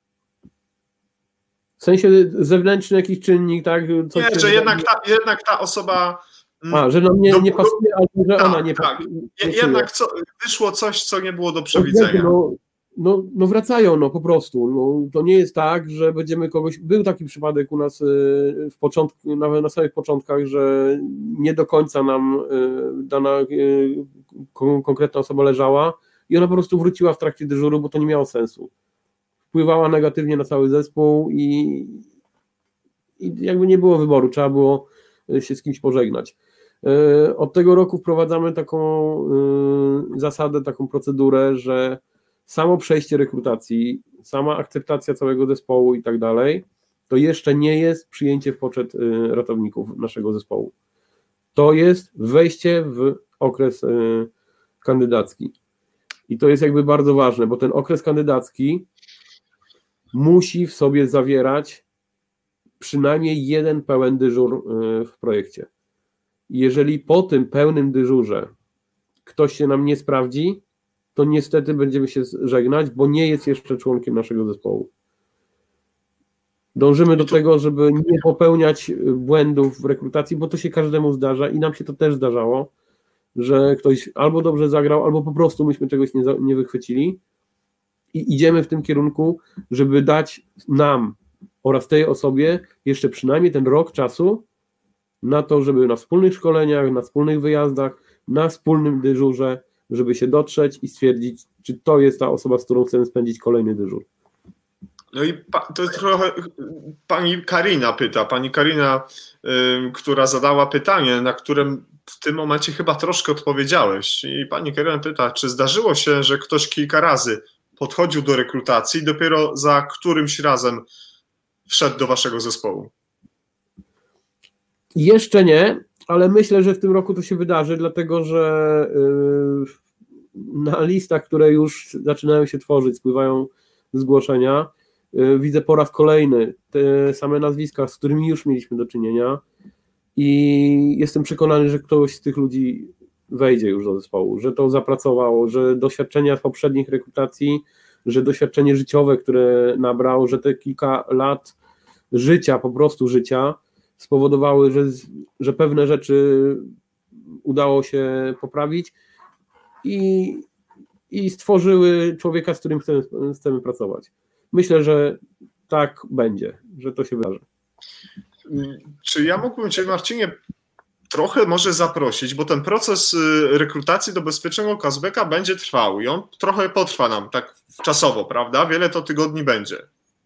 [SPEAKER 2] W sensie zewnętrzny jakiś czynnik, tak?
[SPEAKER 1] Coś nie, że jednak ta osoba...
[SPEAKER 2] że nam nie pasuje, albo że ona nie
[SPEAKER 1] pasuje. Jednak wyszło coś, co nie było do przewidzenia.
[SPEAKER 2] No wracają, no po prostu. No, to nie jest tak, że będziemy kogoś... Był taki przypadek u nas w początku, nawet na samych początkach, że nie do końca nam dana konkretna osoba leżała i ona po prostu wróciła w trakcie dyżuru, bo to nie miało sensu. Wpływała negatywnie na cały zespół i jakby nie było wyboru, trzeba było się z kimś pożegnać. Od tego roku wprowadzamy taką zasadę, taką procedurę, że samo przejście rekrutacji, sama akceptacja całego zespołu i tak dalej, to jeszcze nie jest przyjęcie w poczet ratowników naszego zespołu. To jest wejście w okres kandydacki. I to jest jakby bardzo ważne, bo ten okres kandydacki musi w sobie zawierać przynajmniej jeden pełen dyżur w projekcie. Jeżeli po tym pełnym dyżurze ktoś się nam nie sprawdzi, to niestety będziemy się żegnać, bo nie jest jeszcze członkiem naszego zespołu. Dążymy do tego, żeby nie popełniać błędów w rekrutacji, bo to się każdemu zdarza i nam się to też zdarzało, że ktoś albo dobrze zagrał, albo po prostu myśmy czegoś nie wychwycili i idziemy w tym kierunku, żeby dać nam oraz tej osobie jeszcze przynajmniej ten rok czasu na to, żeby na wspólnych szkoleniach, na wspólnych wyjazdach, na wspólnym dyżurze żeby się dotrzeć i stwierdzić, czy to jest ta osoba, z którą chcemy spędzić kolejny dyżur.
[SPEAKER 1] No i to jest trochę pani Karina pyta, która zadała pytanie, na którym w tym momencie chyba troszkę odpowiedziałeś. I pani Karina pyta, czy zdarzyło się, że ktoś kilka razy podchodził do rekrutacji i dopiero za którymś razem wszedł do waszego zespołu?
[SPEAKER 2] Jeszcze nie, ale myślę, że w tym roku to się wydarzy, dlatego że na listach, które już zaczynają się tworzyć, spływają zgłoszenia, widzę po raz kolejny te same nazwiska, z którymi już mieliśmy do czynienia i jestem przekonany, że ktoś z tych ludzi wejdzie już do zespołu, że to zapracowało, że doświadczenia z poprzednich rekrutacji, że doświadczenie życiowe, które nabrał, że te kilka lat życia, po prostu życia, spowodowały, że pewne rzeczy udało się poprawić i stworzyły człowieka, z którym chcemy pracować. Myślę, że tak będzie, że to się wydarzy.
[SPEAKER 1] Czy ja mógłbym Cię, Marcinie, trochę może zaprosić, bo ten proces rekrutacji do bezpiecznego cashbacka będzie trwał i on trochę potrwa nam tak czasowo, prawda? Wiele to tygodni będzie.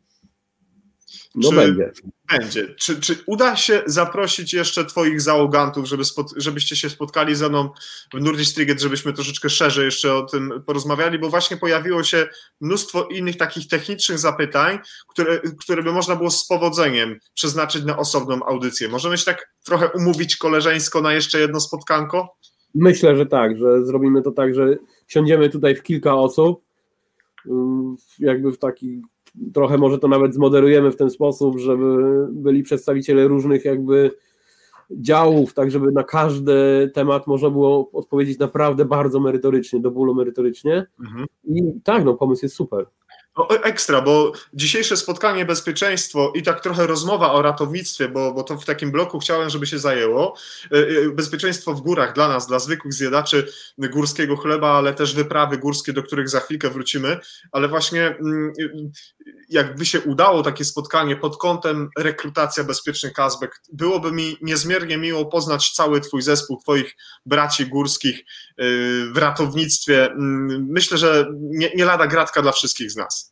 [SPEAKER 2] Będzie.
[SPEAKER 1] Czy uda się zaprosić jeszcze Twoich załogantów, żebyście się spotkali ze mną w Nordic Trigger, żebyśmy troszeczkę szerzej jeszcze o tym porozmawiali, bo właśnie pojawiło się mnóstwo innych takich technicznych zapytań, które by można było z powodzeniem przeznaczyć na osobną audycję. Możemy się tak trochę umówić koleżeńsko na jeszcze jedno spotkanko?
[SPEAKER 2] Myślę, że tak, że zrobimy to tak, że siądziemy tutaj w kilka osób, jakby w taki trochę może to nawet zmoderujemy w ten sposób, żeby byli przedstawiciele różnych jakby działów, tak żeby na każdy temat można było odpowiedzieć naprawdę bardzo merytorycznie, do bólu merytorycznie. I tak, no pomysł jest super.
[SPEAKER 1] No, ekstra, bo dzisiejsze spotkanie bezpieczeństwo i tak trochę rozmowa o ratownictwie, bo to w takim bloku chciałem, żeby się zajęło. Bezpieczeństwo w górach dla nas, dla zwykłych zjadaczy górskiego chleba, ale też wyprawy górskie, do których za chwilkę wrócimy, ale właśnie jakby się udało takie spotkanie pod kątem rekrutacja bezpieczny cashback, byłoby mi niezmiernie miło poznać cały twój zespół, twoich braci górskich w ratownictwie. Myślę, że nie lada gratka dla wszystkich z nas.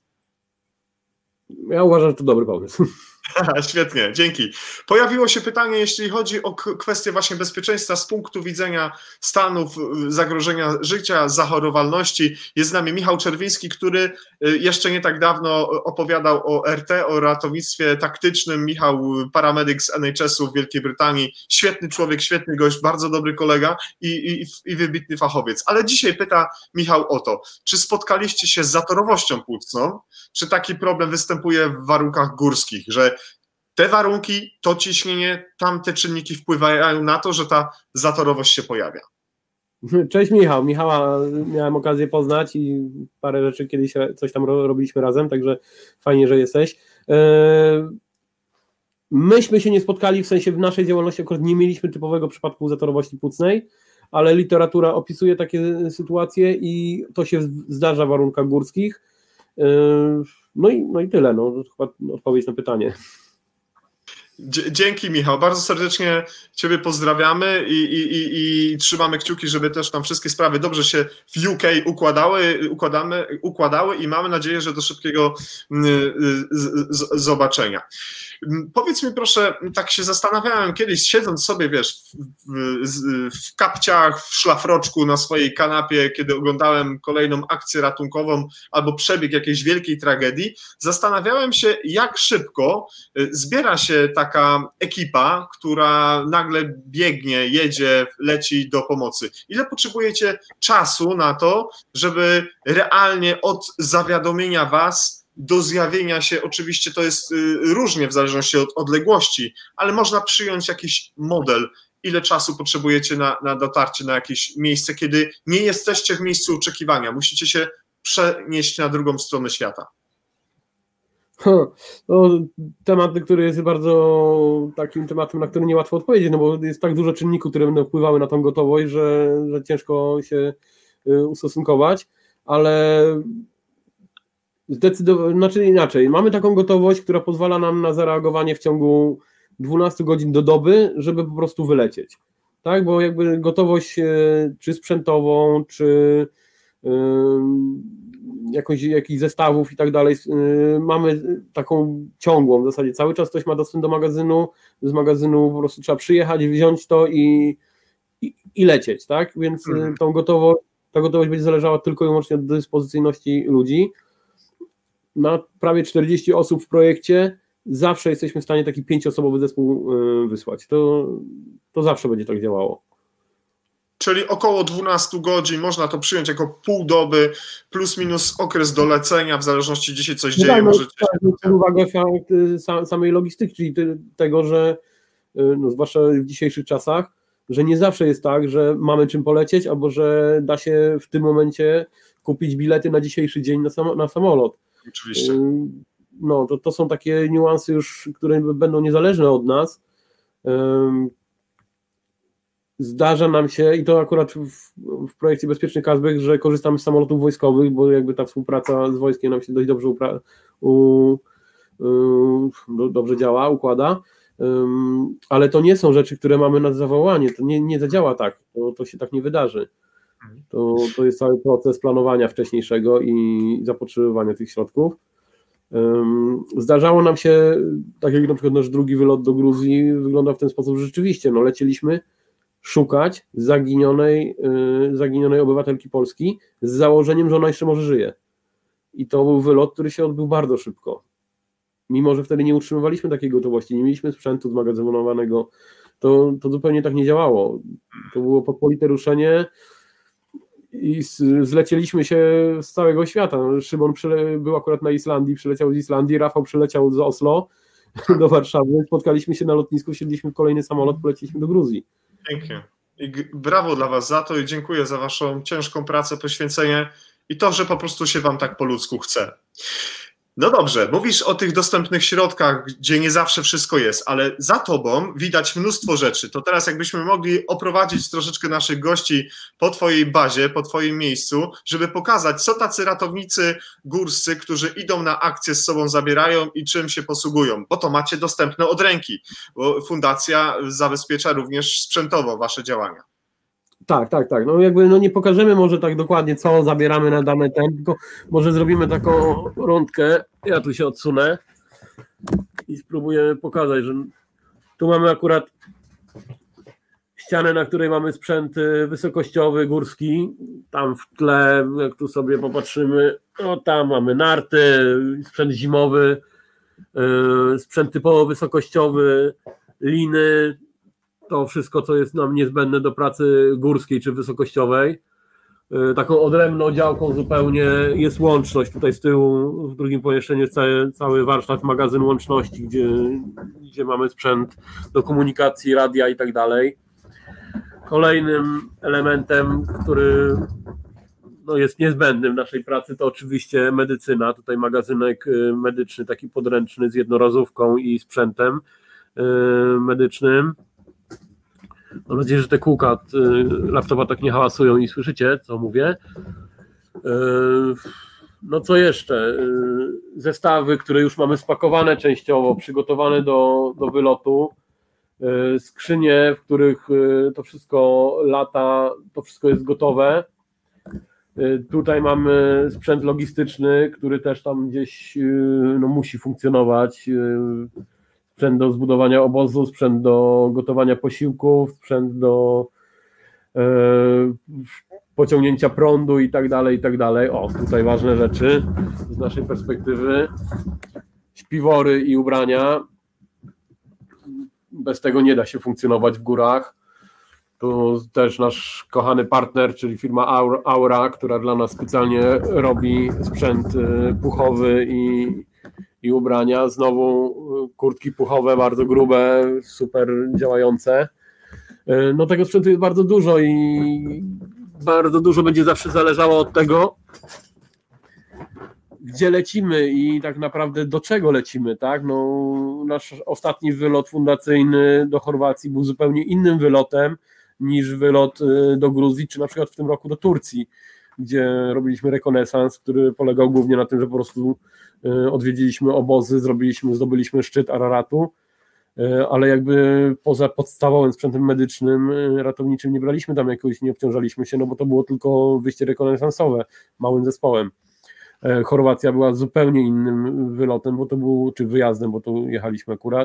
[SPEAKER 2] Ja uważam, że to dobry pomysł.
[SPEAKER 1] Świetnie, dzięki. Pojawiło się pytanie, jeśli chodzi o kwestię właśnie bezpieczeństwa z punktu widzenia stanów zagrożenia życia, zachorowalności. Jest z nami Michał Czerwiński, który jeszcze nie tak dawno opowiadał o RT, o ratownictwie taktycznym. Michał, paramedyk z NHS-u w Wielkiej Brytanii. Świetny człowiek, świetny gość, bardzo dobry kolega i wybitny fachowiec. Ale dzisiaj pyta Michał o to, czy spotkaliście się z zatorowością płucną? Czy taki problem występuje w warunkach górskich, że te warunki, to ciśnienie, tamte czynniki wpływają na to, że ta zatorowość się pojawia?
[SPEAKER 2] Cześć Michał. Michała miałem okazję poznać i parę rzeczy kiedyś coś tam robiliśmy razem, także fajnie, że jesteś. Myśmy się nie spotkali, w sensie w naszej działalności akurat nie mieliśmy typowego przypadku zatorowości płucnej, ale literatura opisuje takie sytuacje i to się zdarza w warunkach górskich. No i tyle, no chyba odpowiedź na pytanie.
[SPEAKER 1] Dzięki Michał, bardzo serdecznie Ciebie pozdrawiamy i trzymamy kciuki, żeby też tam wszystkie sprawy dobrze się w UK układały i mamy nadzieję, że do szybkiego zobaczenia. Powiedz mi proszę, tak się zastanawiałem kiedyś, siedząc sobie, wiesz, w kapciach, w szlafroczku na swojej kanapie, kiedy oglądałem kolejną akcję ratunkową albo przebieg jakiejś wielkiej tragedii, zastanawiałem się, jak szybko zbiera się taka ekipa, która nagle biegnie, jedzie, leci do pomocy. Ile potrzebujecie czasu na to, żeby realnie od zawiadomienia was do zjawienia się, oczywiście to jest różnie w zależności od odległości, ale można przyjąć jakiś model, ile czasu potrzebujecie na dotarcie na jakieś miejsce, kiedy nie jesteście w miejscu oczekiwania, musicie się przenieść na drugą stronę świata.
[SPEAKER 2] No, temat, który jest bardzo takim tematem, na który niełatwo odpowiedzieć, no bo jest tak dużo czynników, które będą wpływały na tą gotowość, że ciężko się ustosunkować, ale znaczy inaczej, mamy taką gotowość, która pozwala nam na zareagowanie w ciągu 12 godzin do doby, żeby po prostu wylecieć. tak, bo jakby gotowość czy sprzętową, czy jakichś zestawów i tak dalej, mamy taką ciągłą w zasadzie, cały czas ktoś ma dostęp do magazynu, z magazynu po prostu trzeba przyjechać, wziąć to i lecieć, tak, więc ta gotowość będzie zależała tylko i wyłącznie od dyspozycyjności ludzi. Na prawie 40 osób w projekcie zawsze jesteśmy w stanie taki 5-osobowy zespół wysłać, to zawsze będzie tak działało.
[SPEAKER 1] Czyli około 12 godzin, można to przyjąć jako pół doby, plus minus okres dolecenia, w zależności gdzie się coś dzieje.
[SPEAKER 2] Tak, uwagę fakt samej logistyki, czyli tego, że zwłaszcza w dzisiejszych czasach, że nie zawsze jest tak, że mamy czym polecieć, albo że da się w tym momencie kupić bilety na dzisiejszy dzień na samolot.
[SPEAKER 1] Oczywiście.
[SPEAKER 2] No, to są takie niuanse już, które będą niezależne od nas. Zdarza nam się, i to akurat w projekcie Bezpieczny Kazbek, że korzystamy z samolotów wojskowych, bo jakby ta współpraca z wojskiem nam się dość dobrze dobrze działa, układa, ale to nie są rzeczy, które mamy na zawołanie, to nie zadziała tak, to się tak nie wydarzy. To jest cały proces planowania wcześniejszego i zapotrzebowania tych środków. Zdarzało nam się, tak jak na przykład nasz drugi wylot do Gruzji wyglądał w ten sposób, że rzeczywiście lecieliśmy szukać zaginionej obywatelki Polski z założeniem, że ona jeszcze może żyje. I to był wylot, który się odbył bardzo szybko. Mimo że wtedy nie utrzymywaliśmy takiej gotowości, nie mieliśmy sprzętu zmagazynowanego, to zupełnie tak nie działało. To było pospolite ruszenie i zlecieliśmy się z całego świata. Szymon był akurat na Islandii, przyleciał z Islandii, Rafał przyleciał z Oslo do Warszawy, spotkaliśmy się na lotnisku, siedliśmy w kolejny samolot, poleciliśmy do Gruzji.
[SPEAKER 1] Pięknie. I brawo dla was za to i dziękuję za waszą ciężką pracę, poświęcenie i to, że po prostu się wam tak po ludzku chce. No dobrze, mówisz o tych dostępnych środkach, gdzie nie zawsze wszystko jest, ale za tobą widać mnóstwo rzeczy. To teraz jakbyśmy mogli oprowadzić troszeczkę naszych gości po twojej bazie, po twoim miejscu, żeby pokazać, co tacy ratownicy górscy, którzy idą na akcję, z sobą zabierają i czym się posługują, bo to macie dostępne od ręki, bo fundacja zabezpiecza również sprzętowo wasze działania.
[SPEAKER 2] Tak. No jakby nie pokażemy może tak dokładnie, co zabieramy na dany ten, tylko może zrobimy taką rundkę. Ja tu się odsunę i spróbujemy pokazać, że tu mamy akurat ścianę, na której mamy sprzęt wysokościowy, górski. Tam w tle, jak tu sobie popatrzymy, tam mamy narty, sprzęt zimowy, sprzęt typowo wysokościowy, liny, to wszystko, co jest nam niezbędne do pracy górskiej czy wysokościowej. Taką odrębną działką zupełnie jest łączność. Tutaj z tyłu w drugim pomieszczeniu jest cały warsztat, magazyn łączności, gdzie mamy sprzęt do komunikacji, radia i tak dalej. Kolejnym elementem, który jest niezbędny w naszej pracy, to oczywiście medycyna. Tutaj magazynek medyczny, taki podręczny z jednorazówką i sprzętem medycznym. Mam nadzieję, że te kółka od laptopa tak nie hałasują i słyszycie, co mówię. No co jeszcze? Zestawy, które już mamy spakowane częściowo, przygotowane do wylotu. Skrzynie, w których to wszystko lata, to wszystko jest gotowe. Tutaj mamy sprzęt logistyczny, który też tam gdzieś musi funkcjonować. Sprzęt do zbudowania obozu, sprzęt do gotowania posiłków, sprzęt do pociągnięcia prądu i tak dalej, i tak dalej. Tutaj ważne rzeczy z naszej perspektywy. Śpiwory i ubrania. Bez tego nie da się funkcjonować w górach. Tu też nasz kochany partner, czyli firma Aura, która dla nas specjalnie robi sprzęt puchowy i ubrania. Znowu kurtki puchowe, bardzo grube, super działające. Tego sprzętu jest bardzo dużo i bardzo dużo będzie zawsze zależało od tego, gdzie lecimy i tak naprawdę do czego lecimy, tak? Nasz ostatni wylot fundacyjny do Chorwacji był zupełnie innym wylotem niż wylot do Gruzji, czy na przykład w tym roku do Turcji, gdzie robiliśmy rekonesans, który polegał głównie na tym, że po prostu odwiedziliśmy obozy, zdobyliśmy szczyt Araratu. ale jakby poza podstawowym sprzętem medycznym, ratowniczym nie braliśmy tam jakoś, nie obciążaliśmy się, no bo to było tylko wyjście rekonesansowe małym zespołem. Chorwacja była zupełnie innym wylotem, bo to był, czy wyjazdem, bo tu jechaliśmy akurat,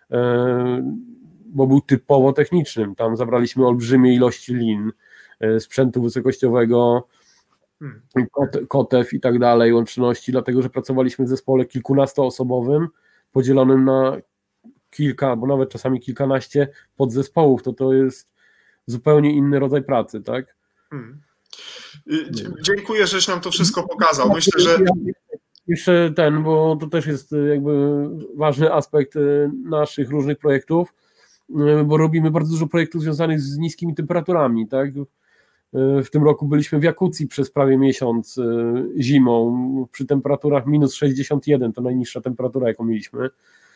[SPEAKER 2] bo był typowo technicznym. Tam zabraliśmy olbrzymie ilości lin, sprzętu wysokościowego, kotew i tak dalej, łączności, dlatego że pracowaliśmy w zespole kilkunastoosobowym, podzielonym na kilka, albo nawet czasami kilkanaście podzespołów, to jest zupełnie inny rodzaj pracy, tak?
[SPEAKER 1] Dziękuję, żeś nam to wszystko pokazał. Myślę, że...
[SPEAKER 2] Jeszcze bo to też jest jakby ważny aspekt naszych różnych projektów, bo robimy bardzo dużo projektów związanych z niskimi temperaturami, tak? W tym roku byliśmy w Jakucji przez prawie miesiąc zimą, przy temperaturach minus 61, to najniższa temperatura, jaką mieliśmy,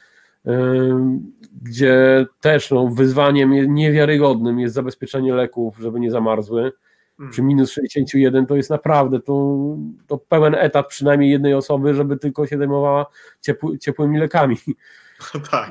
[SPEAKER 2] gdzie też wyzwaniem niewiarygodnym jest zabezpieczenie leków, żeby nie zamarzły. Przy minus 61 to jest naprawdę to pełen etat przynajmniej jednej osoby, żeby tylko się zajmowała ciepłymi lekami.
[SPEAKER 1] Tak.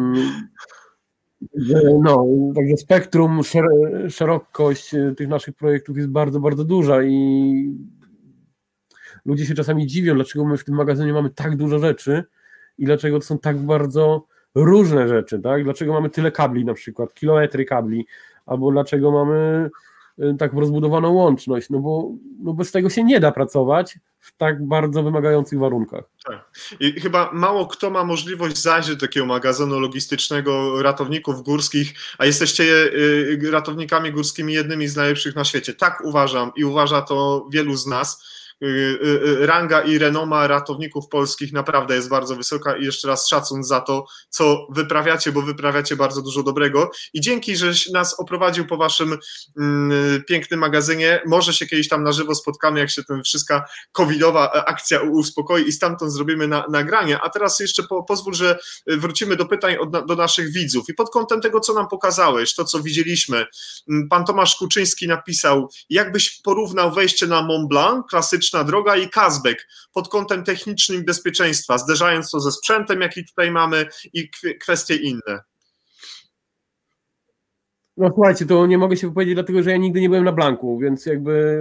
[SPEAKER 2] Także spektrum, szerokość tych naszych projektów jest bardzo, bardzo duża i ludzie się czasami dziwią, dlaczego my w tym magazynie mamy tak dużo rzeczy i dlaczego to są tak bardzo różne rzeczy, tak? Dlaczego mamy tyle kabli na przykład, kilometry kabli, albo dlaczego mamy tak rozbudowaną łączność, no bo bez tego się nie da pracować w tak bardzo wymagających warunkach.
[SPEAKER 1] Tak. I chyba mało kto ma możliwość zajrzeć do takiego magazynu logistycznego ratowników górskich, a jesteście ratownikami górskimi jednymi z najlepszych na świecie. Tak uważam i uważa to wielu z nas. Ranga i renoma ratowników polskich naprawdę jest bardzo wysoka i jeszcze raz szacun za to, co wyprawiacie, bo wyprawiacie bardzo dużo dobrego i dzięki, żeś nas oprowadził po waszym pięknym magazynie. Może się kiedyś tam na żywo spotkamy, jak się ten wszystka covidowa akcja uspokoi i stamtąd zrobimy nagranie, a teraz jeszcze pozwól, że wrócimy do pytań do naszych widzów i pod kątem tego, co nam pokazałeś, to co widzieliśmy, pan Tomasz Kuczyński napisał, jakbyś porównał wejście na Mont Blanc, klasyczna droga i Kazbek pod kątem technicznym i bezpieczeństwa, zderzając to ze sprzętem, jaki tutaj mamy i kwestie inne.
[SPEAKER 2] No słuchajcie, to nie mogę się wypowiedzieć, dlatego że ja nigdy nie byłem na Blanku, więc jakby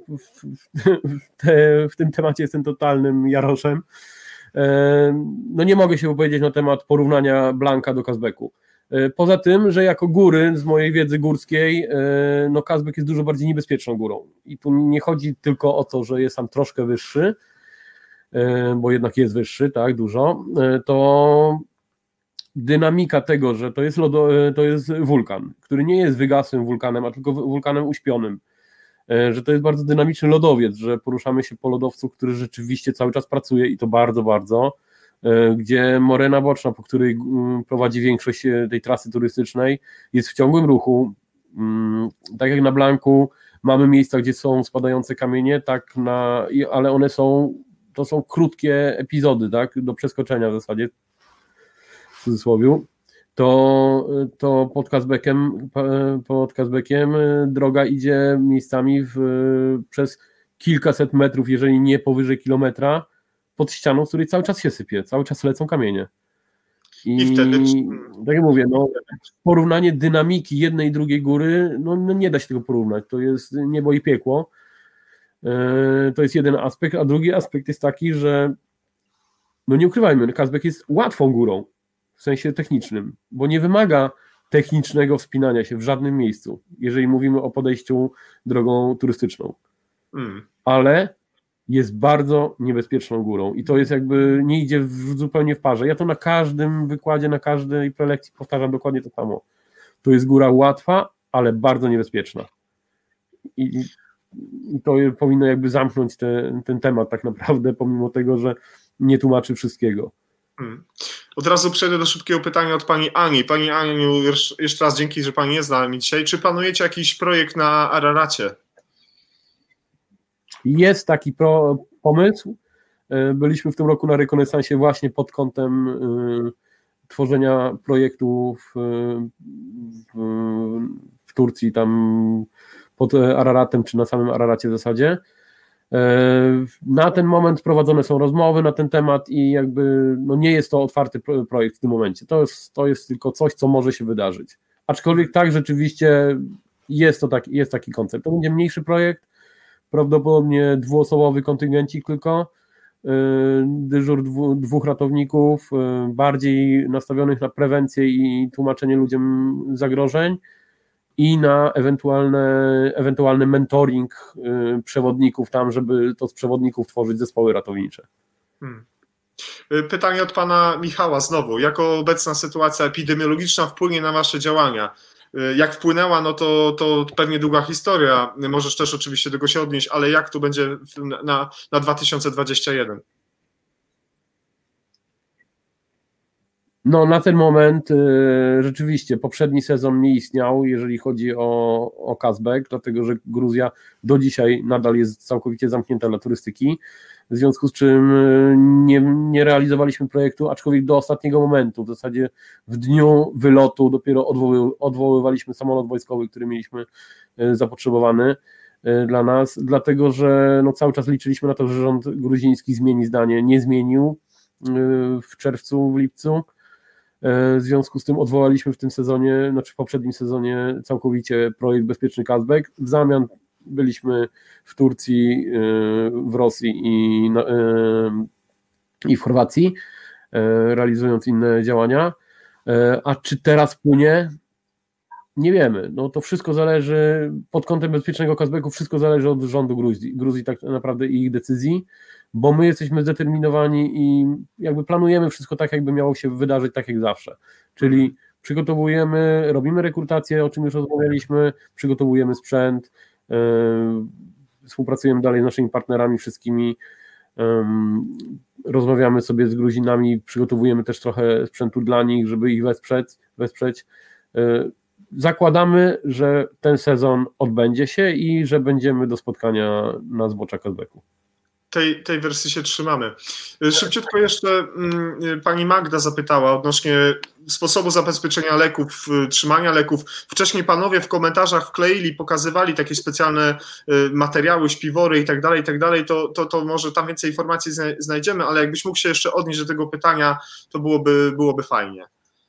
[SPEAKER 2] w tym temacie jestem totalnym jaroszem. No nie mogę się wypowiedzieć na temat porównania Blanka do Kazbeku. Poza tym, że jako góry, z mojej wiedzy górskiej, no Kazbek jest dużo bardziej niebezpieczną górą. I tu nie chodzi tylko o to, że jest tam troszkę wyższy, bo jednak jest wyższy, tak, dużo, to dynamika tego, że to jest wulkan, który nie jest wygasłym wulkanem, a tylko wulkanem uśpionym, że to jest bardzo dynamiczny lodowiec, że poruszamy się po lodowcu, który rzeczywiście cały czas pracuje i to bardzo, bardzo, gdzie morena boczna, po której prowadzi większość tej trasy turystycznej, jest w ciągłym ruchu. Tak jak na Blanku mamy miejsca, gdzie są spadające kamienie, ale to są krótkie epizody, tak, do przeskoczenia w zasadzie, w cudzysłowie. To pod Kazbekiem droga idzie miejscami przez kilkaset metrów, jeżeli nie powyżej kilometra, pod ścianą, z której cały czas się sypie, cały czas lecą kamienie. I wtedy, tak jak mówię, porównanie dynamiki jednej i drugiej góry, nie da się tego porównać, to jest niebo i piekło. To jest jeden aspekt, a drugi aspekt jest taki, że nie ukrywajmy, Kazbek jest łatwą górą, w sensie technicznym, bo nie wymaga technicznego wspinania się w żadnym miejscu, jeżeli mówimy o podejściu drogą turystyczną. Ale jest bardzo niebezpieczną górą i to jest jakby, nie idzie zupełnie w parze. Ja to na każdym wykładzie, na każdej prelekcji powtarzam dokładnie to samo. To jest góra łatwa, ale bardzo niebezpieczna. I to powinno jakby zamknąć ten temat tak naprawdę, pomimo tego, że nie tłumaczy wszystkiego.
[SPEAKER 1] Od razu przejdę do szybkiego pytania od pani Ani. Pani Aniu, jeszcze raz dzięki, że pani jest z nami dzisiaj. Czy planujecie jakiś projekt na Araracie?
[SPEAKER 2] Jest taki pomysł. Byliśmy w tym roku na rekonesansie właśnie pod kątem tworzenia projektów w Turcji, tam pod Araratem, czy na samym Araracie w zasadzie. Na ten moment prowadzone są rozmowy na ten temat i jakby nie jest to otwarty projekt w tym momencie. To jest tylko coś, co może się wydarzyć. Aczkolwiek tak, rzeczywiście jest taki koncept. To będzie mniejszy projekt, prawdopodobnie 2-osobowy kontyngencik tylko, dyżur 2 ratowników, bardziej nastawionych na prewencję i tłumaczenie ludziom zagrożeń i na ewentualny mentoring przewodników tam, żeby to z przewodników tworzyć zespoły ratownicze.
[SPEAKER 1] Pytanie od pana Michała znowu. Jak obecna sytuacja epidemiologiczna wpłynie na wasze działania? Jak wpłynęła, no to pewnie długa historia. Możesz też oczywiście do tego się odnieść, ale jak to będzie na 2021?
[SPEAKER 2] No na ten moment rzeczywiście poprzedni sezon nie istniał, jeżeli chodzi o Kazbek, dlatego że Gruzja do dzisiaj nadal jest całkowicie zamknięta dla turystyki, w związku z czym nie realizowaliśmy projektu, aczkolwiek do ostatniego momentu, w zasadzie w dniu wylotu dopiero odwoływaliśmy samolot wojskowy, który mieliśmy zapotrzebowany dla nas, dlatego że cały czas liczyliśmy na to, że rząd gruziński zmieni zdanie, nie zmienił w czerwcu, w lipcu. W związku z tym odwołaliśmy w tym sezonie, w poprzednim sezonie całkowicie projekt Bezpieczny Kazbek. W zamian byliśmy w Turcji, w Rosji i w Chorwacji, realizując inne działania. A czy teraz płynie? Nie wiemy. To wszystko zależy, pod kątem Bezpiecznego Kazbeku, wszystko zależy od rządu Gruzji tak naprawdę i ich decyzji, bo my jesteśmy zdeterminowani i jakby planujemy wszystko tak, jakby miało się wydarzyć tak jak zawsze. Czyli przygotowujemy, robimy rekrutację, o czym już rozmawialiśmy, przygotowujemy sprzęt, współpracujemy dalej z naszymi partnerami wszystkimi, rozmawiamy sobie z Gruzinami, przygotowujemy też trochę sprzętu dla nich, żeby ich wesprzeć. Zakładamy, że ten sezon odbędzie się i że będziemy do spotkania na zbocza Kazbeku.
[SPEAKER 1] Tej wersji się trzymamy. Szybciutko jeszcze pani Magda zapytała odnośnie sposobu zabezpieczenia leków, trzymania leków. Wcześniej panowie w komentarzach wkleili, pokazywali takie specjalne materiały, śpiwory i tak dalej, to może tam więcej informacji znajdziemy, ale jakbyś mógł się jeszcze odnieść do tego pytania, to byłoby fajnie.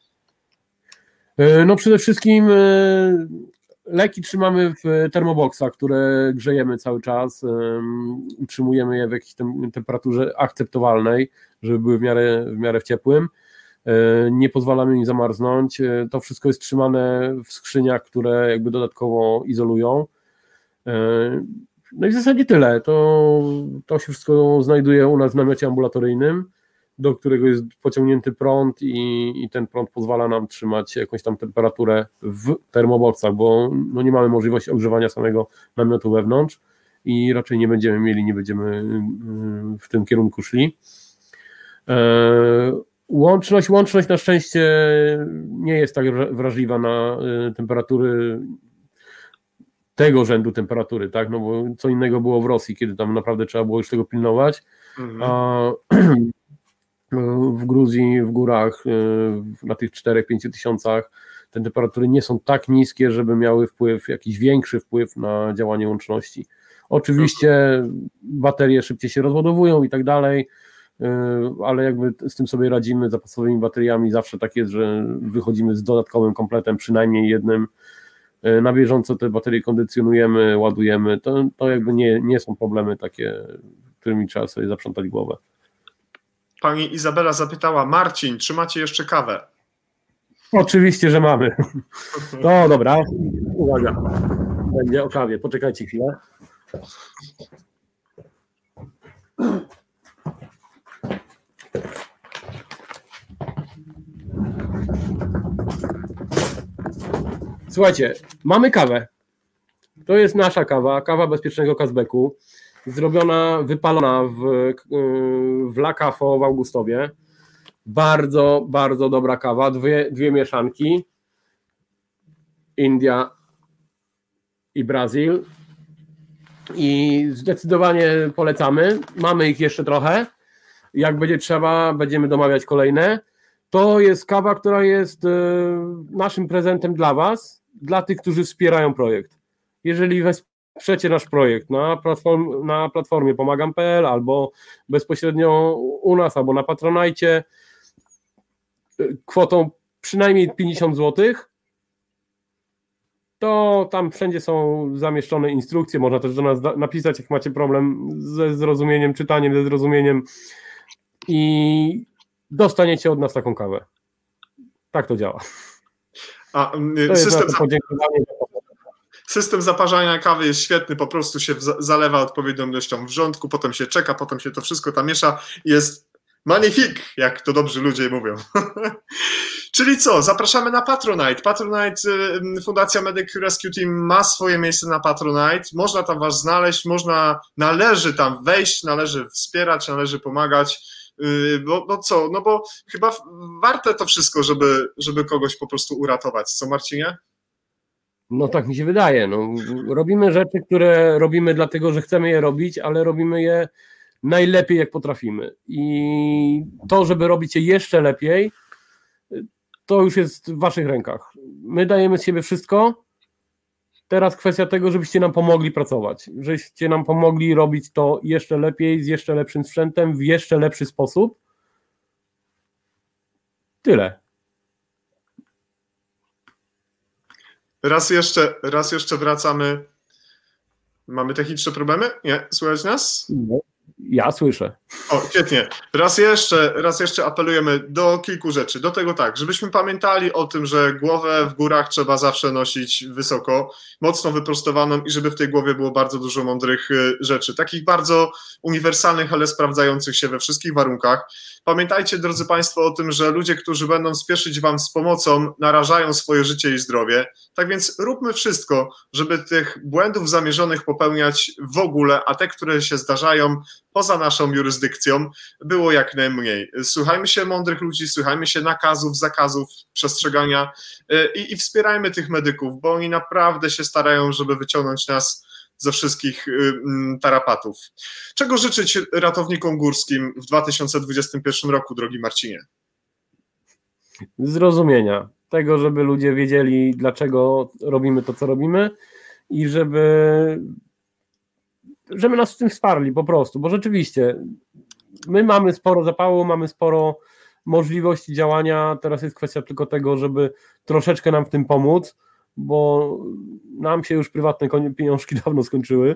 [SPEAKER 2] Przede wszystkim leki trzymamy w termoboksach, które grzejemy cały czas, utrzymujemy je w jakiejś temperaturze akceptowalnej, żeby były w miarę w ciepłym, nie pozwalamy im zamarznąć, to wszystko jest trzymane w skrzyniach, które jakby dodatkowo izolują. No i w zasadzie tyle, to się wszystko znajduje u nas w namiocie ambulatoryjnym, do którego jest pociągnięty prąd i ten prąd pozwala nam trzymać jakąś tam temperaturę w termoboksach, bo nie mamy możliwości ogrzewania samego namiotu wewnątrz i raczej nie będziemy w tym kierunku szli. Łączność na szczęście nie jest tak wrażliwa na temperatury, tego rzędu temperatury, tak? Bo co innego było w Rosji, kiedy tam naprawdę trzeba było już tego pilnować, a w Gruzji, w górach, na tych 4-5 tysiącach te temperatury nie są tak niskie, żeby miały jakiś większy wpływ na działanie łączności. Oczywiście baterie szybciej się rozładowują i tak dalej, ale jakby z tym sobie radzimy zapasowymi bateriami, zawsze tak jest, że wychodzimy z dodatkowym kompletem, przynajmniej jednym, na bieżąco te baterie kondycjonujemy, ładujemy, to jakby nie są problemy takie, którymi trzeba sobie zaprzątać głowę.
[SPEAKER 1] Pani Izabela zapytała, Marcin, czy macie jeszcze kawę?
[SPEAKER 2] Oczywiście, że mamy. No dobra, uwaga, będzie o kawie, poczekajcie chwilę. Słuchajcie, mamy kawę. To jest nasza kawa Bezpiecznego Kazbeku. Wypalona w La Cafo w Augustowie. Bardzo, bardzo dobra kawa. Dwie mieszanki. India i Brazil. I zdecydowanie polecamy. Mamy ich jeszcze trochę. Jak będzie trzeba, będziemy domawiać kolejne. To jest kawa, która jest naszym prezentem dla Was, dla tych, którzy wspierają projekt. Jeżeli wesprzecie nasz projekt na platformie pomagam.pl albo bezpośrednio u nas, albo na Patronite kwotą przynajmniej 50 zł, to tam wszędzie są zamieszczone instrukcje, można też do nas napisać, jak macie problem ze zrozumieniem, czytaniem, ze zrozumieniem i dostaniecie od nas taką kawę. Tak to działa.
[SPEAKER 1] System zaparzania kawy jest świetny, po prostu się zalewa odpowiednią ilością wrzątku, potem się czeka, potem się to wszystko tam miesza, jest magnifique, jak to dobrzy ludzie mówią. Czyli co, zapraszamy na Patronite. Patronite, Fundacja Medic Rescue Team ma swoje miejsce na Patronite, można tam was znaleźć, należy tam wejść, należy wspierać, należy pomagać, bo chyba warte to wszystko, żeby kogoś po prostu uratować. Co, Marcinie?
[SPEAKER 2] No tak mi się wydaje. No, robimy rzeczy, które robimy dlatego, że chcemy je robić, ale robimy je najlepiej, jak potrafimy. I to, żeby robić je jeszcze lepiej, to już jest w waszych rękach. My dajemy z siebie wszystko. Teraz kwestia tego, żebyście nam pomogli pracować. Żebyście nam pomogli robić to jeszcze lepiej, z jeszcze lepszym sprzętem, w jeszcze lepszy sposób. Tyle.
[SPEAKER 1] Raz jeszcze wracamy. Mamy techniczne problemy? Nie? Słychać nas?
[SPEAKER 2] No, ja słyszę.
[SPEAKER 1] O, świetnie. Raz jeszcze apelujemy do kilku rzeczy. Do tego tak, żebyśmy pamiętali o tym, że głowę w górach trzeba zawsze nosić wysoko, mocno wyprostowaną i żeby w tej głowie było bardzo dużo mądrych rzeczy. Takich bardzo uniwersalnych, ale sprawdzających się we wszystkich warunkach. Pamiętajcie, drodzy Państwo, o tym, że ludzie, którzy będą spieszyć Wam z pomocą, narażają swoje życie i zdrowie. Tak więc róbmy wszystko, żeby tych błędów zamierzonych popełniać w ogóle, a te, które się zdarzają poza naszą jurysdykcją, było jak najmniej. Słuchajmy się mądrych ludzi, słuchajmy się nakazów, zakazów, przestrzegania i wspierajmy tych medyków, bo oni naprawdę się starają, żeby wyciągnąć nas ze wszystkich tarapatów. Czego życzyć ratownikom górskim w 2021 roku, drogi Marcinie?
[SPEAKER 2] Zrozumienia. Tego, żeby ludzie wiedzieli, dlaczego robimy to, co robimy i żeby nas w tym wsparli po prostu, bo rzeczywiście my mamy sporo zapału, mamy sporo możliwości działania, teraz jest kwestia tylko tego, żeby troszeczkę nam w tym pomóc, bo nam się już prywatne pieniążki dawno skończyły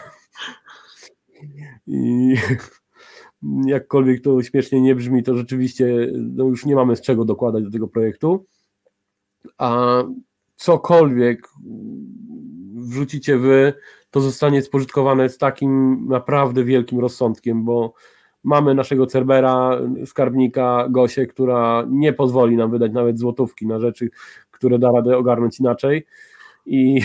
[SPEAKER 2] i jakkolwiek to śmiesznie nie brzmi, to rzeczywiście już nie mamy z czego dokładać do tego projektu, a cokolwiek wrzucicie wy, to zostanie spożytkowane z takim naprawdę wielkim rozsądkiem, bo mamy naszego Cerbera, skarbnika Gosię, która nie pozwoli nam wydać nawet złotówki na rzeczy, które da radę ogarnąć inaczej i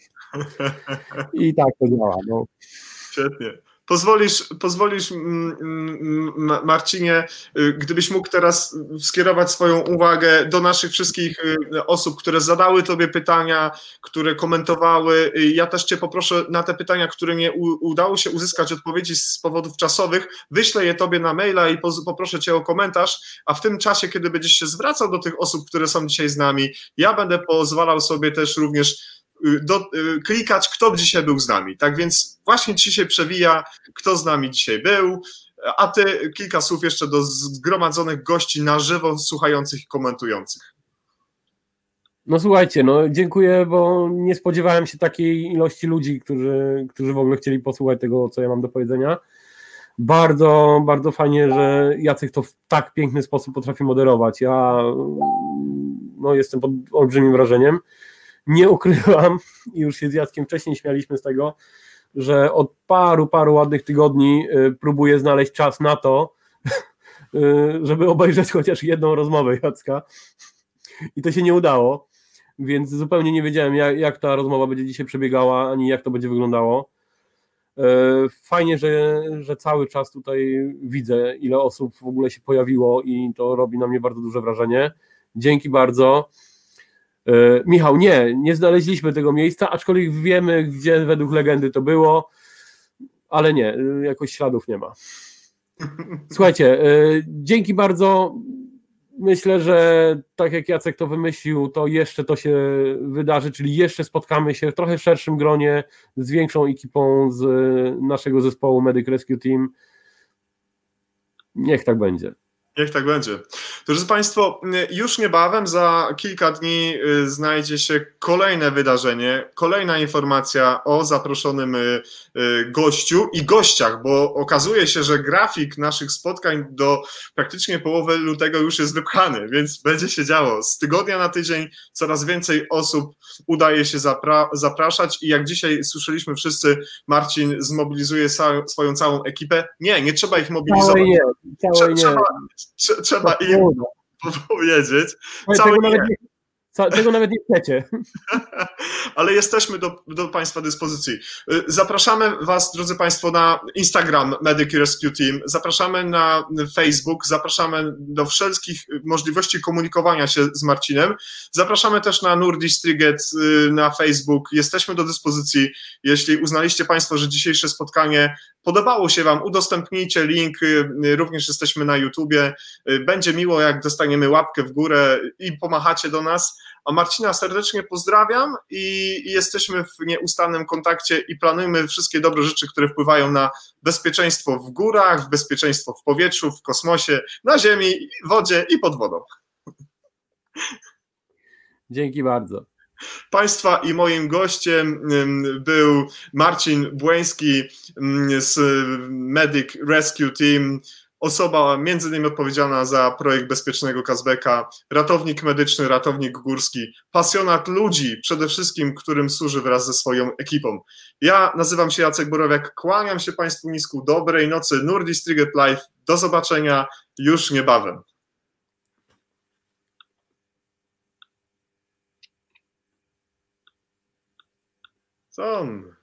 [SPEAKER 2] tak to działa. No.
[SPEAKER 1] Świetnie. Pozwolisz, Marcinie, gdybyś mógł teraz skierować swoją uwagę do naszych wszystkich osób, które zadały Tobie pytania, które komentowały. Ja też Cię poproszę na te pytania, które nie udało się uzyskać odpowiedzi z powodów czasowych, wyślę je Tobie na maila i poproszę Cię o komentarz, a w tym czasie, kiedy będziesz się zwracał do tych osób, które są dzisiaj z nami, ja będę pozwalał sobie też również klikać, kto dzisiaj był z nami. Tak więc właśnie ci się przewija, kto z nami dzisiaj był, a ty kilka słów jeszcze do zgromadzonych gości na żywo słuchających i komentujących.
[SPEAKER 2] No słuchajcie, dziękuję, bo nie spodziewałem się takiej ilości ludzi, którzy w ogóle chcieli posłuchać tego, co ja mam do powiedzenia. Bardzo, bardzo fajnie, że Jacek to w tak piękny sposób potrafi moderować. Ja jestem pod olbrzymim wrażeniem. Nie ukrywam, i już się z Jackiem wcześniej śmialiśmy z tego, że od paru ładnych tygodni próbuję znaleźć czas na to, żeby obejrzeć chociaż jedną rozmowę Jacka i to się nie udało, więc zupełnie nie wiedziałem, jak ta rozmowa będzie dzisiaj przebiegała, ani jak to będzie wyglądało. Fajnie, że cały czas tutaj widzę, ile osób w ogóle się pojawiło i to robi na mnie bardzo duże wrażenie. Dzięki bardzo. Michał, nie znaleźliśmy tego miejsca, aczkolwiek wiemy, gdzie według legendy to było, ale nie, jakoś śladów nie ma. Słuchajcie, dzięki bardzo. Myślę, że tak jak Jacek to wymyślił, to jeszcze to się wydarzy, czyli jeszcze spotkamy się w trochę szerszym gronie z większą ekipą z naszego zespołu Medic Rescue Team. Niech tak będzie.
[SPEAKER 1] Niech tak będzie. Drodzy Państwo, już niebawem, za kilka dni znajdzie się kolejne wydarzenie, kolejna informacja o zaproszonym gościu i gościach, bo okazuje się, że grafik naszych spotkań do praktycznie połowy lutego już jest wypchany, więc będzie się działo. Z tygodnia na tydzień coraz więcej osób udaje się zapraszać i jak dzisiaj słyszeliśmy wszyscy, Marcin zmobilizuje swoją całą ekipę. Nie trzeba ich mobilizować. Trzeba im powiedzieć.
[SPEAKER 2] Tego nawet nie chcecie.
[SPEAKER 1] Ale jesteśmy do Państwa dyspozycji. Zapraszamy Was, drodzy Państwo, na Instagram Medic Rescue Team, zapraszamy na Facebook, zapraszamy do wszelkich możliwości komunikowania się z Marcinem, zapraszamy też na Nurdistriget na Facebook, jesteśmy do dyspozycji. Jeśli uznaliście Państwo, że dzisiejsze spotkanie podobało się Wam, udostępnijcie link, również jesteśmy na YouTubie, będzie miło, jak dostaniemy łapkę w górę i pomachacie do nas. A Marcina serdecznie pozdrawiam i jesteśmy w nieustannym kontakcie i planujemy wszystkie dobre rzeczy, które wpływają na bezpieczeństwo w górach, bezpieczeństwo w powietrzu, w kosmosie, na ziemi, w wodzie i pod wodą.
[SPEAKER 2] Dzięki bardzo.
[SPEAKER 1] Państwa i moim gościem był Marcin Błeński z Medic Rescue Team, osoba między innymi odpowiedzialna za projekt bezpiecznego Kazbeka, ratownik medyczny, ratownik górski, pasjonat ludzi, przede wszystkim, którym służy wraz ze swoją ekipą. Ja nazywam się Jacek Borowiak, kłaniam się Państwu nisku, dobrej nocy, Nurdistriget Live, do zobaczenia już niebawem. Co on?